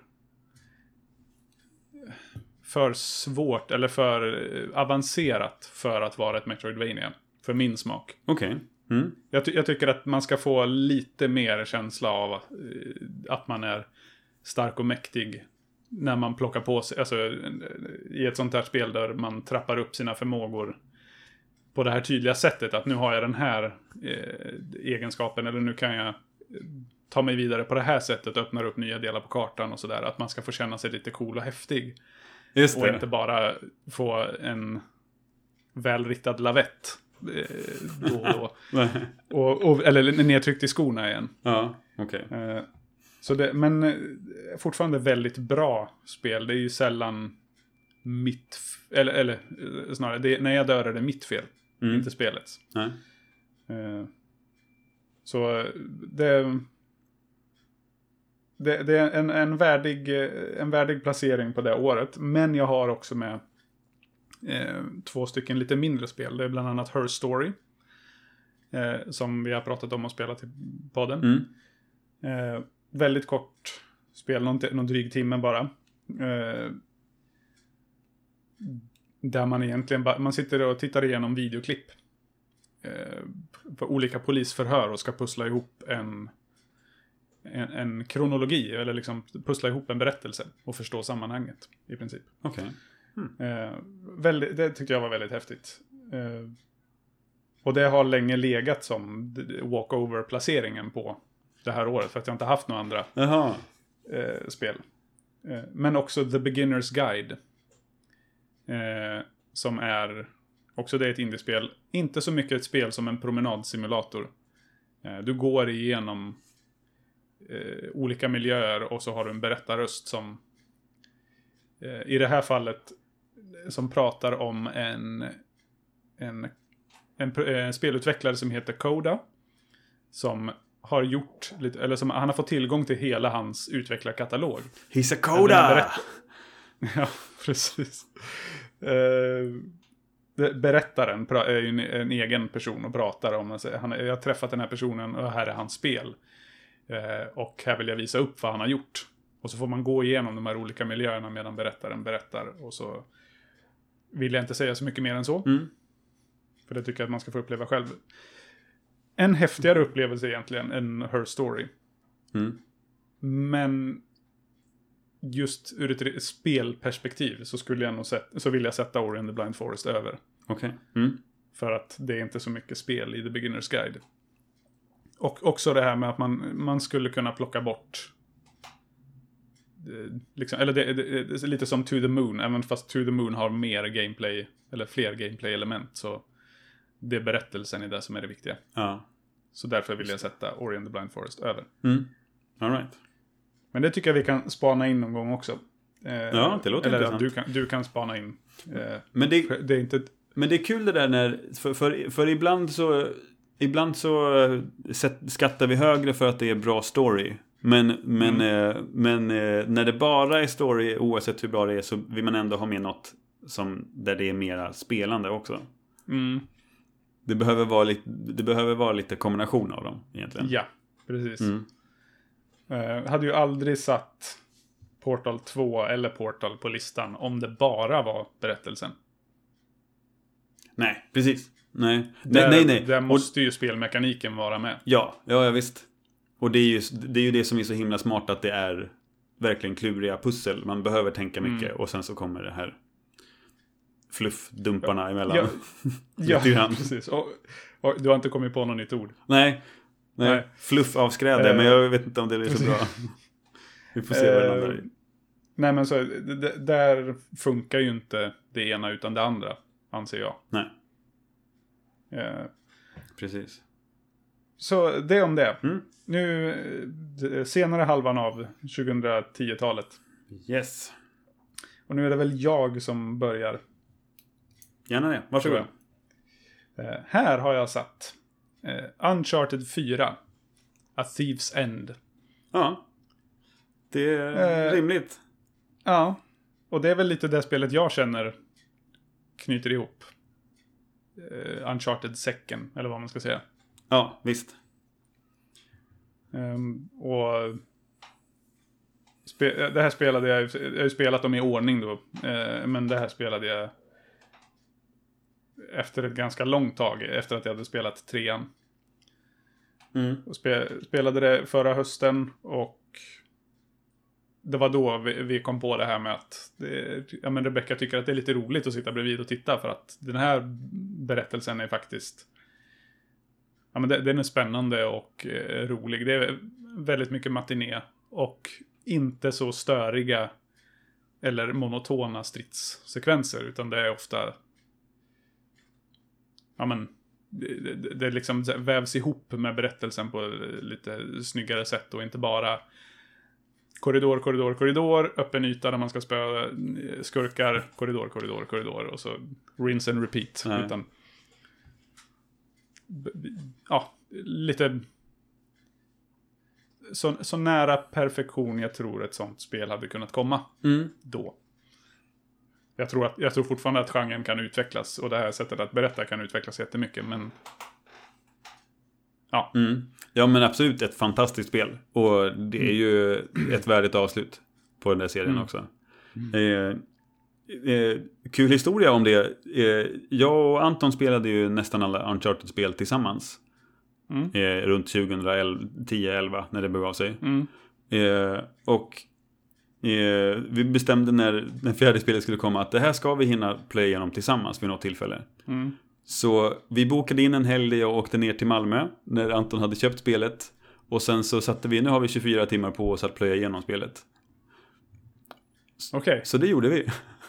för svårt eller för avancerat för att vara ett Metroidvania. För min smak. Okej. Okay. Mm. Jag, ty- jag tycker att man ska få lite mer känsla av eh, att man är stark och mäktig när man plockar på sig, alltså i ett sånt här spel där man trappar upp sina förmågor på det här tydliga sättet, att nu har jag den här eh, egenskapen, eller nu kan jag ta mig vidare på det här sättet och öppnar upp nya delar på kartan och sådär, att man ska få känna sig lite cool och häftig. Just och det. inte bara få en välriktad lavett eh, då och då. och, och, eller nedtryckt i skorna igen. Ja, okej. Okay. Eh, så det, men eh, fortfarande väldigt bra spel. Det är ju sällan mitt, f- eller, eller eh, snarare, det, när jag dör är det mitt fel. Mm. Inte spelets. Nej. Eh, så det, det, det är en, en, värdig, en värdig placering på det året. Men jag har också med eh, två stycken lite mindre spel. Det är bland annat Her Story. Eh, som vi har pratat om och spelat i podden. Mm. Eh, väldigt kort spel, någon, någon dryg timme bara. Eh, där man egentligen bara, man sitter och tittar igenom videoklipp eh, på olika polisförhör och ska pussla ihop en, en, en kronologi, eller liksom pussla ihop en berättelse och förstå sammanhanget i princip. Okej. Okay. Mm. Eh, väldigt, det tyckte jag var väldigt häftigt. Eh, och det har länge legat som walkover-placeringen på det här året, för att jag inte haft några andra Jaha. eh, spel. Eh, men också The Beginner's Guide. Eh, som är också det är ett indiespel. Inte så mycket ett spel som en promenadsimulator. Eh, du går igenom eh, olika miljöer och så har du en berättarröst som eh, i det här fallet som pratar om en en, en, en spelutvecklare som heter Coda, som har gjort lite, eller som han har fått tillgång till hela hans utvecklarkatalog. He's a Coda! Ja, precis. Uh, berättaren är ju en, en egen person och pratar om, alltså, han, jag har träffat den här personen och här är hans spel. Uh, och här vill jag visa upp vad han har gjort. Och så får man gå igenom de här olika miljöerna medan berättaren berättar. Och så vill jag inte säga så mycket mer än så. Mm. För det tycker jag att man ska få uppleva själv. En häftigare upplevelse egentligen än Her Story. Mm. Men just ur ett spelperspektiv så skulle jag nog sätta, så vill jag sätta Ori and the Blind Forest över. Okej. Okay. Mm. För att det är inte så mycket spel i The Beginner's Guide. Och också det här med att man, man skulle kunna plocka bort liksom, eller det, det, det är lite som To the Moon, även fast To the Moon har mer gameplay eller fler gameplay-element, så det är berättelsen i det som är det viktiga. Ja. Så därför vill jag sätta Ori and the Blind Forest över. Mm. All right. Men det tycker jag vi kan spana in någon gång också. Eh, Ja, det låter eller intressant. du kan, du kan spana in. Eh, Men det, det är inte... men det är kul det där när, för, för, för ibland så, ibland så eh, sätt, skattar vi högre för att det är bra story. Men, men, Mm. eh, men eh, när det bara är story, oavsett hur bra det är, så vill man ändå ha med något som, där det är mera spelande också. Mm. Det behöver vara lite, det behöver vara lite kombination av dem egentligen. Ja, precis. Mm. Eh, hade ju aldrig satt Portal två eller Portal på listan om det bara var berättelsen. Nej, precis. Nej, Där, nej, nej. nej. Där Och, måste ju spelmekaniken vara med. ja, ja, ja, visst. Och det är, ju, det är ju det som är så himla smart, att det är verkligen kluriga pussel. Man behöver tänka mycket Mm. och sen så kommer det här fluffdumparna emellan. Ja, ja Lite grann. precis. Och, och du har inte kommit på något nytt ord. Nej, nej. Nej. Fluffavskräde, Eh, men jag vet inte om det är så bra. Vi får se vad det Eh, landar i. Nej, men så d- d- där funkar ju inte det ena utan det andra, anser jag. Nej, Eh, precis. så det om det. Mm. Nu, eh, d- senare halvan av tjugohundratio-talet. Yes. Och nu är det väl jag som börjar. Gärna det, tror varsågod. jag. Eh, här har jag satt eh, Uncharted fyra. A Thief's End. Ja, det är Eh, rimligt. Ja, och det är väl lite det spelet jag känner knyter ihop uh, Uncharted-säcken, eller vad man ska säga. Ja, visst. Um, och spe- det här spelade jag, jag har ju spelat dem i ordning då, uh, men det här spelade jag efter ett ganska långt tag, efter att jag hade spelat trean. Mm. Och spe- spelade det förra hösten, och det var då vi, vi kom på det här med att det, ja, men Rebecca tycker att det är lite roligt att sitta bredvid och titta, för att den här berättelsen är faktiskt, ja, men det, den är spännande och eh, rolig. Det är väldigt mycket matiné och inte så störiga eller monotona stridssekvenser, utan det är ofta, ja men det, det, det liksom vävs ihop med berättelsen på lite snyggare sätt, och inte bara korridor, korridor, korridor, öppen yta där man ska spöa skurkar, korridor, korridor, korridor, och så rinse and repeat. Nej. Utan, b- b- ja, lite så, så nära perfektion jag tror ett sånt spel hade kunnat komma Mm. då. Jag tror, att, jag tror fortfarande att genren kan utvecklas, och det här sättet att berätta kan utvecklas jättemycket, men ja. Mm. Ja, men absolut ett fantastiskt spel. Och det är ju ett värdigt avslut på den där serien Mm. också. Eh, eh, kul historia om det. Eh, jag och Anton spelade ju nästan alla Uncharted-spel tillsammans. Mm. Eh, runt tjugohundratio elva när det begav sig. Mm. Eh, och eh, vi bestämde när den fjärde spelet skulle komma att det här ska vi hinna playa igenom tillsammans vid något tillfälle. Mm. Så vi bokade in en helg och åkte ner till Malmö när Anton hade köpt spelet. Och sen så satte vi, nu har vi tjugofyra timmar på oss att plöja igenom spelet. Okej. Så det gjorde vi.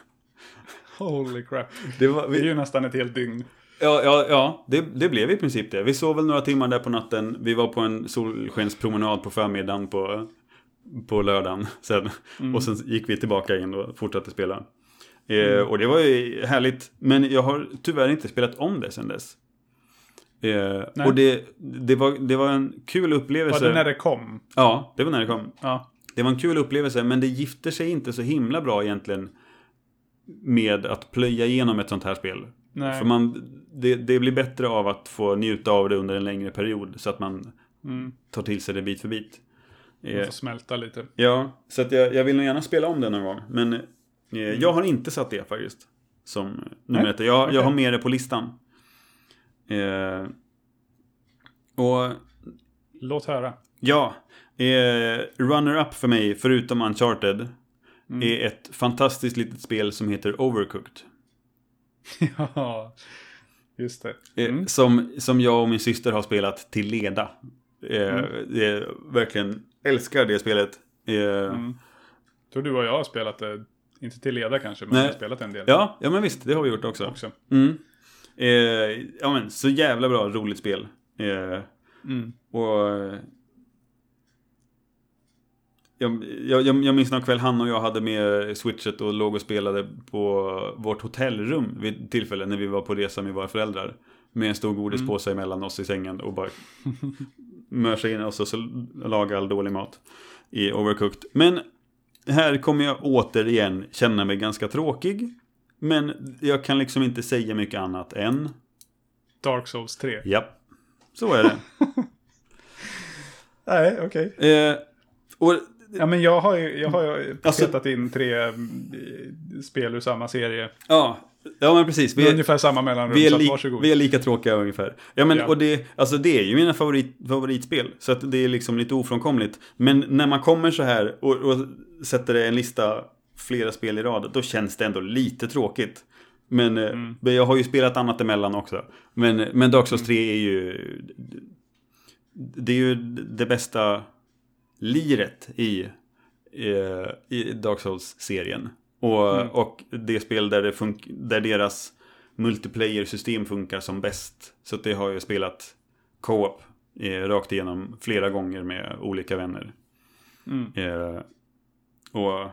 Holy crap. Det var, Det är vi ju nästan ett helt dygn. ja, ja, ja det, det blev i princip det. Vi sov väl några timmar där på natten. Vi var på en solskenspromenad på förmiddagen på, på lördagen sen. Mm. Och sen gick vi tillbaka in och fortsatte spela. Eh, och det var ju härligt. Men jag har tyvärr inte spelat om det sen dess. Eh, och det, det, var, det var en kul upplevelse. Var det när det kom? Ja, det var när det kom. Ja. Det var en kul upplevelse, men det gifter sig inte så himla bra egentligen med att plöja igenom ett sånt här spel. Nej. För man, det, det blir bättre av att få njuta av det under en längre period, så att man Mm. tar till sig det bit för bit. Man Eh, får smälta lite. ja, så att jag, jag vill nog gärna spela om det någon gång. Men eh, jag har inte satt det faktiskt som nummer ett. Jag, okej. jag har med det på listan. Eh, och Låt höra. ja, eh, runner-up för mig, förutom Uncharted, Mm. är ett fantastiskt litet spel som heter Overcooked. Ja, just det. Eh, Mm. som, som jag och min syster har spelat till leda. Eh, Mm. jag verkligen älskar det spelet. Eh, Mm. Tror du och jag har spelat det, inte till leda kanske, men Nej. vi har spelat en del. ja, ja, men visst, det har vi gjort också. Också. Mm. Eh, ja, men så jävla bra, roligt spel. Eh, Mm. och Jag, jag, jag minns någon kväll han och jag hade med switchet och låg och spelade på vårt hotellrum vid tillfället när vi var på resa med våra föräldrar. Med en stor godispåse mm. emellan oss i sängen och bara mörsa in oss och så laga all dålig mat i Overcooked. Men här kommer jag återigen känna mig ganska tråkig. Men jag kan liksom inte säga mycket annat än Dark Souls tre. Ja, så är det. Nej, okej. Okay. Eh, och Ja, men jag har ju, jag har ju alltså, petat in tre spel ur samma serie. Ja, ja men precis. Vi är ungefär samma mellanrum, vi är, så li- varsågod. vi är lika tråkiga ungefär. Ja, men ja. och det, alltså det är ju mina favorit, favoritspel. Så att det är liksom lite ofrånkomligt. Men när man kommer så här och, och sätter en lista flera spel i rad, då känns det ändå lite tråkigt. Men mm. jag har ju spelat annat emellan också. Men, men Dark Souls tre är ju det är ju det bästa liret i, i Dark Souls-serien. Och, mm. och det spel där, det fun- där deras multiplayer-system funkar som bäst. Så att det har jag spelat co-op eh, rakt igenom flera gånger med olika vänner. Mm. Eh, och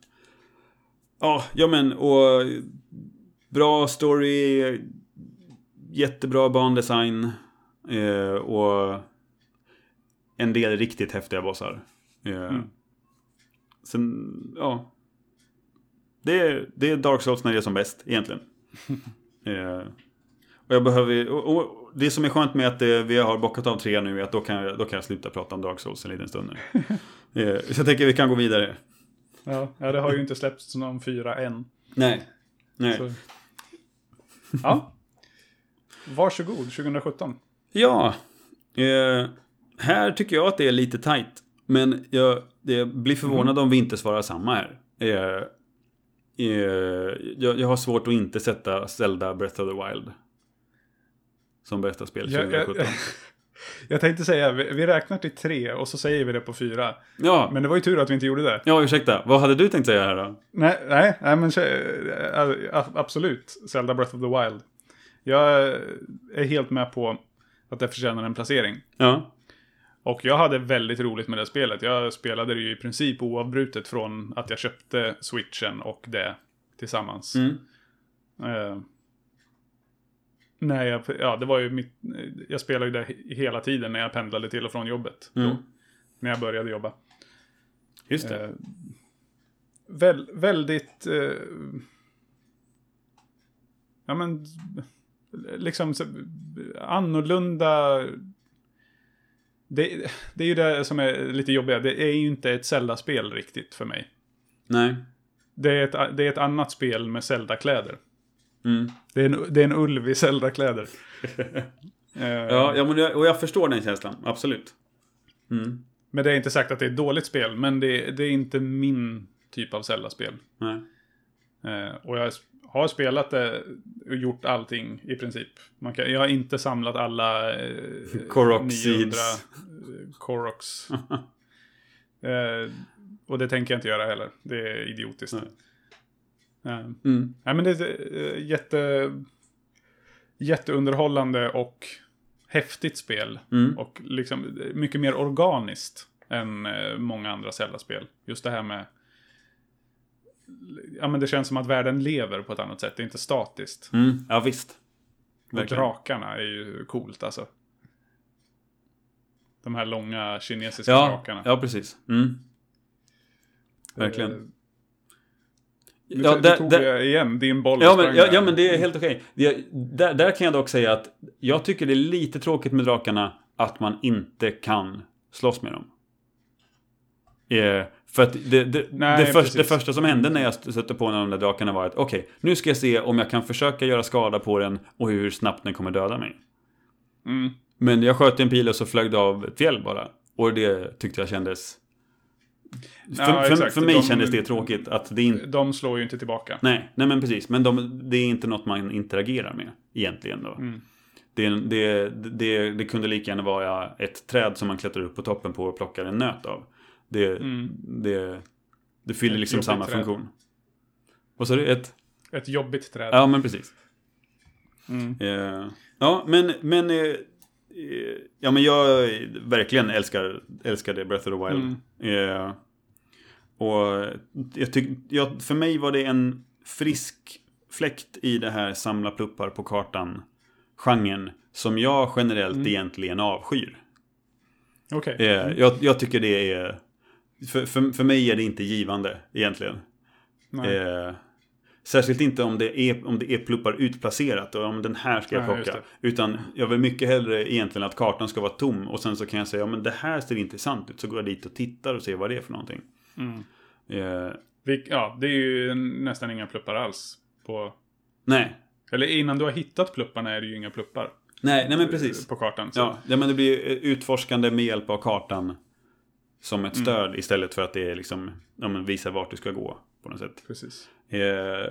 ja, ja men och bra story, jättebra bandesign eh, och en del riktigt häftiga bossar. Eh, mm. Sen, ja. Det är, det är Dark Souls när det är som bäst, egentligen. eh, och jag behöver, och, och det som är skönt med att det, vi har bockat av tre nu är att då kan, jag, då kan jag sluta prata om Dark Souls en liten stund nu. eh, så jag tänker att vi kan gå vidare. Ja, ja, det har ju inte släppts någon fyra än. Nej. Nej. Så. Ja. Varsågod, tjugo sjutton. Ja. Eh, här tycker jag att det är lite tight. Men jag, jag blir förvånad mm. om vi inte svarar samma här. Eh, eh, jag, jag har svårt att inte sätta Zelda Breath of the Wild som bästa spel tjugo sjutton. Jag, jag, jag tänkte säga, vi, vi räknar till tre och så säger vi det på fyra. Ja. Men det var ju tur att vi inte gjorde det. Ja, ursäkta. Vad hade du tänkt säga här då? Nej, nej, nej men absolut. Zelda Breath of the Wild. Jag är helt med på att det förtjänar en placering. Ja. Och jag hade väldigt roligt med det spelet. Jag spelade det ju i princip oavbrutet från att jag köpte Switchen och det tillsammans. Mm. Uh, nej, jag, ja, det var ju mitt, jag spelade ju det hela tiden när jag pendlade till och från jobbet. Mm. Då, när jag började jobba. Just det. Uh, väl, väldigt... Uh, ja, men... Liksom annorlunda... Det, det är ju det som är lite jobbigt. Det är ju inte ett Zelda-spel riktigt för mig. Nej. Det är ett, det är ett annat spel med Zelda-kläder. Mm. Det, är en, det är en ulv i Zelda-kläder. uh, ja, ja men jag, och jag förstår den känslan. Absolut. Mm. Men det är inte sagt att det är ett dåligt spel. Men det, det är inte min typ av Zelda-spel. Nej. Uh, och jag har spelat det och gjort allting i princip. Man kan, jag har inte samlat alla eh, Korok niohundra Koroks. eh, och det tänker jag inte göra heller. Det är idiotiskt. Nej, eh, mm. nej men det är eh, jätte, jätteunderhållande och häftigt spel. Mm. Och liksom mycket mer organiskt än eh, många andra Zelda-spel. Just det här med ja, men det känns som att världen lever på ett annat sätt. Det är inte statiskt. Mm. Ja, visst. Och drakarna är ju coolt, alltså. De här långa kinesiska ja, drakarna. Ja, precis. Mm. Verkligen. Uh, nu ja, där, tog där, jag igen din boll. Ja men, ja, ja, men det är helt okej. Okay. Där, där kan jag dock säga att jag tycker det är lite tråkigt med drakarna att man inte kan slåss med dem. Eh, för att det, det, Nej, det, först, det första som hände när jag stötte på när de där drakarna var att okej, okay, nu ska jag se om jag kan försöka göra skada på den och hur snabbt den kommer döda mig. Mm. Men jag sköt en pil och så flög det av ett fjäll bara. Och det tyckte jag kändes... Ja, för, för, för mig de, kändes det tråkigt att det inte... De slår ju inte tillbaka. Nej, nej men precis. Men de, det är inte något man interagerar med egentligen då. Mm. Det, det, det, det kunde lika gärna vara ett träd som man klättrar upp på toppen på och plockar en nöt av. Det, mm. det, det fyller liksom samma träd. funktion. Och så är det ett... Ett jobbigt träd. Ja, men precis. Mm. Eh, ja, men... men eh, ja, men jag verkligen älskar, älskar det Breath of the Wild. Mm. Eh, och jag tyck, jag, för mig var det en frisk fläkt i det här samla pluppar på kartan-genren som jag generellt mm. egentligen avskyr. Okej. Okay. Mm. Jag, jag tycker det är... För, för, för mig är det inte givande egentligen. Eh, särskilt inte om det, är, om det är pluppar utplacerat och om den här ska jag plocka. Ja, utan jag vill mycket hellre egentligen att kartan ska vara tom och sen så kan jag säga, ja men det här ser intressant ut, så går jag dit och tittar och ser vad det är för någonting. Mm. Eh, Vi, ja, det är ju nästan inga pluppar alls på... Nej. Eller innan du har hittat plupparna är det ju inga pluppar. Nej, nej men precis. På kartan. Så. Ja, ja, men det blir utforskande med hjälp av kartan som ett stöd mm. istället för att det är liksom, ja, men visar vart du ska gå på något sätt. Precis. Eh,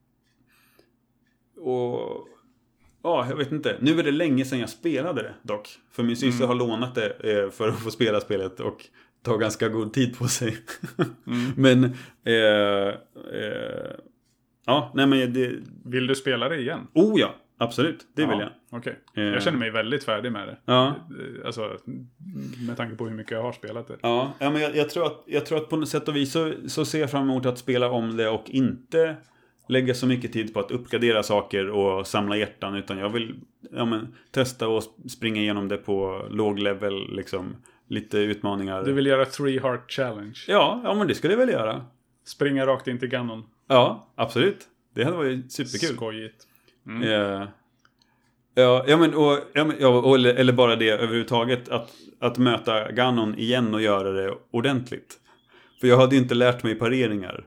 och ja, jag vet inte. Nu är det länge sedan jag spelade det dock. För min syster mm. har lånat det eh, för att få spela spelet och ta ganska god tid på sig. mm. Men eh, eh, ja, nej men det... Vill du spela det igen? Oh ja, absolut. Det ja, vill jag. Okej. Okay. Jag känner mig väldigt färdig med det. Ja. Alltså, med tanke på hur mycket jag har spelat det. Ja, ja men jag, jag, tror att, jag tror att på något sätt och vis så, så ser jag fram emot att spela om det och inte lägga så mycket tid på att uppgradera saker och samla hjärtan, utan jag vill ja, men, testa och springa igenom det på låg level, liksom lite utmaningar. Du vill göra three heart challenge? Ja, ja men det skulle jag väl göra. Springa rakt in till Ganon? Ja, absolut. Det hade varit superkul. Skojigt. Mm. Yeah. Ja, ja, men, och, ja, men, ja, och, eller bara det överhuvudtaget att, att möta Ganon igen och göra det ordentligt. För jag hade ju inte lärt mig pareringar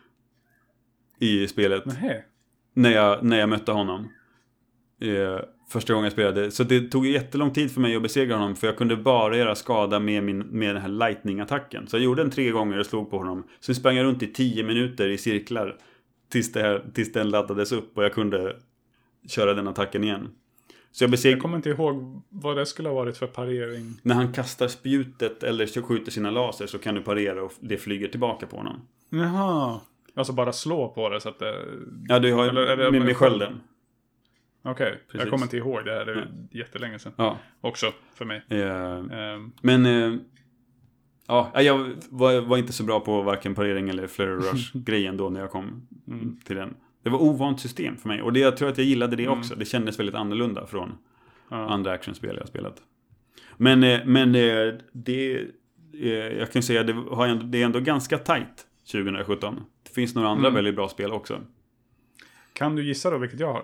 i spelet. Nej. När jag, när jag mötte honom. Eh, första gången jag spelade. Så det tog jättelång tid för mig att besegra honom. För jag kunde bara göra skada med, min, med den här lightning-attacken. Så jag gjorde den tre gånger och slog på honom. Sen sprang jag runt i tio minuter i cirklar. Tills, det här, tills den laddades upp och jag kunde köra den attacken igen. Så jag, beseg... jag kommer inte ihåg vad det skulle ha varit för parering. När han kastar spjutet eller så skjuter sina laser så kan du parera och det flyger tillbaka på honom. Jaha. Alltså bara slå på det så att det... Ja, du har ju med, med, med skölden. Okej, okay. Jag kommer inte ihåg det här. Det är ja. jättelänge sedan. Ja. Också för mig. Uh, um. Men... Uh, ja, jag var, var inte så bra på varken parering eller flurry rush-grejen då när jag kom mm. till den. Det var ovant system för mig. Och det, jag tror att jag gillade det också. Mm. Det kändes väldigt annorlunda från ja. andra actionspel jag har spelat. Men, men det... Jag kan säga att det är ändå ganska tight tjugo sjutton. Det finns några andra mm. väldigt bra spel också. Kan du gissa då vilket jag har?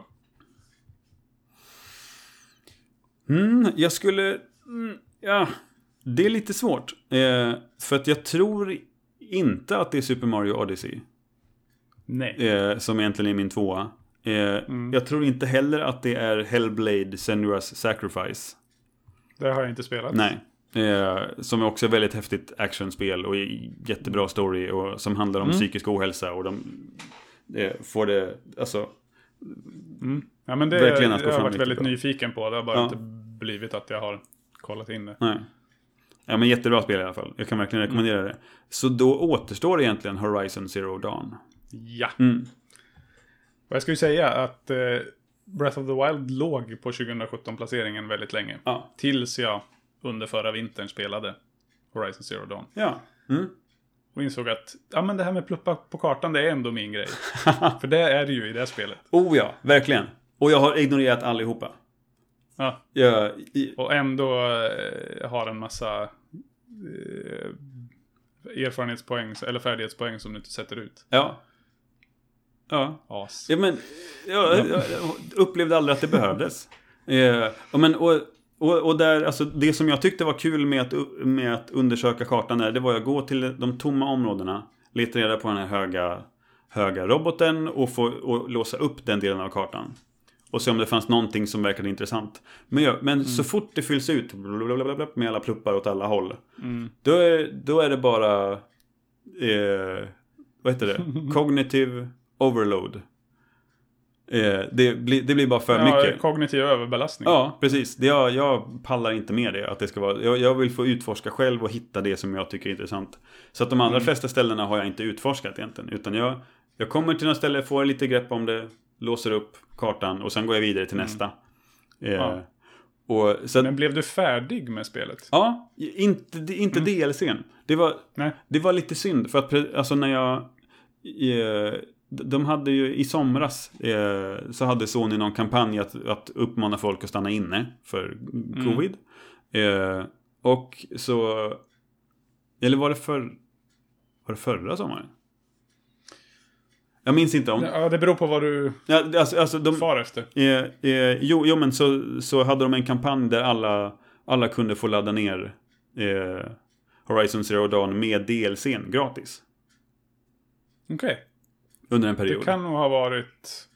Mm, jag skulle... Mm, ja, det är lite svårt. Eh, för att jag tror inte att det är Super Mario Odyssey. Nej. Eh, som egentligen är min tvåa. Eh, mm. Jag tror inte heller att det är Hellblade Senua's Sacrifice. Det har jag inte spelat. Nej. Eh, som är också väldigt häftigt actionspel och jättebra story och som handlar om mm. psykisk ohälsa och de eh, får det alltså mm. ja, men det verkligen att gå jag har varit väldigt bra. Nyfiken på. Det har bara ja. inte blivit att jag har kollat in det. Nej. Ja, men jättebra spel i alla fall. Jag kan verkligen rekommendera mm. det. Så då återstår egentligen Horizon Zero Dawn. Ja. Mm. Och jag skulle säga att eh, Breath of the Wild låg på tjugo sjutton-placeringen väldigt länge. Ja. Tills jag under förra vintern spelade Horizon Zero Dawn. Ja. Mm. Och insåg att ja, men det här med pluppa på kartan, det är ändå min grej. För det är det ju i det här spelet. Oh ja, verkligen. Och jag har ignorerat allihopa. Ja. Jag, i... Och ändå eh, har en massa eh, erfarenhetspoäng eller färdighetspoäng som du inte sätter ut. Ja. Ja. As. Ja, men jag, jag, jag upplevde aldrig att det behövdes. eh, men, och, och, och där, alltså, det som jag tyckte var kul med att, med att undersöka kartan där, det var att gå till de tomma områdena, leta reda på den här höga, höga roboten och, få, och låsa upp den delen av kartan. Och se om det fanns någonting som verkade intressant. Men, men mm. så fort det fylls ut blablabla, med alla pluppar åt alla håll. Mm. Då, är, då är det bara eh, vad heter det? Cognitive overload. Eh, det, blir, det blir bara för ja, mycket. Kognitiv överbelastning. Ja, precis. Det, jag, jag pallar inte med det. Att det ska vara, jag, jag vill få utforska själv och hitta det som jag tycker är intressant. Så att de allra mm. flesta ställena har jag inte utforskat egentligen. Utan jag, jag kommer till något ställe, får lite grepp om det, låser upp kartan och sen går jag vidare till mm. nästa. Eh, ja. Och, så att, Men blev du färdig med spelet? ja, inte, inte Mm. D L C:n. Det var, Nej. det var lite synd. För att alltså när jag... Eh, de hade ju i somras eh, så hade Sony någon kampanj att, att uppmana folk att stanna inne för covid. Mm. Eh, och så... Eller var det för... Var det förra sommaren? Jag minns inte om... Ja, det beror på vad du Ja, alltså, alltså de, far efter. Eh, eh, jo, jo, men så, så hade de en kampanj där alla, alla kunde få ladda ner eh, Horizon Zero Dawn med D L C:n gratis. Okej. Okay. Under en period. Det kan nog ha varit...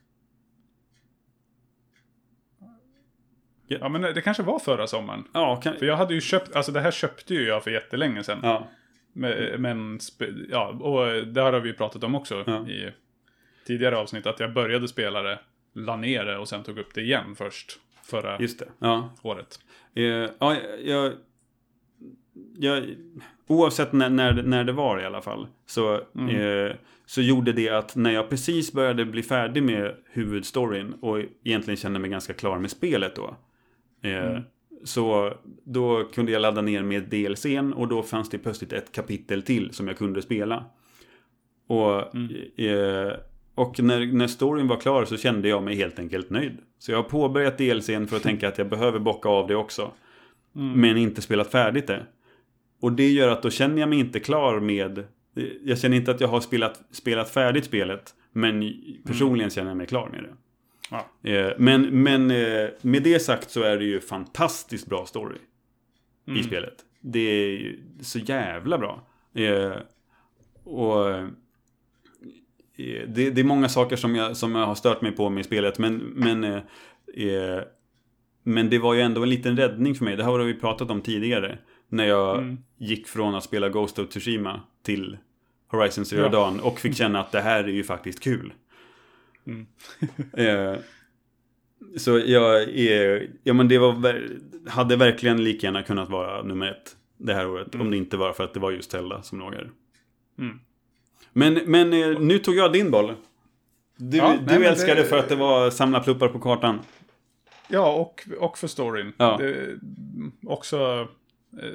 Yeah. Ja, men det kanske var förra sommaren. Ja, kan... För jag hade ju köpt... Alltså det här köpte ju jag för jättelänge sedan. Ja. Men, men ja, och det har vi ju pratat om också ja. i tidigare avsnitt. Att jag började spela det, la ner det och sen tog upp det igen först. Förra Just det. Ja. året. Eh, ja, jag, jag, oavsett när, när, när det var i alla fall. Så, mm. eh, så gjorde det att när jag precis började bli färdig med huvudstoryn. Och egentligen kände mig ganska klar med spelet då. Eh, mm. Så då kunde jag ladda ner med D L C:n. Och då fanns det plötsligt ett kapitel till som jag kunde spela. Och, mm. eh, och när, när storyn var klar så kände jag mig helt enkelt nöjd. Så jag har påbörjat D L C:n för att tänka att jag behöver bocka av det också. Mm. Men inte spelat färdigt det. Och det gör att då känner jag mig inte klar med... Jag känner inte att jag har spelat, spelat färdigt spelet. Men personligen mm. känner jag mig klar med det. Ja. Eh, men men eh, med det sagt så är det ju fantastiskt bra story mm. i spelet. Det är ju så jävla bra. Eh, och eh, det, det är många saker som jag, som jag har stört mig på med spelet. Men, men, eh, eh, men det var ju ändå en liten räddning för mig. Det här har vi pratat om tidigare. När jag mm. gick från att spela Ghost of Tsushima till Horizon Zero ja. Dawn. Och fick känna att det här är ju faktiskt kul. Mm. eh, så jag är, ja men det var, hade verkligen lika gärna kunnat vara nummer ett det här året. Mm. Om det inte var för att det var just Zelda som låg här. Mm. Men, men eh, nu tog jag din boll. Du, ja, du nej, älskade det... för att det var samla pluppar på kartan. Ja, och, och för storyn. Ja. Det, också eh,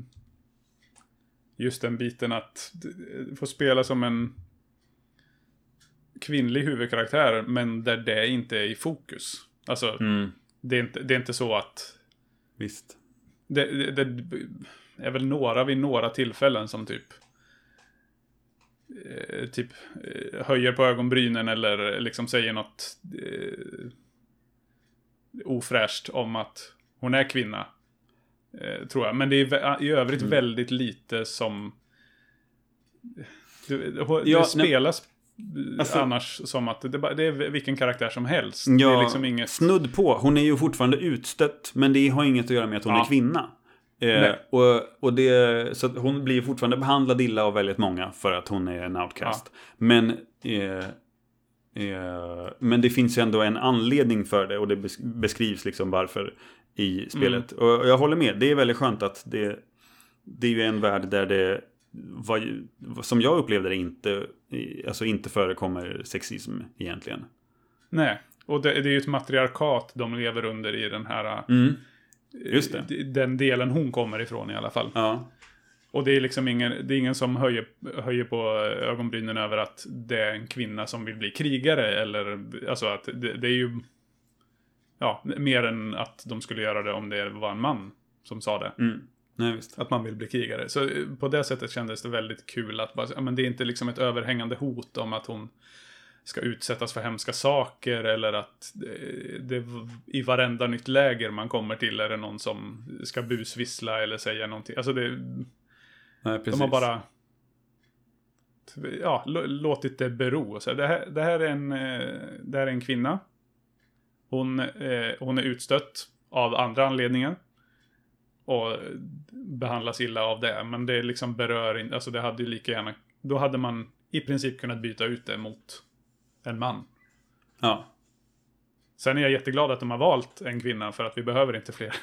just den biten att få spela som en kvinnlig huvudkaraktär, men där det inte är i fokus. Alltså, mm. det, är inte, det är inte så att... Visst. Det, det, det är väl några vid några tillfällen som typ... Eh, typ eh, höjer på ögonbrynen eller liksom säger något eh, ofräscht om att hon är kvinna. Eh, tror jag. Men det är i övrigt mm. väldigt lite som... Det, det, ja, spelas... Alltså, annars som att det, det är vilken karaktär som helst. Ja, det är liksom inget... snudd på. Hon är ju fortfarande utstött, men det har inget att göra med att hon ja. är kvinna. Eh, och, och det, så att hon blir fortfarande behandlad illa av väldigt många för att hon är en outcast. Ja. Men, eh, eh, men det finns ju ändå en anledning för det, och det beskrivs liksom varför i spelet. Mm. Och, och jag håller med, det är väldigt skönt att det, det är ju en värld där det var, som jag upplevde det inte, alltså inte förekommer sexism egentligen. Nej, och det, det är ju ett matriarkat de lever under i den här mm. Just det. Den delen hon kommer ifrån i alla fall. Ja. Och det är liksom ingen, det är ingen som höjer, höjer på ögonbrynen över att det är en kvinna som vill bli krigare, eller alltså att det, det är ju ja, mer än att de skulle göra det om det var en man som sa det. Mm. Nej, visst. Att man vill bli krigare. Så på det sättet kändes det väldigt kul att bara, ja, men det är inte liksom ett överhängande hot om att hon ska utsättas för hemska saker, eller att det, det, i varenda nytt läger man kommer till är det någon som ska busvissla eller säga någonting. Alltså det... Nej, precis. De har bara ja, låtit det bero. Så det, här, det, här är en, det här är en kvinna. Hon, eh, hon är utstött av andra anledningar. Och behandlas illa av det. Men det liksom berör inte... Alltså det hade ju lika gärna... Då hade man i princip kunnat byta ut det mot en man. Ja. Sen är jag jätteglad att de har valt en kvinna, för att vi behöver inte fler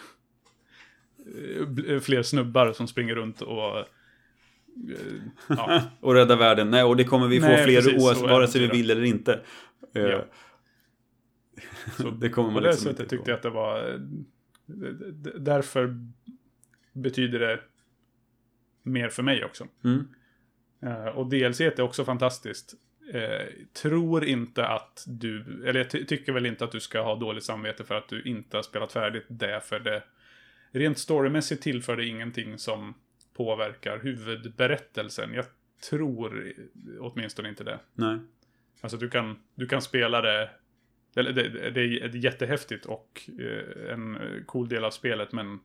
fler snubbar som springer runt och ja. och rädda världen. Nej, och det kommer vi få Nej, fler precis, vare sig vi vill eller inte. Ja. Så det kommer man på liksom det sättet tyckte jag att det var D- därför betyder det mer för mig också. Mm. Uh, och D L C är också fantastiskt. Uh, tror inte att du, eller jag ty- tycker väl inte att du ska ha dåligt samvete för att du inte har spelat färdigt det, för det rent storymässigt tillför det ingenting som påverkar huvudberättelsen. Jag tror åtminstone inte det. Nej. Alltså du kan, du kan spela det, det, det, det är jättehäftigt och uh, en cool del av spelet, men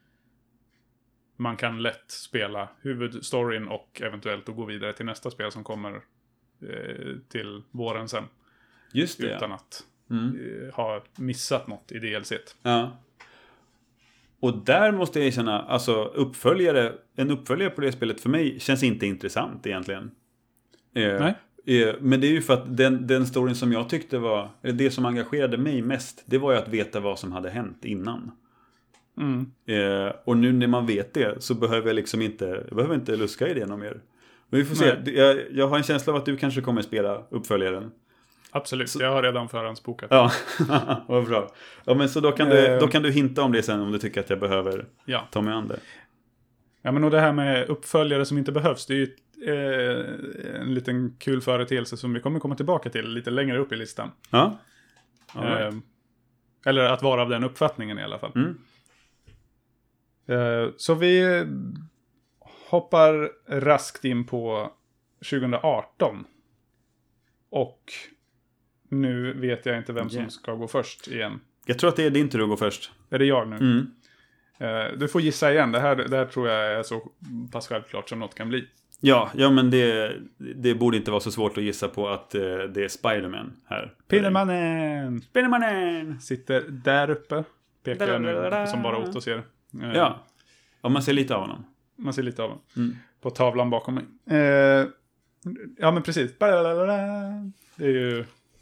man kan lätt spela huvudstoryn och eventuellt att gå vidare till nästa spel som kommer eh, till våren sen. Just det, utan ja. att Mm. eh, ha missat något i D L C. Ja. Och där måste jag känna, alltså uppföljare, en uppföljare på det spelet för mig känns inte intressant egentligen. Eh, Nej. eh, men det är ju för att den, den storyn som jag tyckte var, eller det som engagerade mig mest, det var ju att veta vad som hade hänt innan. Mm. Eh, och nu när man vet det så behöver jag liksom inte, jag behöver inte luska i det någon mer. Men vi får se, Nej. jag, jag har en känsla av att du kanske kommer spela uppföljaren. Absolut, Så- jag har redan förhandsbokat. Ja, vad bra. Ja, men så då kan, du, Eh. då kan du hinta om det sen om du tycker att jag behöver Ja. ta mig an det. Ja, men och det här med uppföljare som inte behövs, det är ju eh, en liten kul företeelse som vi kommer komma tillbaka till lite längre upp i listan. Ja, all right. Eh, eller att vara av den uppfattningen i alla fall. Mm. Eh, så vi hoppar raskt in på tjugo arton. Och nu vet jag inte vem som Yeah. ska gå först igen. Jag tror att det är din tur att gå först. Är det jag nu? Mm. Eh, du får gissa igen. Det här, det här tror jag är så pass självklart som något kan bli. Ja, ja, men det, det borde inte vara så svårt att gissa på att eh, det är Spider-Man här. Pinnermannen Spider-Man! sitter där uppe. Pekar jag nu som bara Otto ser. Eh, Ja. Ja, man ser lite av honom. Man ser lite av honom. Mm. På tavlan bakom mig. Eh, ja, men precis. Det är ju...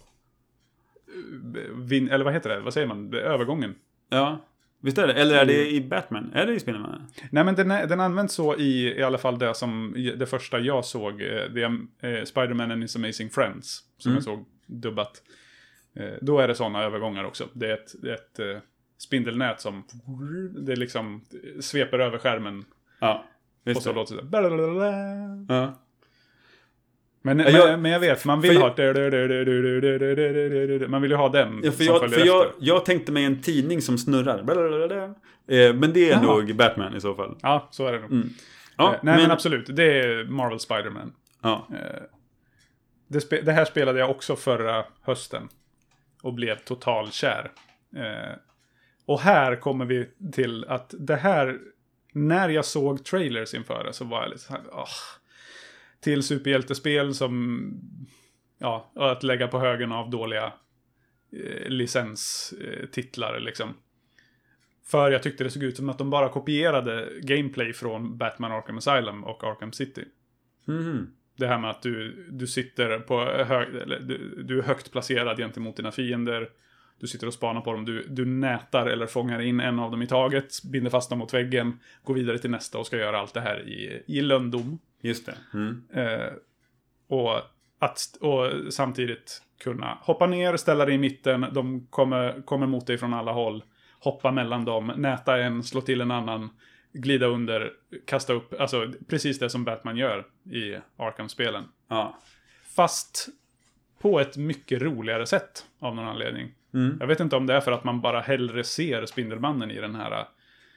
Vin, eller vad heter det? Vad säger man? Det är övergången. Ja, visst är det? Eller är det i Batman? Är det i Spider-Man? Nej, men den, är, den används så i i alla fall det som det första jag såg. eh, Det är eh, Spider-Man and His Amazing Friends. Som Mm. jag såg dubbat. Eh, då är det sådana övergångar också. Det är ett, det är ett eh, spindelnät som det liksom sveper över skärmen. Ja, Och visst så det. låter det. Ja. Men, Ja, jag- men, men jag vet, man vill för ha... Man vill ju ha den Ja, för som jag, följer för jag, efter. jag tänkte mig en tidning som snurrar. Eh, men det är Jaha. nog Batman i så fall. Ja, så är det nog. Mm. Ja, Eh, Nej, men, absolut. Det är Marvel Spider-Man. Ja. Eh, det, spe- det här spelade jag också förra hösten. Och blev totalkär. Eh, och här kommer vi till att det här... När jag såg trailers inför det så var jag lite så här... åh, till superhjältespel som... Ja, att lägga på högen av dåliga eh, licenstitlar liksom. För jag tyckte det såg ut som att de bara kopierade gameplay från Batman Arkham Asylum och Arkham City. Mhm. Det här med att du, du sitter på hög, eller du, du är högt placerad gentemot dina fiender. Du sitter och spanar på dem. Du, du nätar eller fångar in en av dem i taget. Binder fast dem mot väggen. Går vidare till nästa och ska göra allt det här i, i lönndom. Just det. Mm. Eh, och, att, och samtidigt kunna hoppa ner, ställa dig i mitten. De kommer, kommer mot dig från alla håll. Hoppa mellan dem, näta en, slå till en annan. Glida under, kasta upp. Alltså precis det som Batman gör i Arkham-spelen. Ja. Fast på ett mycket roligare sätt av någon anledning. Mm. Jag vet inte om det är för att man bara hellre ser Spindelmannen i den här... Eh,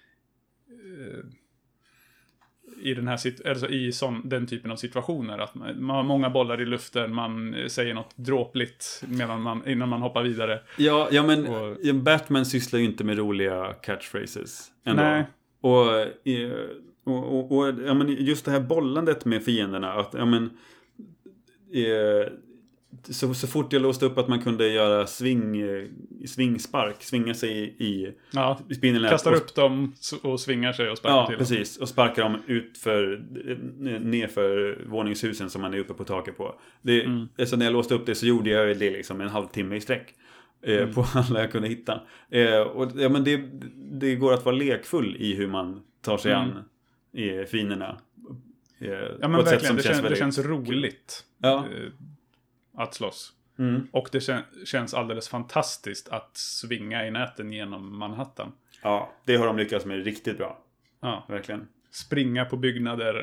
I den här sit- alltså i sån, den typen av situationer. Att man, man har många bollar i luften. Man säger något dråpligt medan man, innan man hoppar vidare. Ja, ja, men Och- ja, Batman sysslar ju inte med roliga catchphrases. Ändå. Nej. Och, eh, och, och, och ja, men just det här bollandet med fienderna. Att, ja, men, eh, så, så fort jag låste upp att man kunde göra sving, eh, svingspark, svinga sig i, i, Ja, i spindelnät. kastar och- upp dem s- och svingar sig och sparkar Ja, till dem. precis. Och sparkar dem ut för, ner för våningshusen som man är uppe på taket på. Det, Mm. alltså när jag låste upp det så gjorde jag det liksom en halvtimme i sträck. Eh, Mm. På alla jag kunde hitta. Eh, och ja, men det, det går att vara lekfull i hur man tar sig Mm. an eh, finerna. Eh, Ja, men på ett sätt verkligen. som Det, känns, det väldigt känns kul. roligt Ja. eh, att slåss. Mm. Och det kän- känns alldeles fantastiskt att svinga i näten genom Manhattan. Ja, det har de lyckats med riktigt bra. Ja. Verkligen. Springa på byggnader.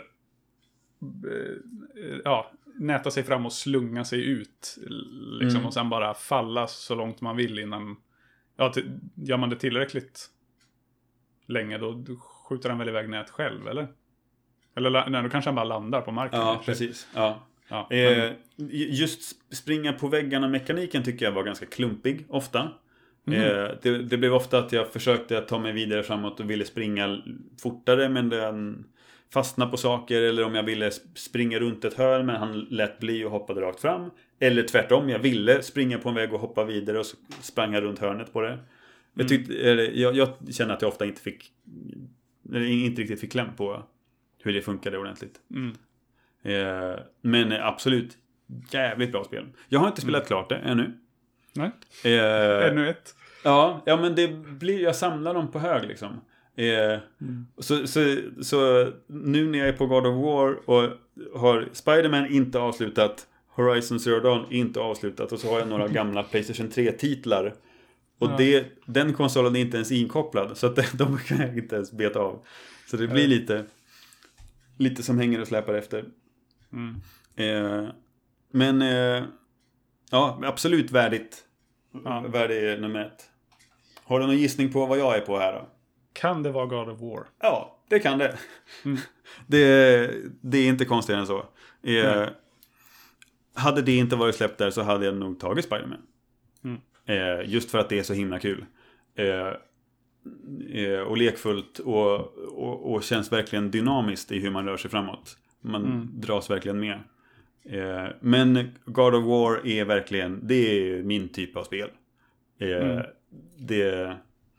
Ja, näta sig fram och slunga sig ut. Liksom, mm. Och sen bara falla så långt man vill innan... Ja, t- gör man det tillräckligt länge, då, då skjuter han väl iväg nät själv, eller? Eller nej, då kanske han bara landar på marken. Ja, precis. Ja. Ja, eh, just springa på väggarna mekaniken tycker jag var ganska klumpig ofta. Mm. Eh, det, det blev ofta att jag försökte ta mig vidare framåt och ville springa fortare, men den fastnade på saker. Eller om jag ville springa runt ett hörn, men han lät bli och hoppade rakt fram. Eller tvärtom, jag ville springa på en väg och hoppa vidare och sprang runt hörnet på det. Mm. Jag, tyckte, jag, jag känner att jag ofta inte fick inte riktigt fick kläm på hur det funkade ordentligt. Mm. Eh, men absolut jävligt bra spel. Jag har inte spelat mm. klart det ännu. Nej. Eh, ännu ett. Ja, ja, men det blir, jag samlar dem på hög liksom. Eh, mm. så, så, så nu när jag är på God of War och har Spider-Man inte avslutat, Horizon Zero Dawn inte avslutat, och så har jag några gamla PlayStation tre-titlar. Och ja. det, den konsolen är inte ens inkopplad, så att de kan jag inte ens beta av. Så det blir ja. lite lite som hänger och släpar efter. Mm. Eh, men eh, ja, absolut värdigt. Ja. Värdig nummer ett. Har du någon gissning på vad jag är på här då? Kan det vara God of War? Ja, det kan det. Mm. det, det är inte konstigare än så. Eh, hade det inte varit släppt där så hade jag nog tagit Spider-Man. Mm. Eh, just för att det är så himla kul. Eh, eh, och lekfullt och, och, och känns verkligen dynamiskt i hur man rör sig framåt. Man mm. dras verkligen med. Eh, men God of War är verkligen, det är min typ av spel. Eh, mm. det,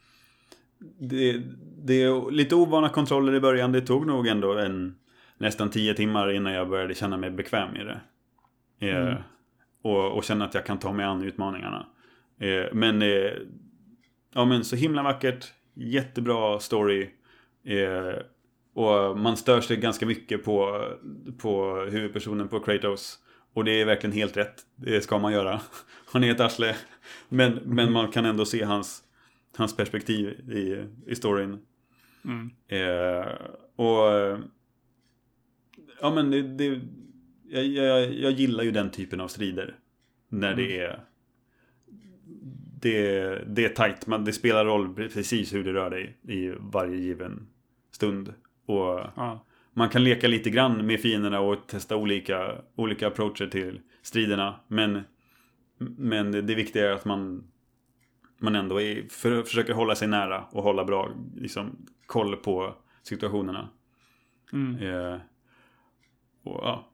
det, det är lite ovana kontroller i början. Det tog nog ändå en, nästan tio timmar innan jag började känna mig bekväm i det. Eh, mm. och, och känna att jag kan ta mig an utmaningarna. Eh, men, eh, ja, men så himla vackert. Jättebra story. Eh, och man stör sig ganska mycket på, på huvudpersonen, på Kratos. Och det är verkligen helt rätt. Det ska man göra. Han är ett arsle. Men, men man kan ändå se hans, hans perspektiv i, i storyn. Mm. Eh, och ja, men det, det, jag, jag, jag gillar ju den typen av strider. När mm. det är det, det är tajt. Men det spelar roll precis hur det rör dig i varje given stund. Och ah. man kan leka lite grann med fienderna och testa olika, olika approacher till striderna. Men, men det viktiga är att man, man ändå är, för, försöker hålla sig nära och hålla bra liksom, koll på situationerna. Mm. Eh, och, ja.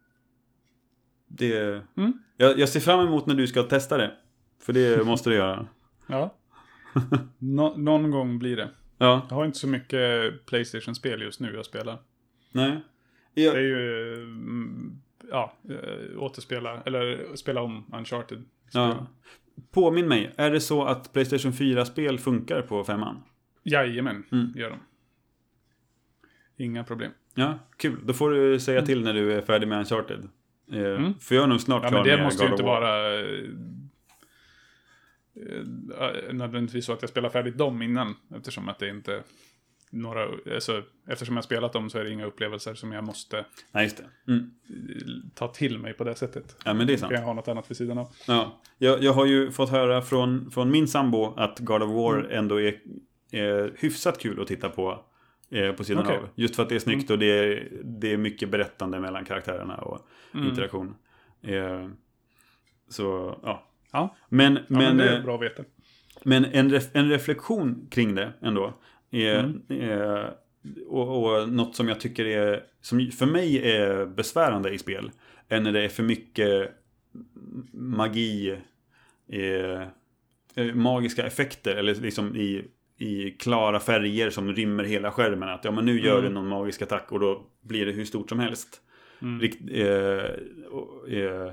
det, mm. jag, jag ser fram emot när du ska testa det. För det måste du göra. Ja. Nå- någon gång blir det. Ja. Jag har inte så mycket PlayStation-spel just nu jag spelar. Nej. Jag... Det är ju ja, återspela eller spela om Uncharted. Ja. Påminn mig, är det så att PlayStation fyra-spel funkar på femman? Jajamän, mm. gör de. Inga problem. Ja, kul. Då får du säga till när du är färdig med Uncharted. Mm. För jag är nog snart ja, klar men det med måste ju inte War. vara äh, nödvändigtvis så att jag spelar färdigt dem innan, eftersom att det inte några, alltså, eftersom jag spelat dem så är det inga upplevelser som jag måste Nej, just det. Mm. ta till mig på det sättet. Ja, men det är sant. Kan jag ha något annat vid sidan av. Ja. Jag, jag har ju fått höra från, från min sambo att God of War mm. ändå är, är hyfsat kul att titta på eh, på sidan okay. av. Just för att det är snyggt mm. och det är, det är mycket berättande mellan karaktärerna och mm. interaktion. Eh, så, ja. Ja, men, ja, men, men det är bra att veta. Men en, ref, en reflektion kring det ändå är, mm. är, och, och något som jag tycker är, som för mig är besvärande i spel, är när det är för mycket magi, eh, magiska effekter eller liksom i, i klara färger som rymmer hela skärmen. Att ja, men nu gör mm. det någon magisk attack och då blir det hur stort som helst. Mm. Rikt, eh, och, eh,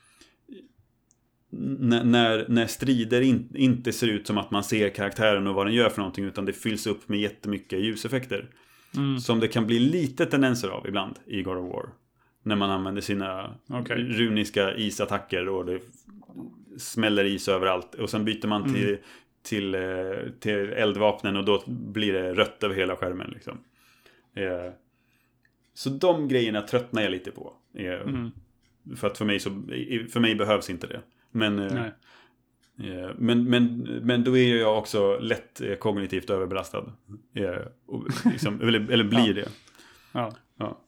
När, när strider in, inte ser ut som att man ser karaktären och vad den gör för någonting, utan det fylls upp med jättemycket ljuseffekter mm. som det kan bli lite tendenser av ibland i God of War när man använder sina okay. runiska isattacker och det smäller is överallt och sen byter man till, mm. till, till eldvapnen och då blir det rött över hela skärmen liksom. Eh, så de grejerna tröttnar jag lite på. Eh, mm. För att för mig, så, för mig behövs inte det. Men, eh, eh, men, men, men då är jag också lätt eh, kognitivt överbelastad. Eh, och, liksom, eller, eller blir det. Ja. Ja.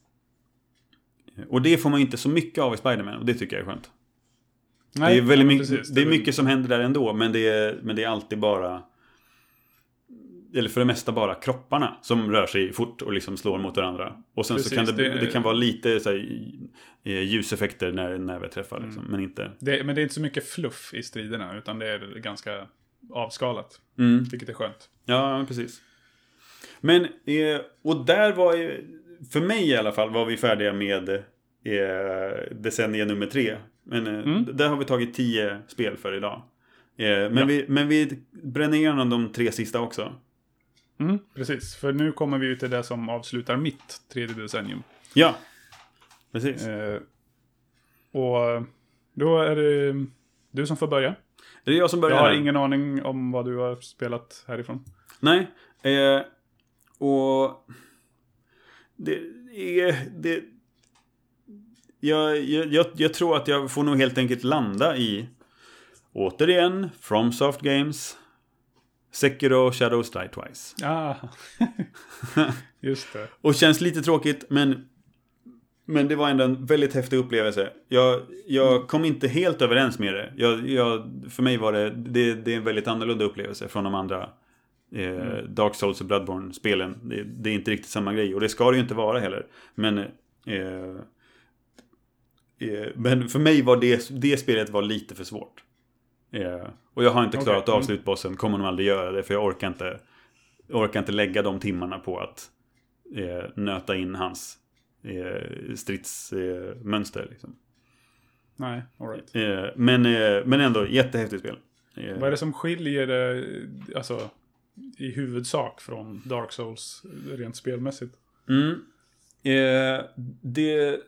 Och det får man inte så mycket av i Spider-Man. Och det tycker jag är skönt. Nej, det är, väldigt mycket, precis, det är mycket som händer där ändå. Men det är, men det är alltid bara... Eller för det mesta bara kropparna som rör sig fort och liksom slår mot varandra. Och sen precis, så kan det, det, det kan vara lite så här, ljuseffekter när näve träffar. Liksom, mm. Men inte... Det, men det är inte så mycket fluff i striderna. Utan det är ganska avskalat. Mm. Vilket är skönt. Ja, precis. Men, eh, och där var... För mig i alla fall var vi färdiga med eh, decennium nummer tre. Men eh, mm. där har vi tagit tio spel för idag. Eh, men, ja. vi, men vi bränner igenom de tre sista också. Mm, precis, för nu kommer vi ju till det som avslutar mitt tredje decennium. Ja, precis. Eh, och då är det du som får börja. Det är jag som börjar. Jag har här. ingen aning om vad du har spelat härifrån. Nej, eh, och det är... Det, jag, jag, jag tror att jag får nog helt enkelt landa i återigen FromSoft Games Sekiro Shadows Die Twice. Ja, just det. Och känns lite tråkigt, men men det var ändå en väldigt häftig upplevelse. Jag, jag kom inte helt överens med det. Jag, jag, för mig var det, det det är en väldigt annorlunda upplevelse från de andra eh, mm. Dark Souls och Bloodborne-spelen. Det, det är inte riktigt samma grej, och det ska det ju inte vara heller. Men eh, eh, men för mig var det det spelet var lite för svårt. Yeah. Och jag har inte klarat okay. av slutbossen. Kommer nog aldrig göra det, för jag orkar inte orkar inte lägga de timmarna på att eh, nöta in hans eh, stridsmönster eh, liksom. Nej, all right. eh, men, eh, men ändå jättehäftigt spel. eh. Vad är det som skiljer det alltså, i huvudsak från Dark Souls rent spelmässigt? Mm. Eh, det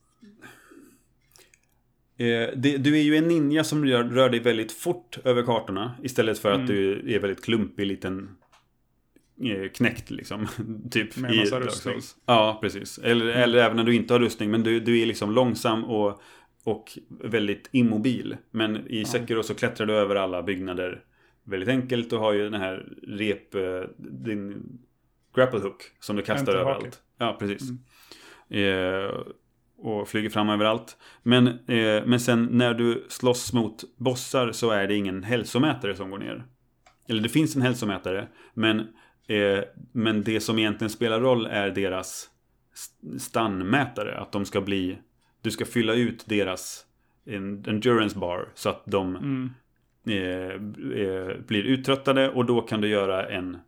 Eh, det, du är ju en ninja som rör, rör dig väldigt fort över kartorna, istället för att mm. du är väldigt klumpig liten eh, knäckt liksom. Typ med i massa rustning. Ja, precis. Eller, mm. eller även när du inte har rustning, men du, du är liksom långsam och, och väldigt immobil. Men i Sekiro så klättrar du över alla byggnader väldigt enkelt och har ju den här rep, din grapple hook som du kastar överallt. Ja, precis. Mm. Eh, och flyger fram överallt. Men, eh, men sen när du slåss mot bossar så är det ingen hälsomätare som går ner. Eller det finns en hälsomätare, men, eh, men det som egentligen spelar roll är deras stannmätare. Att de ska bli, du ska fylla ut deras endurance bar så att de mm. eh, eh, blir uttröttade, och då kan du göra en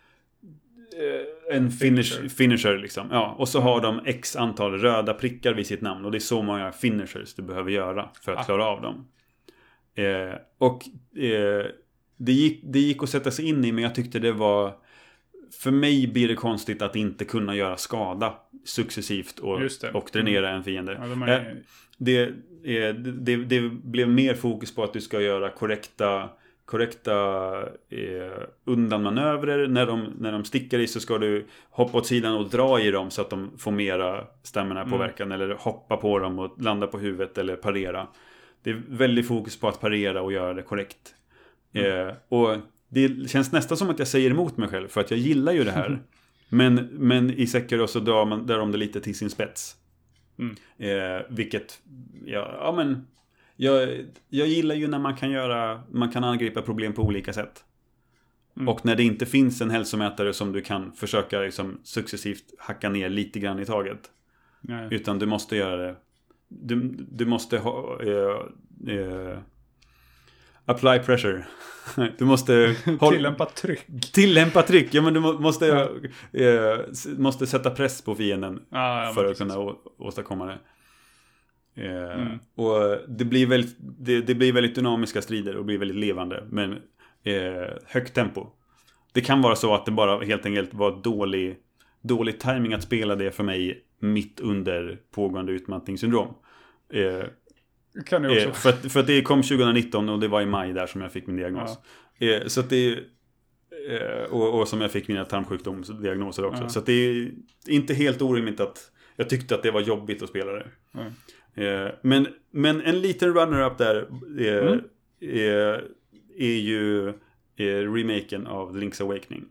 en finish, finisher liksom. Ja, och så har de x antal röda prickar vid sitt namn, och det är så många finishers du behöver göra för att ah. klara av dem. Eh, och eh, det, gick, det gick att sätta sig in i, men jag tyckte det var, för mig blir det konstigt att inte kunna göra skada successivt och, och dränera en fiende. Ja, de är... eh, det, eh, det, det blev mer fokus på att du ska göra korrekta korrekta eh, undanmanövrer. När de, när de stickar i så ska du hoppa åt sidan och dra i dem så att de får mera stämmorna mm. påverkan, eller hoppa på dem och landa på huvudet eller parera. Det är väldigt fokus på att parera och göra det korrekt. Mm. Eh, och det känns nästan som att jag säger emot mig själv, för att jag gillar ju det här. men, men i Sekiro så drar, man, drar de det lite till sin spets. Mm. Eh, vilket, ja, ja men Jag, jag gillar ju när man kan göra, man kan angripa problem på olika sätt. Mm. Och när det inte finns en hälsomätare som du kan försöka liksom successivt hacka ner lite grann i taget. Nej. Utan du måste göra det. Du, du måste ha uh, uh, apply pressure. Du måste håll, tillämpa tryck. Tillämpa tryck. Ja, men du måste ja. uh, måste sätta press på fienden ah, ja, för att kunna å, åstadkomma det. Eh, mm. Och det blir, väldigt, det, det blir väldigt dynamiska strider och blir väldigt levande, men eh, högt tempo. Det kan vara så att det bara helt enkelt var dålig, dålig timing att spela det för mig mitt under pågående utmattningssyndrom. Eh, Kan det också. Eh, för, att, för att det kom tjugonitton och det var i maj där som jag fick min diagnos. Ja. Eh, så att det eh, och, och som jag fick mina tarmsjukdomsdiagnoser också. Ja. Så att det är inte helt orimligt att jag tyckte att det var jobbigt att spela det. Mm. Eh, men, men en liten runner-up där eh, mm. är, är ju är remaken av The Link's Awakening.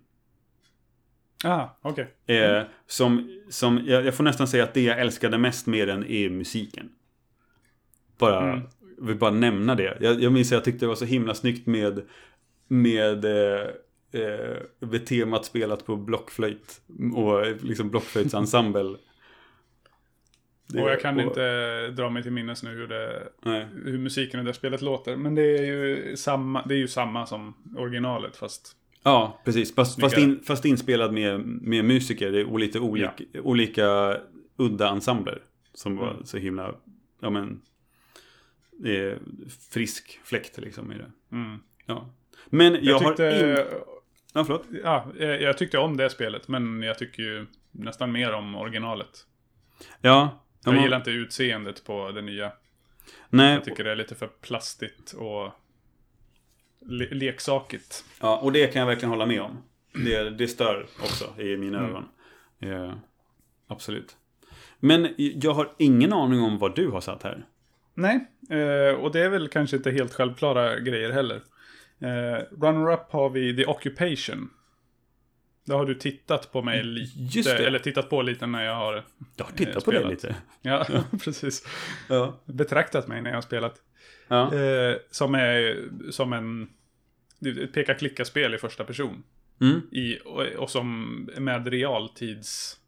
Ah, okej. Okay. Mm. Eh, som, som jag, jag får nästan säga att det jag älskade mest med den är musiken. Bara, mm. vill bara nämna det. Jag, jag minns att jag tyckte det var så himla snyggt med med eh, eh, temat spelat på blockflöjt och liksom blockflöjtsensemble. Det, och jag kan och, inte dra mig till minnes nu hur, det, hur musiken i det spelet låter. Men det är ju samma, det är ju samma som originalet fast... Ja, precis. Fast, fast, in, fast inspelad med, med musiker. Det är lite olika, ja. olika udda ensembler. Som var mm. så himla... Ja, men... Eh, frisk fläkt liksom i det. Mm. Ja. Men jag, jag tyckte... har... In... Ja, förlåt. Ja, jag tyckte om det spelet. Men jag tycker ju nästan mer om originalet. Ja. Jag man... gillar inte utseendet på det nya. Nej. Jag tycker det är lite för plastigt och le- leksakigt. Ja, och det kan jag verkligen hålla med om. Det, det stör också i mina mm. ögon. Ja, absolut. Men jag har ingen aning om vad du har satt här. Nej, och det är väl kanske inte helt självklara grejer heller. Runner-up har vi The Occupation. Då har du tittat på mig lite, eller tittat på lite när jag har Jag har tittat eh, på dig lite. Ja, precis. Ja. Betraktat mig när jag har spelat. Ja. Eh, som är som en ett peka-klicka-spel i första person. Mm. I, och, och som med realtids...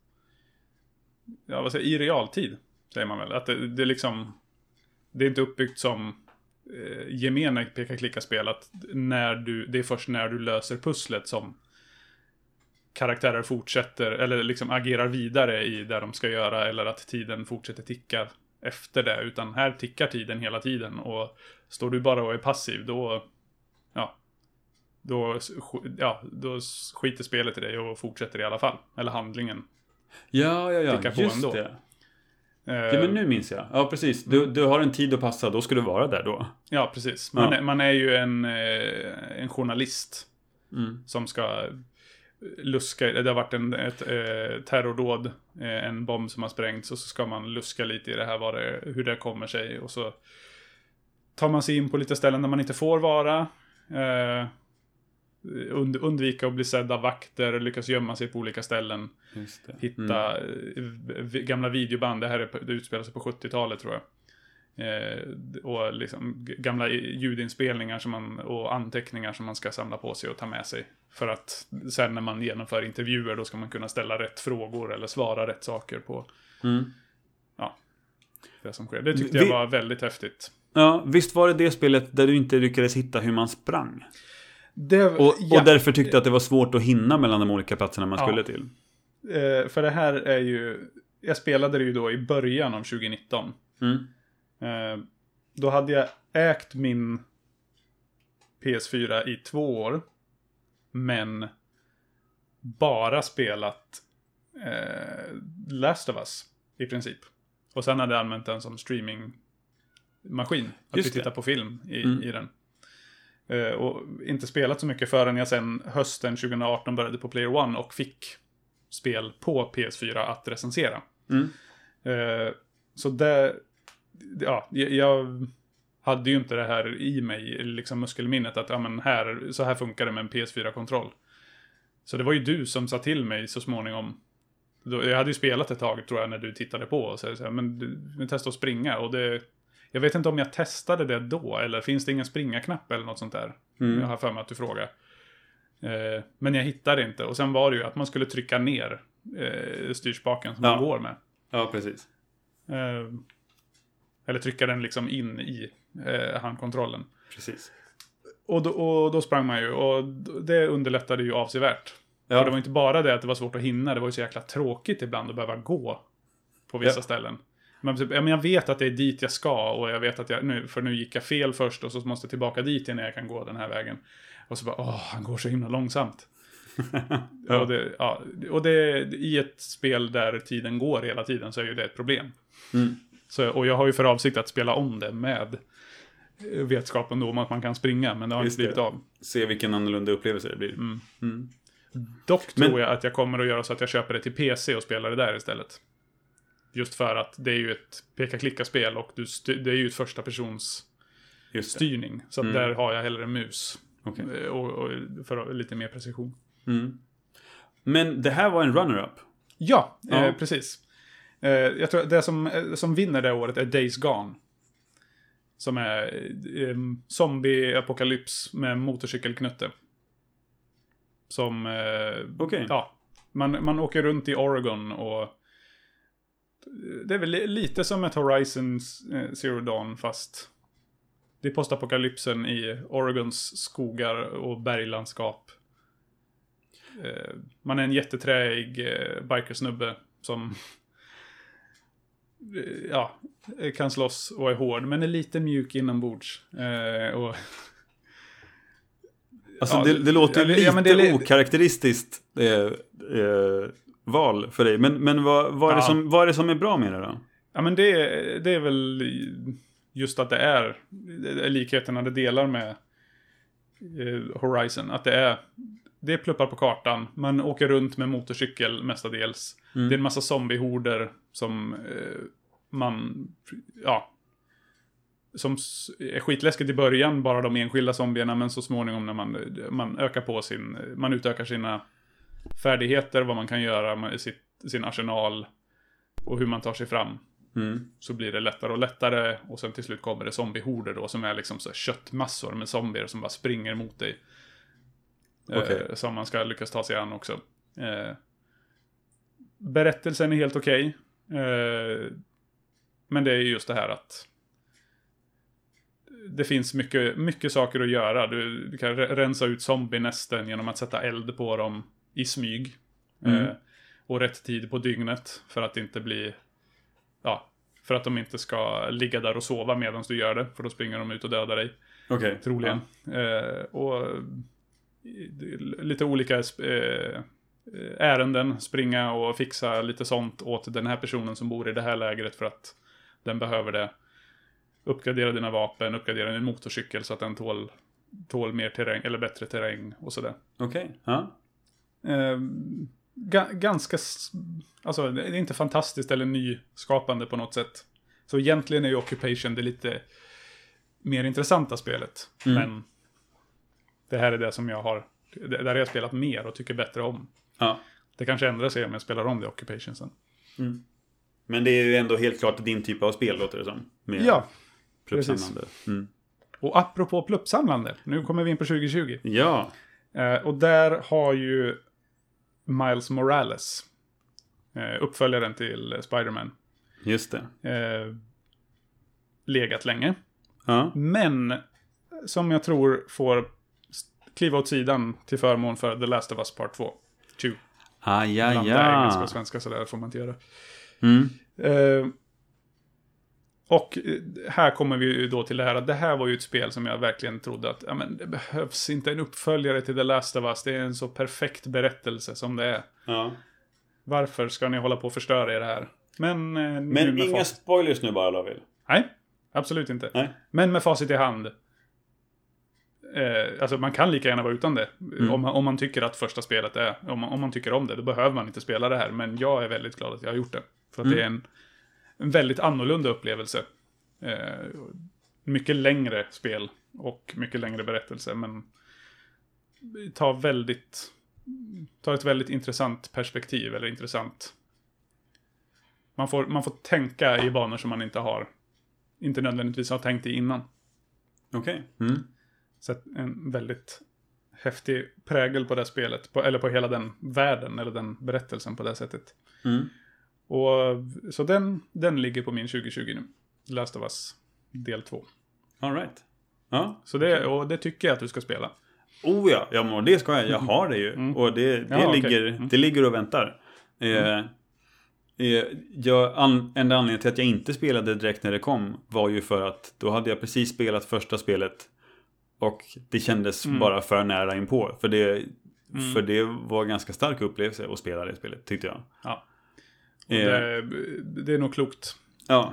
Ja, vad säger i realtid, säger man väl. Att det, det är liksom... Det är inte uppbyggt som eh, gemene peka-klicka-spel. Att när du, det är först när du löser pusslet som karaktärer fortsätter eller liksom agerar vidare i det de ska göra, eller att tiden fortsätter ticka efter det, utan här tickar tiden hela tiden, och står du bara och är passiv, då ja då, ja, då skiter spelet i dig och fortsätter i alla fall, eller handlingen ja, ja, ja, tickar på just ändå. Det. Ja, men nu minns jag. Ja, precis. Du, du har en tid att passa, då ska du vara där då. Ja, precis. Man, ja. Är, man är ju en, en journalist mm. som ska luska, det har varit en, ett eh, terrordåd, eh, en bomb som har sprängts, och så ska man luska lite i det här, vad det, hur det kommer sig, och så tar man sig in på lite ställen där man inte får vara, eh, und, undvika att bli sedd av vakter, lyckas gömma sig på olika ställen, Just det. hitta mm. v- gamla videoband, det här är, det utspelar sig på sjuttiotalet tror jag. Eh, och liksom gamla ljudinspelningar som man, och anteckningar som man ska samla på sig och ta med sig, för att sen när man genomför intervjuer, då ska man kunna ställa rätt frågor eller svara rätt saker på mm. ja, det som sker. Det tyckte jag var väldigt häftigt. Ja, visst var det det spelet där du inte lyckades hitta hur man sprang? Det, och, ja. och därför tyckte att det var svårt att hinna mellan de olika platserna man skulle ja. till. Eh, för det här är ju, jag spelade det ju då i början av tjugonitton. Mm. Eh, då hade jag ägt min P S fyra i två år, men bara spelat eh, Last of Us i princip. Och sen hade jag använt den som streamingmaskin. Att vi tittar på film i, mm. i den. Eh, och inte spelat så mycket förrän jag sen hösten tjugoarton började på Player One och fick spel på P S fyra att recensera. Mm. Eh, så det... Ja, jag hade ju inte det här i mig, liksom muskelminnet, att ja, men här, så här funkar det med en P S fyra-kontroll. Så det var ju du som sa till mig så småningom. Jag hade ju spelat ett tag tror jag när du tittade på och så, så här, men du testa att springa, och det, jag vet inte om jag testade det då, eller finns det ingen springa-knapp eller något sånt där? Mm. Jag har för mig att du frågar. Eh, men jag hittade inte, och sen var det ju att man skulle trycka ner eh, styrspaken som ja. man går med. Ja, precis. Eh, Eller trycka den liksom in i eh, handkontrollen. Precis. Och då, och då sprang man ju. Och det underlättade ju avsevärt. Ja. För det var inte bara det att det var svårt att hinna. Det var ju så jäkla tråkigt ibland att behöva gå på vissa ja. ställen. Men, ja, men jag vet att det är dit jag ska. Och jag vet att jag nu, för nu gick jag fel först. Och så måste jag tillbaka dit innan jag kan gå den här vägen. Och så bara, åh, han går så himla långsamt. ja. Och, det, ja, och det, i ett spel där tiden går hela tiden så är ju det ett problem. Mm. Så, och jag har ju för avsikt att spela om det med vetskapen då om att man kan springa, men det har Just inte blivit det. av. Se vilken annorlunda upplevelse det blir. Mm. Mm. Dock Men- tror jag att jag kommer att göra så att jag köper det till P C och spelar det där istället. Just för att det är ju ett peka-klicka-spel och du styr, det är ju ett första persons Just det. styrning. Så att Mm. där har jag hellre en mus. Okej. Och, och för lite mer precision. Mm. Men det här var en runner-up. Ja, Ja. Eh, precis. Eh, jag tror att det som, eh, som vinner det året är Days Gone. Som är eh, zombie-apokalyps med motorcykelknutte. Som... Eh, Okej. Ja, man, man åker runt i Oregon och... Det är väl li- lite som ett Horizon eh, Zero Dawn, fast... Det är postapokalypsen i Oregons skogar och berglandskap. Eh, man är en jätteträig eh, bikersnubbe som... eh, ja, kan slåss och är hård, men är lite mjuk inombords. Eh, och... Alltså Ja, det, det låter ja, lite ja, men det är li- okaraktäristiskt eh, eh, val för dig. Men, men vad, vad, är det Ja. som, vad är det som är bra med det då? Ja, men det, det är väl just att det är, det är likheterna det delar med eh, Horizon. Att det är, det är pluppar på kartan. Man åker runt med motorcykel mestadels. Mm. Det är en massa zombiehorder som eh, man, ja, som s- är skitläskigt i början, bara de enskilda zombierna, men så småningom när man, man ökar på sin, man utökar sina färdigheter, vad man kan göra med sitt, sin arsenal och hur man tar sig fram. Mm. Så blir det lättare och lättare. Och sen till slut kommer det zombiehorder då, som är liksom så här köttmassor med zombier som bara springer mot dig. Okej. Eh, som man ska lyckas ta sig an också. Eh, berättelsen är helt okej. Eh, men det är just det här att det finns mycket, mycket saker att göra. Du, du kan re- rensa ut zombienästen genom att sätta eld på dem i smyg. Mm. Eh, och rätt tid på dygnet för att inte bli... Ja, för att de inte ska ligga där och sova medan du gör det. För då springer de ut och dödar dig. Okej. Troligen. Eh, och eh, lite olika eh, ärenden. Springa och fixa lite sånt åt den här personen som bor i det här lägret för att den behöver det. Uppgradera dina vapen, uppgradera din motorcykel så att den tål, tål mer terräng, eller bättre terräng och sådär. Okej. Ja. Eh, ga- ganska... s- Alltså, det är inte fantastiskt eller nyskapande på något sätt. Så egentligen är ju Occupation det lite mer intressanta spelet. Mm. Men det här är det som jag har... det- Där har jag spelat mer och tycker bättre om. Ja. Det kanske ändrar sig om jag spelar om det Occupation sen. Mm. Men det är ju ändå helt klart din typ av spel, låter det som. Med Ja, pluppsamlande. Mm. och apropå pluppsamlande. Nu kommer vi in på tjugo tjugo. Ja. Eh, och där har ju Miles Morales, eh, uppföljaren till Spider-Man, Just det. eh, legat länge. Ja. Men som jag tror får kliva åt sidan till förmån för The Last of Us Part två. två. Ah, ja, Blanda engelska och ja. svenska, så där får man inte göra. Mm. Eh, och eh, här kommer vi ju då till det här att det här var ju ett spel som jag verkligen trodde att ja, men det behövs inte en uppföljare till The Last of Us. Det är en så perfekt berättelse som det är. Ja. Varför ska ni hålla på och förstöra er här? Men, eh, nu Men med inga facit- spoilers nu bara, David. Nej, absolut inte. Nej. Men med facit i hand. Eh, alltså man kan lika gärna vara utan det. Mm. Om, man, om man tycker att första spelet är... Om man, om man tycker om det, då behöver man inte spela det här. Men jag är väldigt glad att jag har gjort det. För att Mm. det är en, en väldigt annorlunda upplevelse. Eh, mycket längre spel. Och mycket längre berättelse. Men tar väldigt... Tar ett väldigt intressant perspektiv. Eller intressant... Man får, man får tänka i banor som man inte har... Inte nödvändigtvis har tänkt i innan. Okej. Mm. Så att en väldigt häftig prägel på det spelet. På, eller på hela den världen. Eller den berättelsen på det sättet. Mm. Och så den, den ligger på min tjugo tjugo nu. Last of Us del två. All right. Ja. Så det, och det tycker jag att du ska spela. Oh ja, ja men det ska jag. Jag har det ju. Mm. Och det, det, Ja, okej. ligger, Mm. det ligger och väntar. Eh, eh, jag, an, enda anledningen till att jag inte spelade direkt när det kom var ju för att då hade jag precis spelat första spelet och det kändes Mm. bara för nära inpå. För det, Mm. för det var ganska stark upplevelse att spela det spelet, tyckte jag. Ja. Och Eh, det, det är nog klokt. Ja.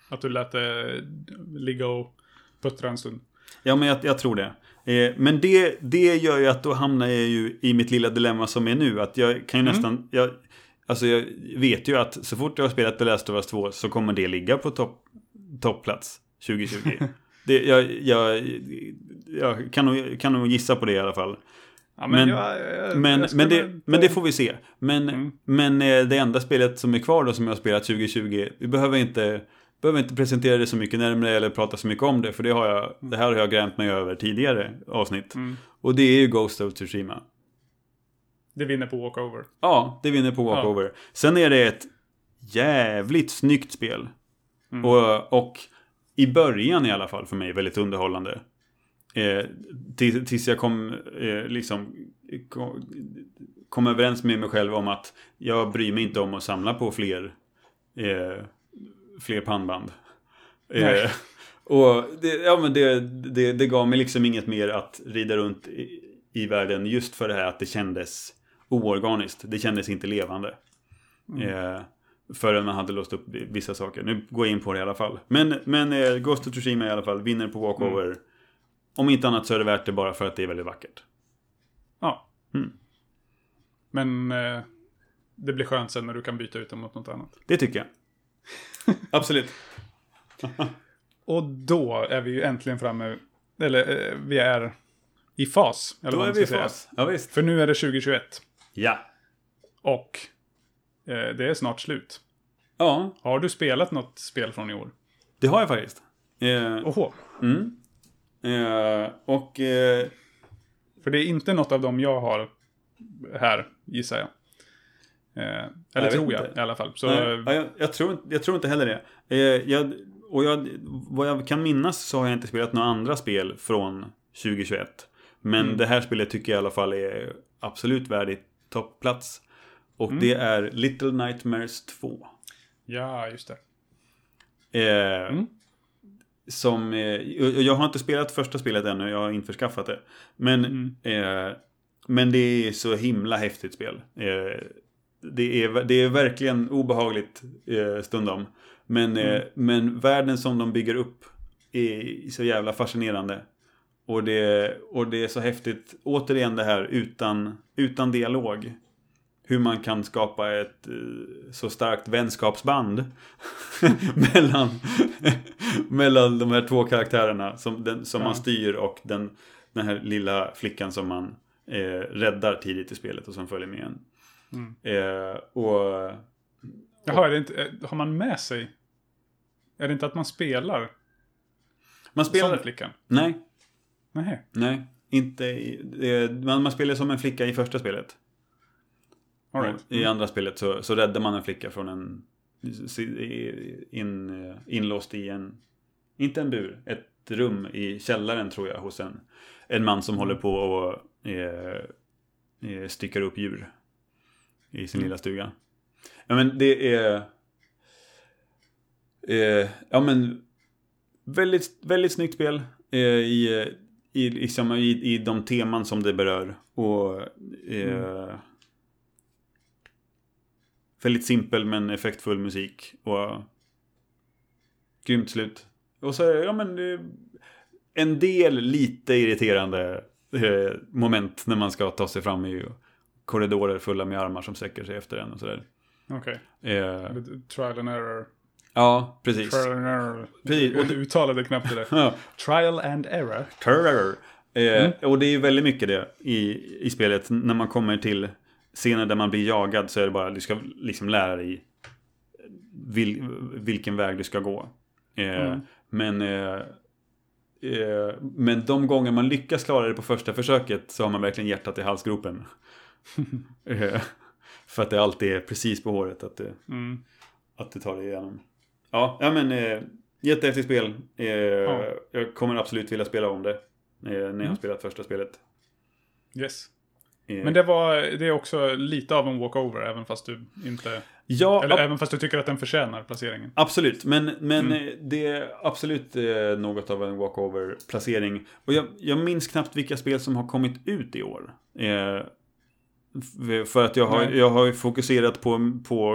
Att du lät det ligga och puttra en stund. Ja, men jag, jag tror det. Eh, men det, det gör ju att då hamnar jag ju i mitt lilla dilemma som är nu. Att jag kan ju Mm. nästan... Jag, alltså jag vet ju att så fort jag har spelat The Last of Us två så kommer det ligga på topp, toppplats tjugo tjugo. det, jag, jag, jag kan nog, kan nog gissa på det i alla fall. Ja, men men, jag, jag, men, jag men, det, inte... men det får vi se. Men, Mm. men eh, det enda spelet som är kvar då som jag har spelat tjugo tjugo, vi behöver inte... behöver inte presentera det så mycket närmare eller prata så mycket om det. För det, har jag, det här har jag grämt mig över tidigare avsnitt. Mm. Och det är ju Ghost of Tsushima. Det vinner på walkover. Ja, det vinner på walkover. Ja. Sen är det ett jävligt snyggt spel. Mm. Och, och i början i alla fall för mig väldigt underhållande. Eh, tills, tills jag kom, eh, liksom, kom, kom överens med mig själv om att jag bryr mig inte om att samla på fler... Eh, fler pannband. Eh, och det, ja, men det, det, det gav mig liksom inget mer att rida runt i, i världen just för det här att det kändes oorganiskt. Det kändes inte levande. Mm. Eh, förrän man hade låst upp vissa saker. Nu går jag in på det i alla fall. Men, men eh, Ghost of Tsushima i alla fall vinner på walkover. Mm. Om inte annat så är det värt det bara för att det är väldigt vackert. Ja. Mm. Men eh, det blir skönt sen när du kan byta ut dem mot något annat. Det tycker jag. Absolut. Och då är vi ju äntligen framme. Eller eh, vi är i fas. Eller då vad är man vi ska i fas. säga. Ja, visst. För nu är det tjugo tjugoett. Ja. Och eh, det är snart slut. Ja. Har du spelat något spel från i år? Det har jag faktiskt. Eh, Oho. Mm. Eh, och... Eh, För det är inte något av dem jag har här, gissar jag. Eh, eller jag tror jag inte. i alla fall. Så, Nej, jag, jag, tror, jag tror inte heller det. Eh, jag, och jag, vad jag kan minnas så har jag inte spelat några andra spel från tjugo tjugoett. Men mm. det här spelet tycker jag i alla fall är absolut värdigt toppplats. Och mm. det är Little Nightmares två. Ja, just det. Eh, mm. Som, eh, jag har inte spelat första spelet ännu, jag har införskaffat det. Men, mm. eh, men det är så himla häftigt spel. Eh, det, är, det är verkligen obehagligt eh, stundom. Men, mm. eh, men världen som de bygger upp är så jävla fascinerande. Och det, och det är så häftigt, återigen det här utan, utan dialog. Hur man kan skapa ett uh, så starkt vänskapsband mellan, mellan de här två karaktärerna som, den, som ja. man styr och den, den här lilla flickan som man eh, räddar tidigt i spelet och som följer med en. Mm. Eh, och, och... Jaha, är det inte, har man med sig? Är det inte att man spelar? Man spelar som flickan? Nej. Nej. Nej, inte i, man, man spelar som en flicka i första spelet. Right. I andra spelet så, så räddar man en flicka från en in, inlåst i en, inte en bur, ett rum i källaren tror jag hos en, en man som mm. håller på och eh, styckar upp djur i sin mm. lilla stuga. Ja, men det är eh, ja men väldigt, väldigt snyggt spel eh, i, i, liksom, i, i de teman som det berör och eh, mm. väldigt simpel men effektfull musik och grymt slut. Och så är det, ja men det, en del lite irriterande eh, moment när man ska ta sig fram i korridorer fulla med armar som sträcker sig efter en och sådär. Okej. Okay. Eh, Trial and error. Ja, precis. Trial and error. Precis. Och du uttalade knappt det. Ja. Trial and error. Error. Eh, mm. Och det är väldigt mycket det i, i spelet. När man kommer till scener där man blir jagad så är det bara du ska liksom lära dig vil, vilken väg du ska gå. Eh, mm. Men eh, eh, men de gånger man lyckas klara det på första försöket så har man verkligen hjärtat i halsgropen. eh, för att det alltid är precis på håret att det, mm. att det tar det igenom. Ja, ja men eh, jättehäftigt spel. Eh, ja. Jag kommer absolut vilja spela om det eh, när jag mm. har spelat första spelet. Yes. Men det var det är också lite av en walkover även fast du inte ja, eller ab- även fast du tycker att den förtjänar placeringen. Absolut, men men mm. det är absolut eh, något av en walkover placering. Och jag, jag minns knappt vilka spel som har kommit ut i år. Eh, för att jag har jag har fokuserat på på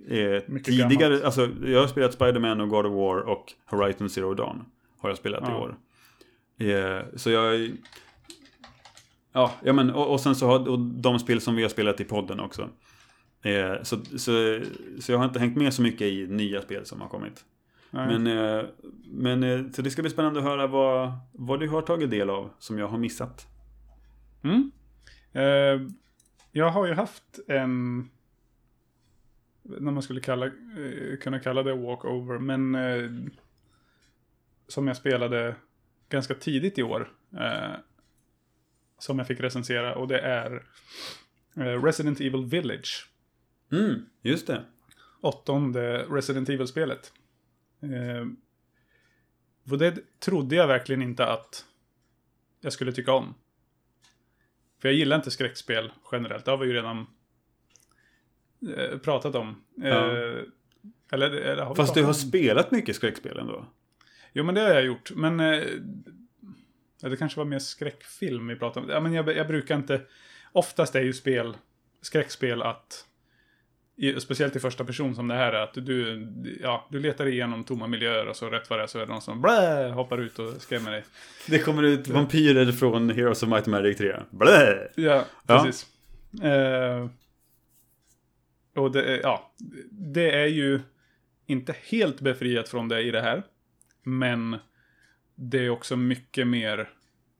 eh, Mycket tidigare, gammalt. alltså jag har spelat Spider-Man och God of War och Horizon Zero Dawn har jag spelat Ja. i år. Eh, så jag ja, ja men och, och sen så har och de spel som vi har spelat i podden också. Eh, så, så, så jag har inte hängt med så mycket i nya spel som har kommit. Nej. Men, eh, men eh, så det ska bli spännande att höra vad, vad du har tagit del av som jag har missat. Mm. Eh, jag har ju haft en, när man skulle kalla, eh, kunna kalla det walkover, men eh, som jag spelade ganska tidigt i år, eh, som jag fick recensera, och det är eh, Resident Evil Village. Mm, just det. Åttonde Resident Evil-spelet. Eh, och det trodde jag verkligen inte att jag skulle tycka om. För jag gillar inte skräckspel generellt. Det har vi ju redan eh, pratat om. Eh, Ja. eller, eller har vi Fast du pratat har om? spelat mycket skräckspel ändå. Jo, men det har jag gjort. Men eh, det kanske var mer skräckfilm vi pratade om. Ja, men jag, jag brukar inte... Oftast är ju spel, skräckspel att... I, speciellt i första person som det här är, att du, ja, du letar igenom tomma miljöer och så rätt vad det är så är det någon som blä, hoppar ut och skrämmer dig. Det kommer ut vampyrer från Heroes of Might and Magic tre. Blä! Ja, precis. Ja. Eh, och det är, ja, det är ju inte helt befriat från det i det här. Men det är också mycket mer,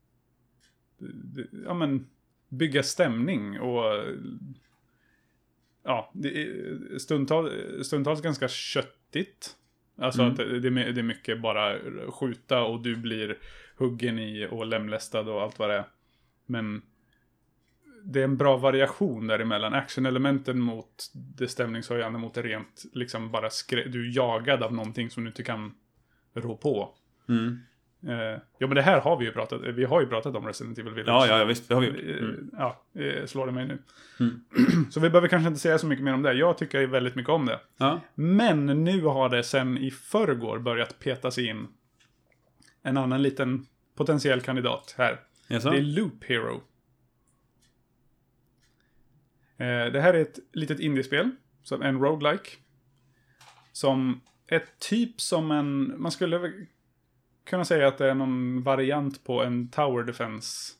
ja men, bygga stämning och... Ja, det är stundtals, stundtals ganska köttigt. Alltså Mm. att det, det är mycket bara skjuta och du blir huggen i och lemlästad och allt vad det är. Men det är en bra variation däremellan. Action-elementen mot det stämningshöjande mot det rent liksom bara skrä- du är jagad av någonting som du inte kan rå på. Mm. Eh, ja, men det här har vi ju pratat, vi har ju pratat om Resident Evil Village. Ja, ja, visst, det har vi gjort. Eh, Mm. Ja, eh, slår det mig nu. Mm. Så vi behöver kanske inte säga så mycket mer om det. Jag tycker väldigt mycket om det. Ja. Men nu har det sen i förrgår börjat petas in en annan liten potentiell kandidat här. Jaså? Det är Loop Hero. Eh, det här är ett litet indiespel, som en roguelike. Som är typ som en, man skulle väl kunna säga att det är någon variant på en Tower Defense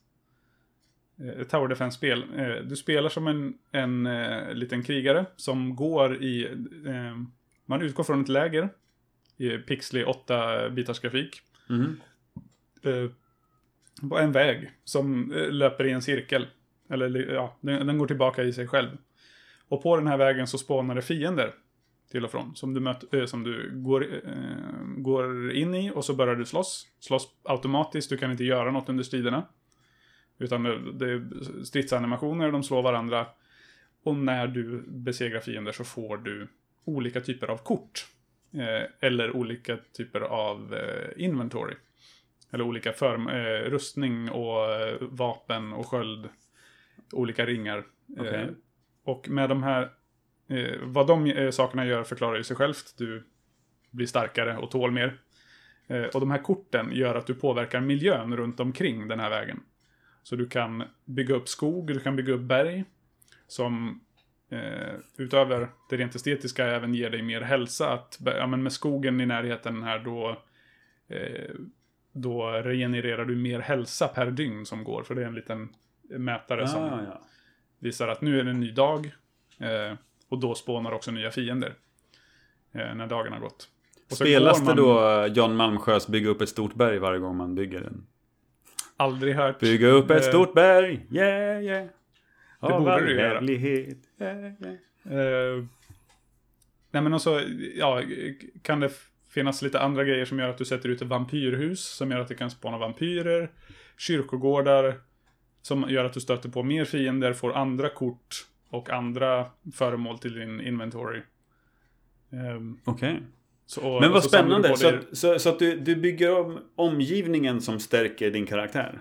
eh, Tower Defense-spel. Eh, du spelar som en, en eh, liten krigare som går i, eh, man utgår från ett läger i pixlig åtta bitars grafik. Mm. Eh, på en väg som eh, löper i en cirkel. Eller ja, den, den går tillbaka i sig själv. Och på den här vägen så spånar det fiender till och från. Som du, möt, äh, som du går, äh, går in i och så börjar du slåss. Slåss automatiskt, du kan inte göra något under striderna. Utan det, det är stridsanimationer, de slår varandra. Och när du besegrar fiender så får du olika typer av kort. Eh, eller olika typer av eh, inventory. Eller olika för, eh, rustning och eh, vapen och sköld. Olika ringar. Okay. Eh, och med de här, eh, vad de eh, sakerna gör förklarar ju sig självt. Du blir starkare och tål mer. Eh, och de här korten gör att du påverkar miljön runt omkring den här vägen. Så du kan bygga upp skog, du kan bygga upp berg. Som eh, utöver det rent estetiska även ger dig mer hälsa. Att, ja, men med skogen i närheten här då, eh, då regenererar du mer hälsa per dygn som går. För det är en liten mätare Ah, som ja. visar att nu är det en ny dag. Eh, och då spånar också nya fiender. Eh, när dagen har gått. Och så Spelas går det man- då John Malmsjös bygga upp ett stort berg varje gång man bygger den? Aldrig hört. Bygga upp ett Eh, stort berg, yeah, yeah. Det Av borde all du göra. härlighet, yeah, yeah. Eh, nej men också, ja, kan det f- finnas lite andra grejer som gör att du sätter ut ett vampyrhus som gör att det kan spåna vampyrer, kyrkogårdar som gör att du stöter på mer fiender, får andra kort och andra föremål till din inventory. Eh, Okej. så, och- Men och vad så samlar du spännande, på så, dig- att- så, så att du, du bygger om omgivningen som stärker din karaktär?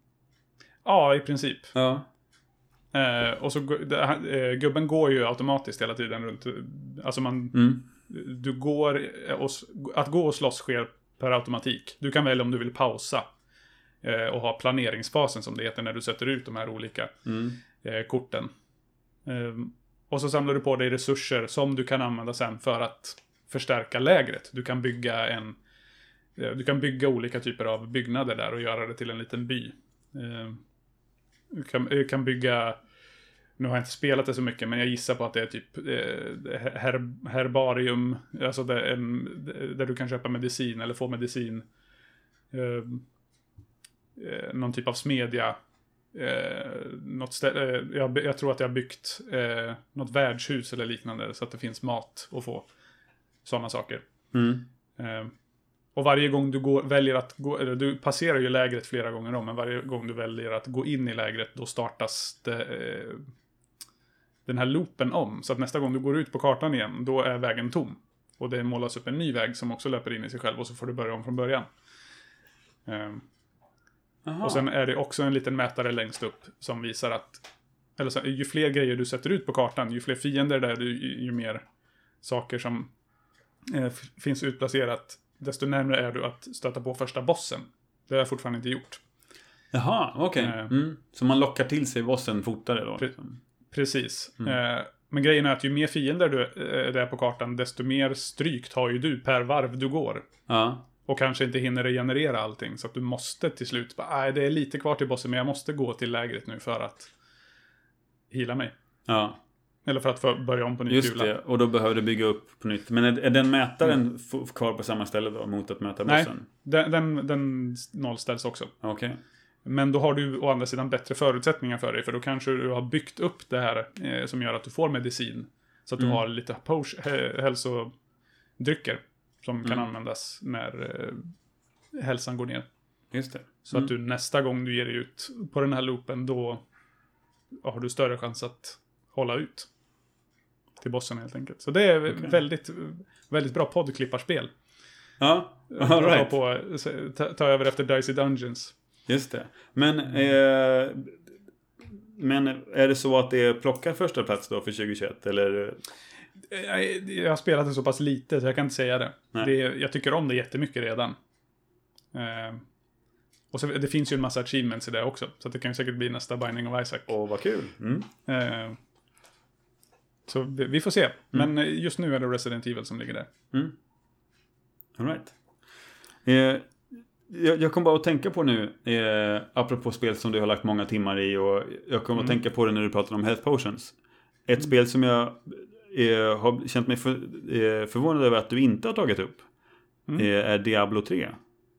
Ja, i princip. Ja. Eh, och så går- det, här- eh, gubben går ju automatiskt hela tiden runt. Alltså man, Mm. du går och, s- att gå och slåss sker per automatik. Du kan välja om du vill pausa eh, och ha planeringsfasen som det heter när du sätter ut de här olika Mm. eh, korten. Eh, Och så samlar du på dig resurser som du kan använda sen för att förstärka lägret. Du kan bygga en du kan bygga olika typer av byggnader där och göra det till en liten by. Du kan, du kan bygga, nu har jag inte spelat det så mycket, men jag gissar på att det är typ her, herbarium, alltså det är en, där du kan köpa medicin eller få medicin. Någon typ av smedja. Något ställe, jag, jag tror att jag har byggt något värdshus eller liknande så att det finns mat att få. Sådana saker. Mm. Och varje gång du går, väljer att gå, eller du passerar ju lägret flera gånger om, men varje gång du väljer att gå in i lägret, då startas det, eh, den här loopen om. Så att nästa gång du går ut på kartan igen, då är vägen tom. Och det målas upp en ny väg som också löper in i sig själv, och så får du börja om från början. Eh, och sen är det också en liten mätare längst upp som visar att, eller så, ju fler grejer du sätter ut på kartan, ju fler fiender där, ju, ju mer saker som eh, f- finns utplacerat, desto närmare är du att stöta på första bossen. Det har jag fortfarande inte gjort. Jaha, okej. Okay. Mm. Så man lockar till sig bossen fortare då? Pre- precis. Mm. Eh, men grejen är att ju mer fiender du är där på kartan, desto mer strykt har ju du per varv du går. Ja. Och kanske inte hinner regenerera allting. Så att du måste till slut bara, nej, det är lite kvar till bossen, men jag måste gå till lägret nu för att hila mig. Ja. Eller för att få börja om på ny Just kula. det, och då behöver du bygga upp på nytt. Men är, är den mätaren mm. f- kvar på samma ställe då, mot att möta bossen? Nej, den, den, den nollställs också. Okej. Okay. Men då har du å andra sidan bättre förutsättningar för dig. För då kanske du har byggt upp det här eh, som gör att du får medicin. Så att du mm. har lite posh- hä- hälsodrycker som mm. kan användas när eh, hälsan går ner. Just det. Så mm. att du nästa gång du ger dig ut på den här loopen, då har du större chans att hålla ut till bossen helt enkelt. Så det är okay. väldigt, väldigt bra poddklipparspel. Ja, all right. Ta, på, ta, ta över efter Dicey Dungeons. Just det. Men, eh, men är det så att det plockar första plats då för tjugohundratjugoett? Eller? Jag, jag har spelat det så pass lite så jag kan inte säga det. det jag tycker om det jättemycket redan. Eh, och så, det finns ju en massa achievements i det också. Så att det kan ju säkert bli nästa Binding of Isaac. Åh, vad kul. Mm. Eh, så vi, vi får se. Mm. Men just nu är det Resident Evil som ligger där. Mm. All right. Eh, jag, jag kom bara att tänka på nu, eh, apropå spel som du har lagt många timmar i, och jag kom mm. att tänka på det när du pratade om Health Potions. Ett mm. spel som jag eh, har känt mig för, eh, förvånad över att du inte har tagit upp mm. eh, är Diablo tre.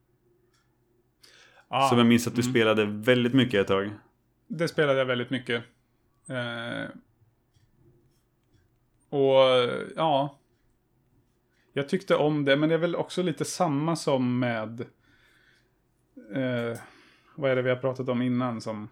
Ah, som jag minns att du mm. spelade väldigt mycket ett tag. Det spelade jag väldigt mycket. Eh, och ja, jag tyckte om det, men det är väl också lite samma som med eh, vad är det vi har pratat om innan som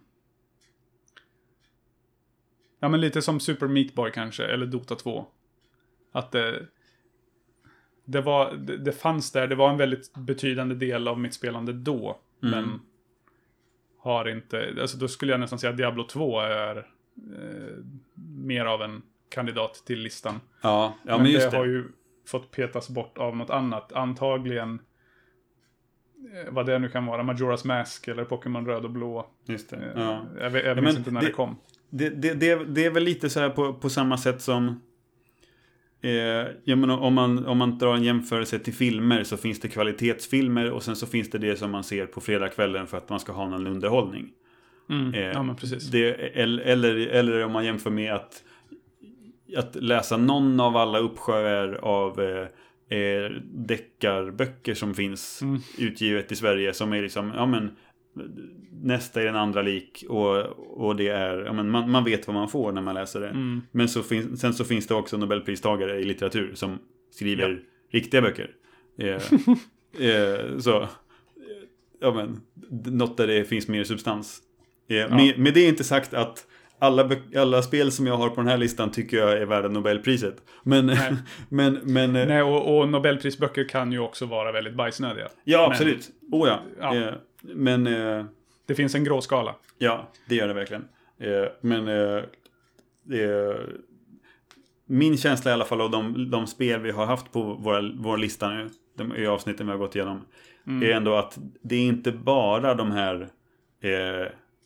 ja, men lite som Super Meat Boy kanske, eller Dota två. Att det det var det, det fanns där, det var en väldigt betydande del av mitt spelande då, mm. men har inte, alltså då skulle jag nästan säga att Diablo två är eh, mer av en kandidat till listan. Ja, ja men, men just det, det har ju fått petas bort av något annat. Antagligen eh, vad det nu kan vara, Majora's Mask eller Pokémon Röd och Blå. Just det. Eh, ja. Jag, jag ja, minns inte när det, det kom. Det, det, det, det är väl lite så här på, på samma sätt som eh, jag menar, om, man, om man drar en jämförelse till filmer, så finns det kvalitetsfilmer och sen så finns det det som man ser på fredagskvällen för att man ska ha någon underhållning. Mm. Eh, ja, men precis. Det, eller, eller om man jämför med att att läsa någon av alla uppsjöar av eh, eh, deckarböcker som finns mm. utgivet i Sverige, som är liksom, ja men nästa är den andra lik, och, och det är, ja men man, man vet vad man får när man läser det. Mm. Men så fin- sen så finns det också Nobelpristagare i litteratur som skriver ja. riktiga böcker. Eh, eh, så ja men något där det finns mer substans. Eh, ja. med, med det är inte sagt att Alla, alla spel som jag har på den här listan tycker jag är värda Nobelpriset. Men, Nej. men, men Nej, och, och Nobelprisböcker kan ju också vara väldigt bajsnödiga. Ja, men, absolut. Oh ja. ja. Eh, men eh, det finns en grå skala. Ja, det gör det verkligen. Eh, men eh, eh, min känsla i alla fall av de, de spel vi har haft på våra, vår lista nu, de, i avsnitten vi har gått igenom, mm. är ändå att det är inte bara de här eh,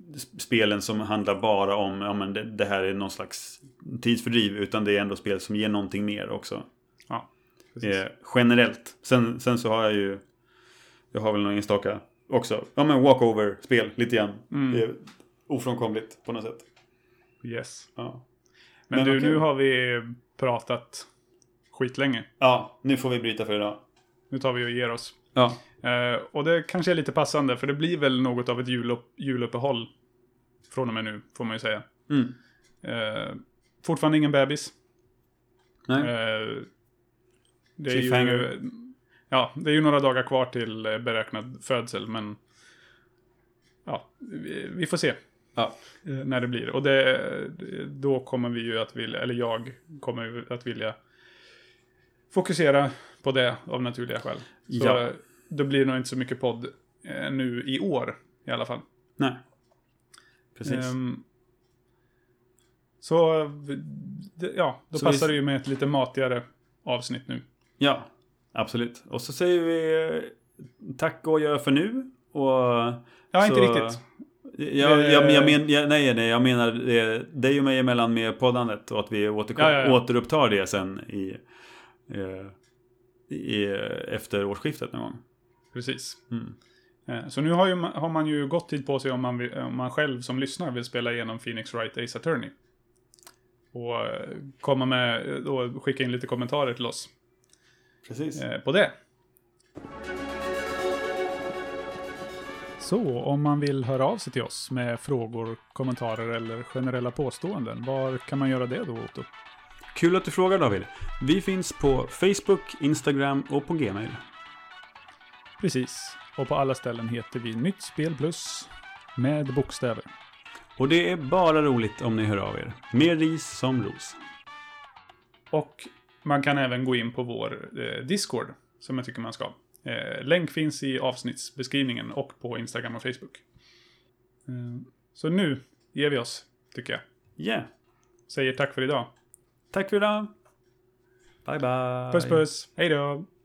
spelen som handlar bara om ja, men det, det här är någon slags tidsfördriv, utan det är ändå spel som ger någonting mer också. Ja, eh, generellt. Sen, sen så har jag ju jag har väl någon enstaka också. Ja, men walkover-spel lite grann. Mm. Det är ofrånkomligt på något sätt. Yes. Ja. Men, Men du, okej. nu har vi pratat skitlänge. Ja, nu får vi bryta för idag. Nu tar vi och ger oss. Ja. Eh, och det kanske är lite passande, för det blir väl något av ett julupp, juluppehåll från och med nu, får man ju säga. Mm. Eh, fortfarande ingen bebis. Nej. Eh, det är ju, Cliffhanger. ja, det är ju några dagar kvar till eh, beräknad födsel, men ja, vi, vi får se Ja. eh, när det blir. Och det, då kommer vi ju att vilja, eller jag kommer ju att vilja fokusera på det av naturliga skäl. Så Ja. eh, då blir det nog inte så mycket podd eh, nu i år i alla fall. Nej. Precis. Ehm, så det, ja, då Så passar vi- det ju med ett lite matigare avsnitt nu. Ja, absolut. Och så säger vi eh, tack och gör för nu. Och Ja, inte så- riktigt. Jag, jag, jag, men, jag, nej, nej, jag menar det, det är ju mig emellan med poddandet och att vi återkom, Ja, ja, ja. återupptar det sen i, eh, i, efter årsskiftet någon gång. Precis. Mm. Eh, Så nu har, ju, har man ju gott tid på sig om man, vill, om man själv som lyssnar vill spela igenom Phoenix Wright Ace Attorney. Och eh, komma med och skicka in lite kommentarer till oss Precis. eh, på det. Så om man vill höra av sig till oss med frågor, kommentarer eller generella påståenden, var kan man göra det då, Otto? Kul att du frågar, David. Vi finns på Facebook, Instagram och på Gmail. Precis. Och på alla ställen heter vi Nytt Spel Plus med bokstäver. Och det är bara roligt om ni hör av er. Mer ris som ros. Och man kan även gå in på vår eh, Discord, som jag tycker man ska. Eh, länk finns i avsnittsbeskrivningen och på Instagram och Facebook. Eh, så nu ger vi oss, tycker jag. Ja. Yeah. Säger tack för idag. Tack för idag. Bye bye. Puss puss. Hej då.